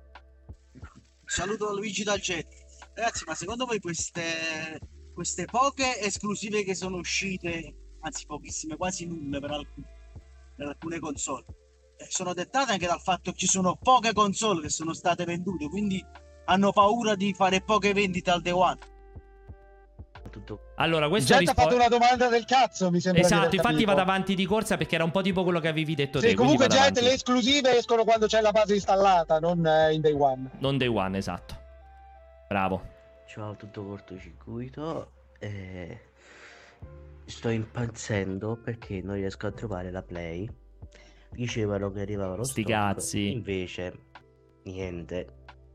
Saluto Luigi dal chat. Ragazzi, ma secondo voi queste, queste poche esclusive che sono uscite, anzi pochissime, quasi nulle per, alcun, per alcune console, eh, sono dettate anche dal fatto che ci sono poche console che sono state vendute, quindi hanno paura di fare poche vendite al day one? Allora, questo Gente ha rispo- fatto una domanda del cazzo, mi sembra. di Esatto, aver infatti capito. vado avanti di corsa perché era un po' tipo quello che avevi detto Sì, te. quindi comunque vado gente, avanti. le esclusive escono quando c'è la base installata, non eh, in day one. Non day one, esatto. Bravo. Ciao, tutto cortocircuito. Eh, sto impazzendo perché non riesco a trovare la Play. Dicevano che arrivava lo Sti stock, cazzi. invece niente.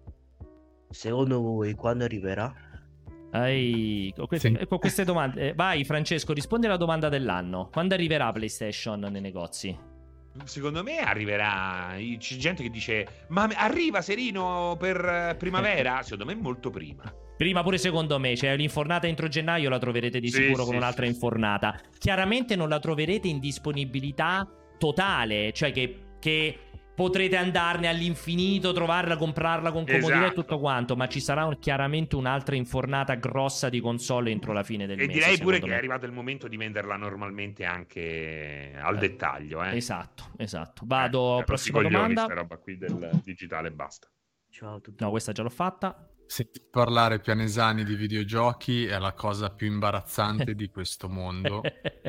Secondo voi quando arriverà? Ehi, con, que- Sì. con queste domande. eh, Vai, Francesco, rispondi alla domanda dell'anno. Quando arriverà PlayStation nei negozi? Secondo me arriverà. C'è gente che dice: Ma arriva Serino per eh, primavera? Secondo me molto prima. Prima pure secondo me, cioè l'infornata entro gennaio la troverete di Sì, sicuro sì, con un'altra sì. infornata. Chiaramente non la troverete in disponibilità totale, cioè che, che potrete andarne all'infinito, trovarla, comprarla con comodità Esatto. e tutto quanto, ma ci sarà un- chiaramente un'altra infornata grossa di console entro la fine del E mese. direi pure secondo che me. è arrivato il momento di venderla normalmente anche al dettaglio. Eh. Esatto, esatto. Vado, Eh, prossima rossi coglioni, domanda. sta roba qui del digitale, basta. Ciao a tutti. No, questa già l'ho fatta. Sentire parlare pianesani di videogiochi è la cosa più imbarazzante di questo mondo.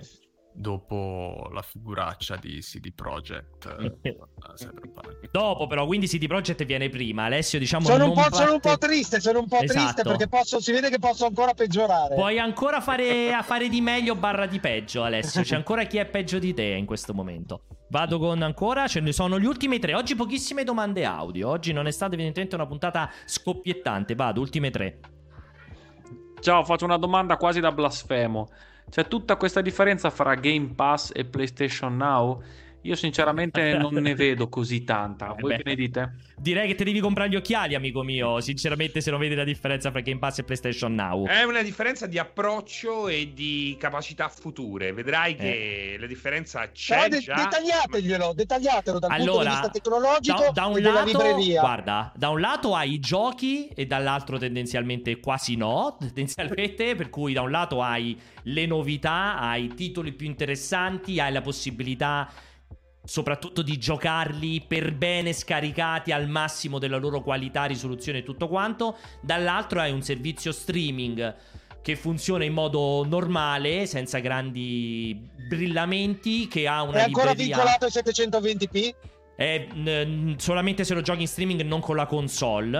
Dopo la figuraccia di C D Projekt eh, Cyberpunk. Dopo però, quindi C D Projekt viene prima. Alessio, diciamo, Sono un, non po', sono un batte- po' triste, sono un po' triste Esatto. perché posso, si vede che posso ancora peggiorare. Puoi ancora fare, a fare di meglio barra di peggio, Alessio. C'è ancora chi è peggio di te in questo momento. Vado con ancora, ce ne sono gli ultimi tre. Oggi pochissime domande audio. Oggi non è stata evidentemente una puntata scoppiettante. Vado, ultime tre. Ciao, faccio una domanda quasi da blasfemo. C'è tutta questa differenza fra Game Pass e PlayStation Now? Io sinceramente non ne vedo così tanta. Voi Eh che beh. ne dite? Direi che ti devi comprare gli occhiali, amico mio. Sinceramente, se non vedi la differenza fra Game Pass e PlayStation Now. È una differenza di approccio e di capacità future. Vedrai che Eh. la differenza Però c'è de- già. dettagliateglielo, dettagliatelo dal punto di Allora, vista tecnologico da, da un e della lato, libreria. guarda, da un lato hai i giochi e dall'altro tendenzialmente quasi no, tendenzialmente, per cui da un lato hai le novità, hai i titoli più interessanti, hai la possibilità soprattutto di giocarli per bene scaricati al massimo della loro qualità, risoluzione e tutto quanto. Dall'altro hai un servizio streaming che funziona in modo normale, senza grandi brillamenti, che ha una È ancora libreria... vincolato ai settecentoventi p? È, n- solamente se lo giochi in streaming, non con la console.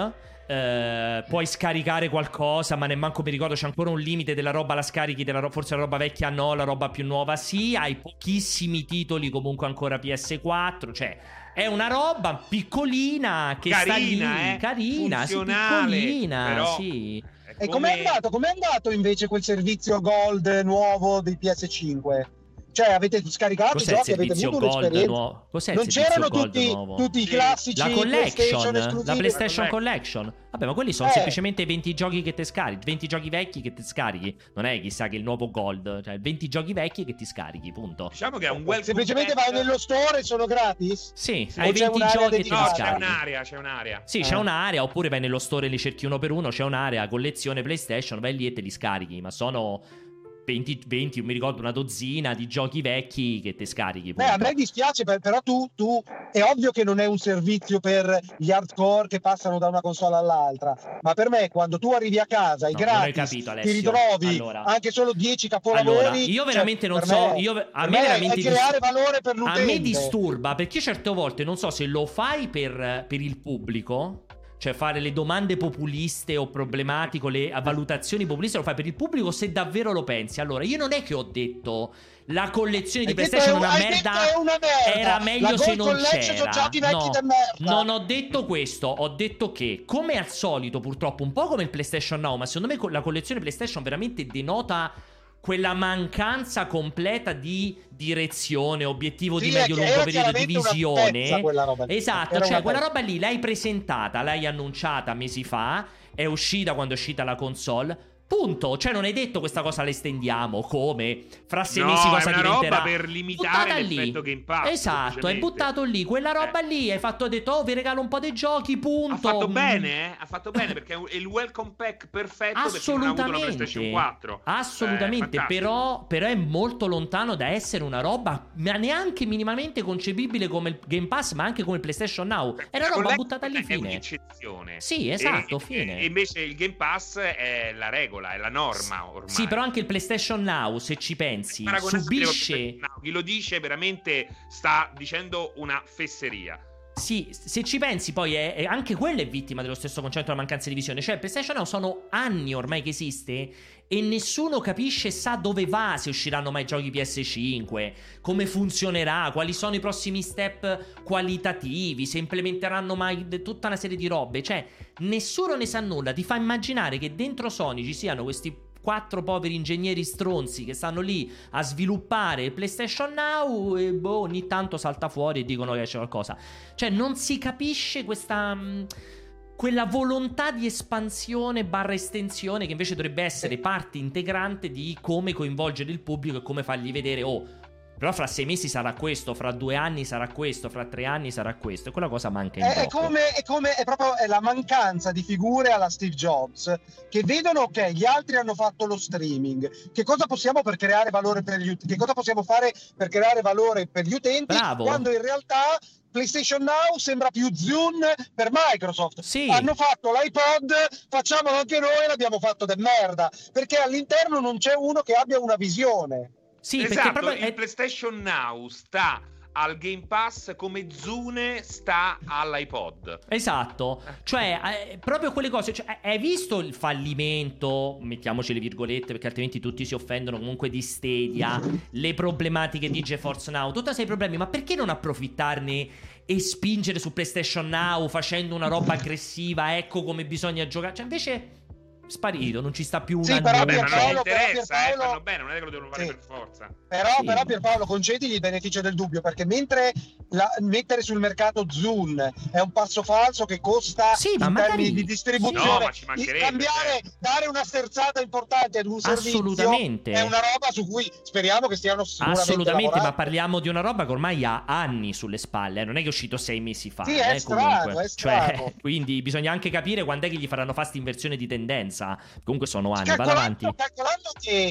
eh, puoi scaricare qualcosa, ma nemmanco mi ricordo, c'è ancora un limite della roba, la scarichi, della ro- forse la roba vecchia no, la roba più nuova sì, hai pochissimi titoli comunque ancora P S quattro, cioè è una roba piccolina che carina, sta lì, eh? carina, sì, funzionale, piccolina, però... sì. E com'è andato? Com'è andato invece quel servizio Gold nuovo di P S cinque? Cioè avete scaricato Cos'è i giochi, il avete servizio avuto Gold un'esperienza? nuovo? Cos'è Non il servizio c'erano Gold tutti, nuovo? tutti i classici La collection, PlayStation la esclusivi? PlayStation La Collection. Vabbè, ma quelli sono Eh. semplicemente venti giochi che ti scarichi, venti giochi vecchi che ti scarichi. Non è chissà che il nuovo Gold, cioè venti giochi vecchi che ti scarichi, punto. Diciamo che è un welcome Semplicemente pack. vai nello store e sono gratis? Sì, O hai c'è venti un'area giochi che ti dedicata? No, c'è scarichi. un'area, c'è un'area. Sì, Eh. c'è un'area, oppure vai nello store e li cerchi uno per uno, c'è un'area, collezione PlayStation, vai lì e te li scarichi, ma sono venti, venti, mi ricordo una dozzina di giochi vecchi che te scarichi. Beh, a punto. me dispiace, per- però tu, tu è ovvio che non è un servizio per gli hardcore che passano da una console all'altra, ma per me quando tu arrivi a casa, i No, non hai gratis, capito, ti Alessio. ritrovi Allora. anche solo dieci capolavori. Allora, io cioè, veramente non per so, me- io, a per me me veramente è creare dis- valore per a l'utente. me disturba perché certe volte non so se lo fai per, per il pubblico, cioè fare le domande populiste o problematiche, le valutazioni populiste, lo fai per il pubblico se davvero lo pensi. Allora, io non è che ho detto la collezione di Hai detto PlayStation è è- una hai merda, detto è una merda. era meglio La se Gold non Collection c'era. sono giochi vecchi No, da merda. non ho detto questo, ho detto che come al solito purtroppo un po' come il PlayStation Now, ma secondo me co- la collezione PlayStation veramente denota quella mancanza completa di direzione, obiettivo Sì, di è medio che lungo era periodo, di chiaramente una visione. pezza quella roba lì. Esatto, Era cioè una quella pezza. roba lì l'hai presentata, l'hai annunciata mesi fa, è uscita quando è uscita la console. Punto, cioè non hai detto questa cosa la estendiamo, come fra sei No, mesi è cosa una diventerà. roba per limitare Buttata l'effetto lì. Game Pass, Esatto, hai semplicemente. buttato lì quella roba Eh. lì, hai fatto, hai detto "Oh, vi regalo un po' dei giochi", punto. Ha fatto Mm. bene, eh? Ha fatto bene perché è il welcome pack perfetto perché non ha avuto la PlayStation quattro. Assolutamente, Eh, però, però è molto lontano da essere una roba ma neanche minimamente concepibile come il Game Pass, ma anche come il PlayStation Now. È una roba buttata lì, è fine. un'eccezione. Sì, esatto, e, fine. E invece il Game Pass è la regola, è la norma ormai. Sì, però anche il PlayStation Now, se ci pensi, Paragonabile con subisce... PlayStation Now. Chi lo dice veramente sta dicendo una fesseria. Sì, se ci pensi poi è, è- anche quello è vittima dello stesso concetto della mancanza di visione. Cioè il PlayStation Now sono anni ormai che esiste e nessuno capisce, sa dove va, se usciranno mai giochi P S cinque, come funzionerà, quali sono i prossimi step qualitativi, se implementeranno mai de- tutta una serie di robe. Cioè nessuno ne sa nulla, ti fa immaginare che dentro Sony ci siano questi quattro poveri ingegneri stronzi che stanno lì a sviluppare il PlayStation Now e boh, ogni tanto salta fuori e dicono che c'è qualcosa. Cioè non si capisce questa mh, quella volontà di espansione barra estensione che invece dovrebbe essere parte integrante di come coinvolgere il pubblico e come fargli vedere oh, però fra sei mesi sarà questo, fra due anni sarà questo, fra tre anni sarà questo, e quella cosa manca in È, è poco. come, è come è proprio è la mancanza di figure alla Steve Jobs che vedono ok, gli altri hanno fatto lo streaming, che cosa possiamo per creare valore per gli utenti, che cosa possiamo fare per creare valore per gli utenti, Bravo. quando in realtà PlayStation Now sembra più Zune per Microsoft. Sì. Hanno fatto l'iPod, facciamolo anche noi, l'abbiamo fatto de merda, perché all'interno non c'è uno che abbia una visione. Sì, perché Esatto, proprio il è- PlayStation Now sta al Game Pass come Zune sta all'iPod. Esatto, cioè eh, proprio quelle cose, cioè, hai visto il fallimento, mettiamoci le virgolette perché altrimenti tutti si offendono, comunque di Stadia, le problematiche di GeForce Now, tutta sei problemi, ma perché non approfittarne e spingere su PlayStation Now facendo una roba aggressiva, ecco come bisogna giocare, cioè invece sparito, non ci sta più un Sì, anno. però Vabbè, ma non gli Pierpaolo, però interessa, eh, Pierpaolo- fanno bene, non è che lo devono fare Sì. per forza. Però, Sì. però Pierpaolo, concedigli il beneficio del dubbio, perché mentre la- mettere sul mercato Zune è un passo falso che costa Sì, ma in magari- termini di No, distribuzione, ma ci mancherebbe, cambiare, dare una sterzata importante ad un servizio Assolutamente. è una roba su cui speriamo che stiano sicuramente Assolutamente, ma lavorando. parliamo di una roba che ormai ha anni sulle spalle, eh, non è che è uscito sei mesi fa. Sì, è eh, strano, comunque. è strano. Cioè, quindi bisogna anche capire quando è che gli faranno fare sta inversione di tendenza. Comunque sono anni, vada Calcolando, avanti. calcolando che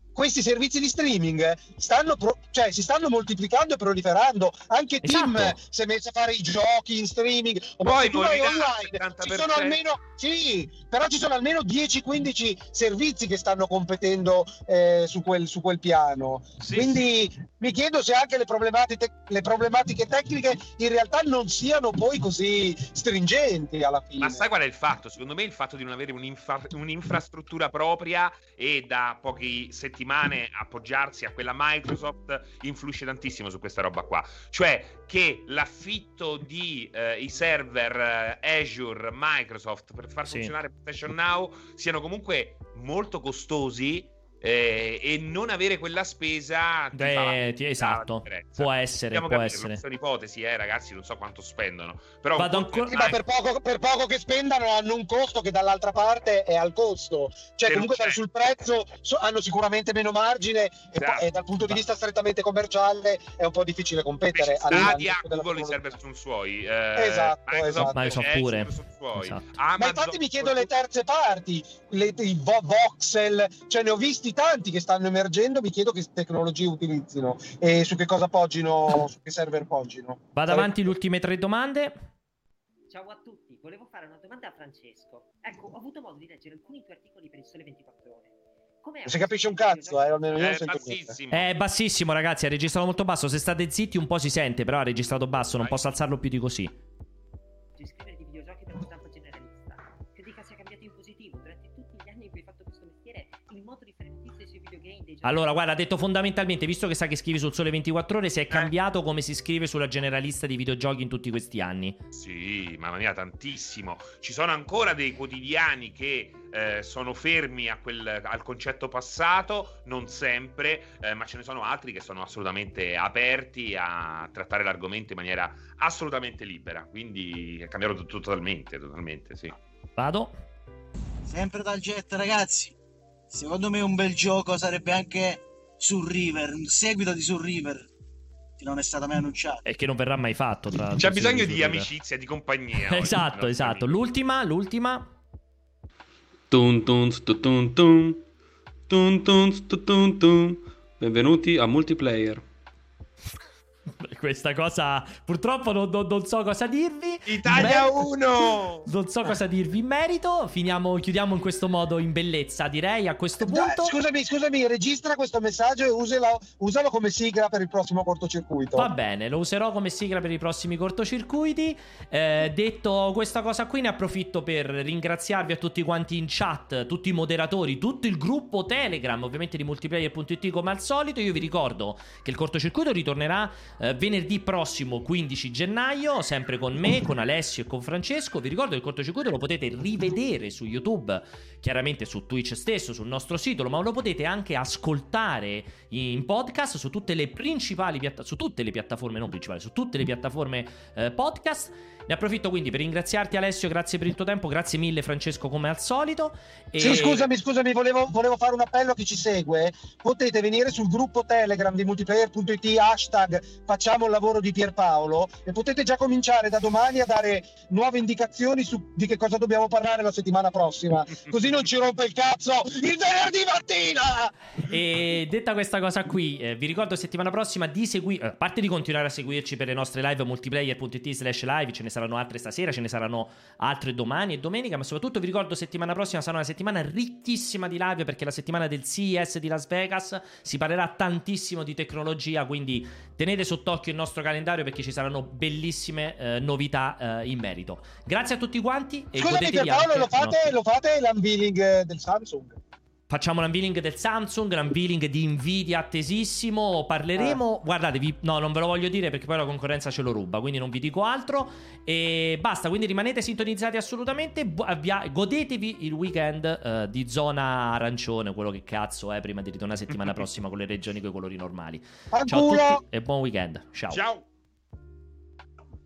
questi servizi di streaming stanno pro- cioè si stanno moltiplicando e proliferando. Anche Team Esatto. si è messo a fare i giochi in streaming, o Poi tu vai morirà online, settanta ci per sono cento. almeno sì, però ci sono almeno dieci quindici servizi che stanno competendo eh, su quel su quel piano. Sì, Quindi sì. mi chiedo se anche le problematiche le problematiche tecniche in realtà non siano poi così stringenti alla fine. Ma sai qual è il fatto? Secondo me il fatto di non avere un'infra- un'infrastruttura propria e da poche settimane appoggiarsi a quella Microsoft influisce tantissimo su questa roba qua. Cioè che l'affitto di eh, i server eh, Azure Microsoft per far Sì. funzionare PlayStation Now siano comunque molto costosi. Eh, e non avere quella spesa ti Beh, fa la- ti- ti fa la esatto. differenza. Può essere, Dobbiamo può capirlo, essere. sono ipotesi, eh, ragazzi, non so quanto spendono. Però un Vado conto è ancora- Sì, ma per poco, per poco che spendano hanno un costo che dall'altra parte è al costo, cioè Se non comunque c'è. sul prezzo so- hanno sicuramente meno margine e, Esatto. poi- e dal punto di vista strettamente commerciale è un po' difficile competere. Invece al- al Stadia, netto della Google i tecnologia. server sono suoi, eh, Esatto, Microsoft, esatto. Microsoft Azure pure. sono suoi. Esatto. Ma Amazon- infatti mi chiedo le terze parti, le, i vo- voxel, cioè ne ho visti tanti che stanno emergendo, mi chiedo che tecnologie utilizzino e su che cosa poggino, su che server poggino. Vado avanti, le ultime tre domande. Ciao a tutti, volevo fare una domanda a Francesco. Ecco, ho avuto modo di leggere alcuni tuoi articoli per il Sole ventiquattro Ore. Com'è Non si capisce un cazzo, eh, almeno io non Eh, sento niente. bassissimo. È bassissimo, ragazzi, ha registrato molto basso. Se state zitti un po' si sente, però ha registrato basso, non Vai. posso alzarlo più di così. di scrivere di videogiochi per la stampa generalista. Che dica sia cambiato in positivo durante tutti gli anni in cui hai fatto questo mestiere, il modo di fare notizie sui videogame dei giochi. Allora, guarda, ha detto fondamentalmente, visto che sa che scrivi sul Sole ventiquattro Ore, si è cambiato come si scrive sulla generalista di videogiochi in tutti questi anni. Sì, mamma mia, tantissimo. Ci sono ancora dei quotidiani che eh, sono fermi a quel, al concetto passato, non sempre, eh, ma ce ne sono altri che sono assolutamente aperti a trattare l'argomento in maniera assolutamente libera. Quindi è cambiato tutto totalmente, totalmente, sì. Vado. Sempre dal jet, ragazzi. Secondo me un bel gioco sarebbe anche Soul River, un seguito di Soul River, che non è stato mai annunciato. E che non verrà mai fatto, tra l'altro. C'è sì, bisogno sì, di sì. amicizia, di compagnia. oggi, Esatto, nostri esatto. amici. L'ultima, l'ultima. Tun tun stu tun tun. Tun tun stu tun tun. Benvenuti a Multiplayer. Questa cosa purtroppo non, non- non so cosa dirvi. Italia Me- uno! Non so cosa dirvi in merito. Finiamo, chiudiamo in questo modo in bellezza, direi a questo Dai, punto. scusami, scusami, registra questo messaggio e usalo, usalo come sigla per il prossimo cortocircuito. Va bene, lo userò come sigla per i prossimi cortocircuiti. Eh, detto questa cosa qui, ne approfitto per ringraziarvi a tutti quanti in chat, tutti i moderatori, tutto il gruppo Telegram, ovviamente di multiplayer punto it come al solito. Io vi ricordo che il cortocircuito ritornerà eh, venerdì prossimo, quindici gennaio, sempre con me, con Alessio e con Francesco. Vi ricordo che il cortocircuito lo potete rivedere su YouTube, chiaramente su Twitch stesso, sul nostro sito, ma lo potete anche ascoltare in podcast su tutte le principali piatta- su tutte le piattaforme, non principali, su tutte le piattaforme eh, podcast. Ne approfitto quindi per ringraziarti, Alessio, grazie per il tuo tempo, grazie mille Francesco come al solito. E... Sì, scusami, scusami, volevo, volevo fare un appello a chi ci segue. Potete venire sul gruppo Telegram di multiplayer punto it, hashtag facciamo il lavoro di Pierpaolo, e potete già cominciare da domani a dare nuove indicazioni su di che cosa dobbiamo parlare la settimana prossima. Così non ci rompe il cazzo il venerdì mattina! E detta questa cosa qui, eh, vi ricordo settimana prossima di seguire, a parte di continuare a seguirci per le nostre live multiplayer punto it slash live, ce ne saranno altre stasera, ce ne saranno altre domani e domenica, ma soprattutto vi ricordo settimana prossima sarà una settimana ricchissima di live, perché è la settimana del C E S di Las Vegas, si parlerà tantissimo di tecnologia, quindi tenete sott'occhio il nostro calendario perché ci saranno bellissime eh, novità eh, in merito. Grazie a tutti quanti e Scusami godetevi Pierpaolo, anche lo fate, nostri- lo fate l'unveiling eh, del Samsung? Facciamo l'unveiling del Samsung, l'unveiling di Nvidia attesissimo, parleremo, guardatevi, no non ve lo voglio dire perché poi la concorrenza ce lo ruba, quindi non vi dico altro e basta, quindi rimanete sintonizzati assolutamente, bu- avvia- godetevi il weekend eh, di zona arancione, quello che cazzo è, prima di ritornare settimana prossima con le regioni con i colori normali. Ciao a Fanculo! tutti e buon weekend, ciao. Ciao!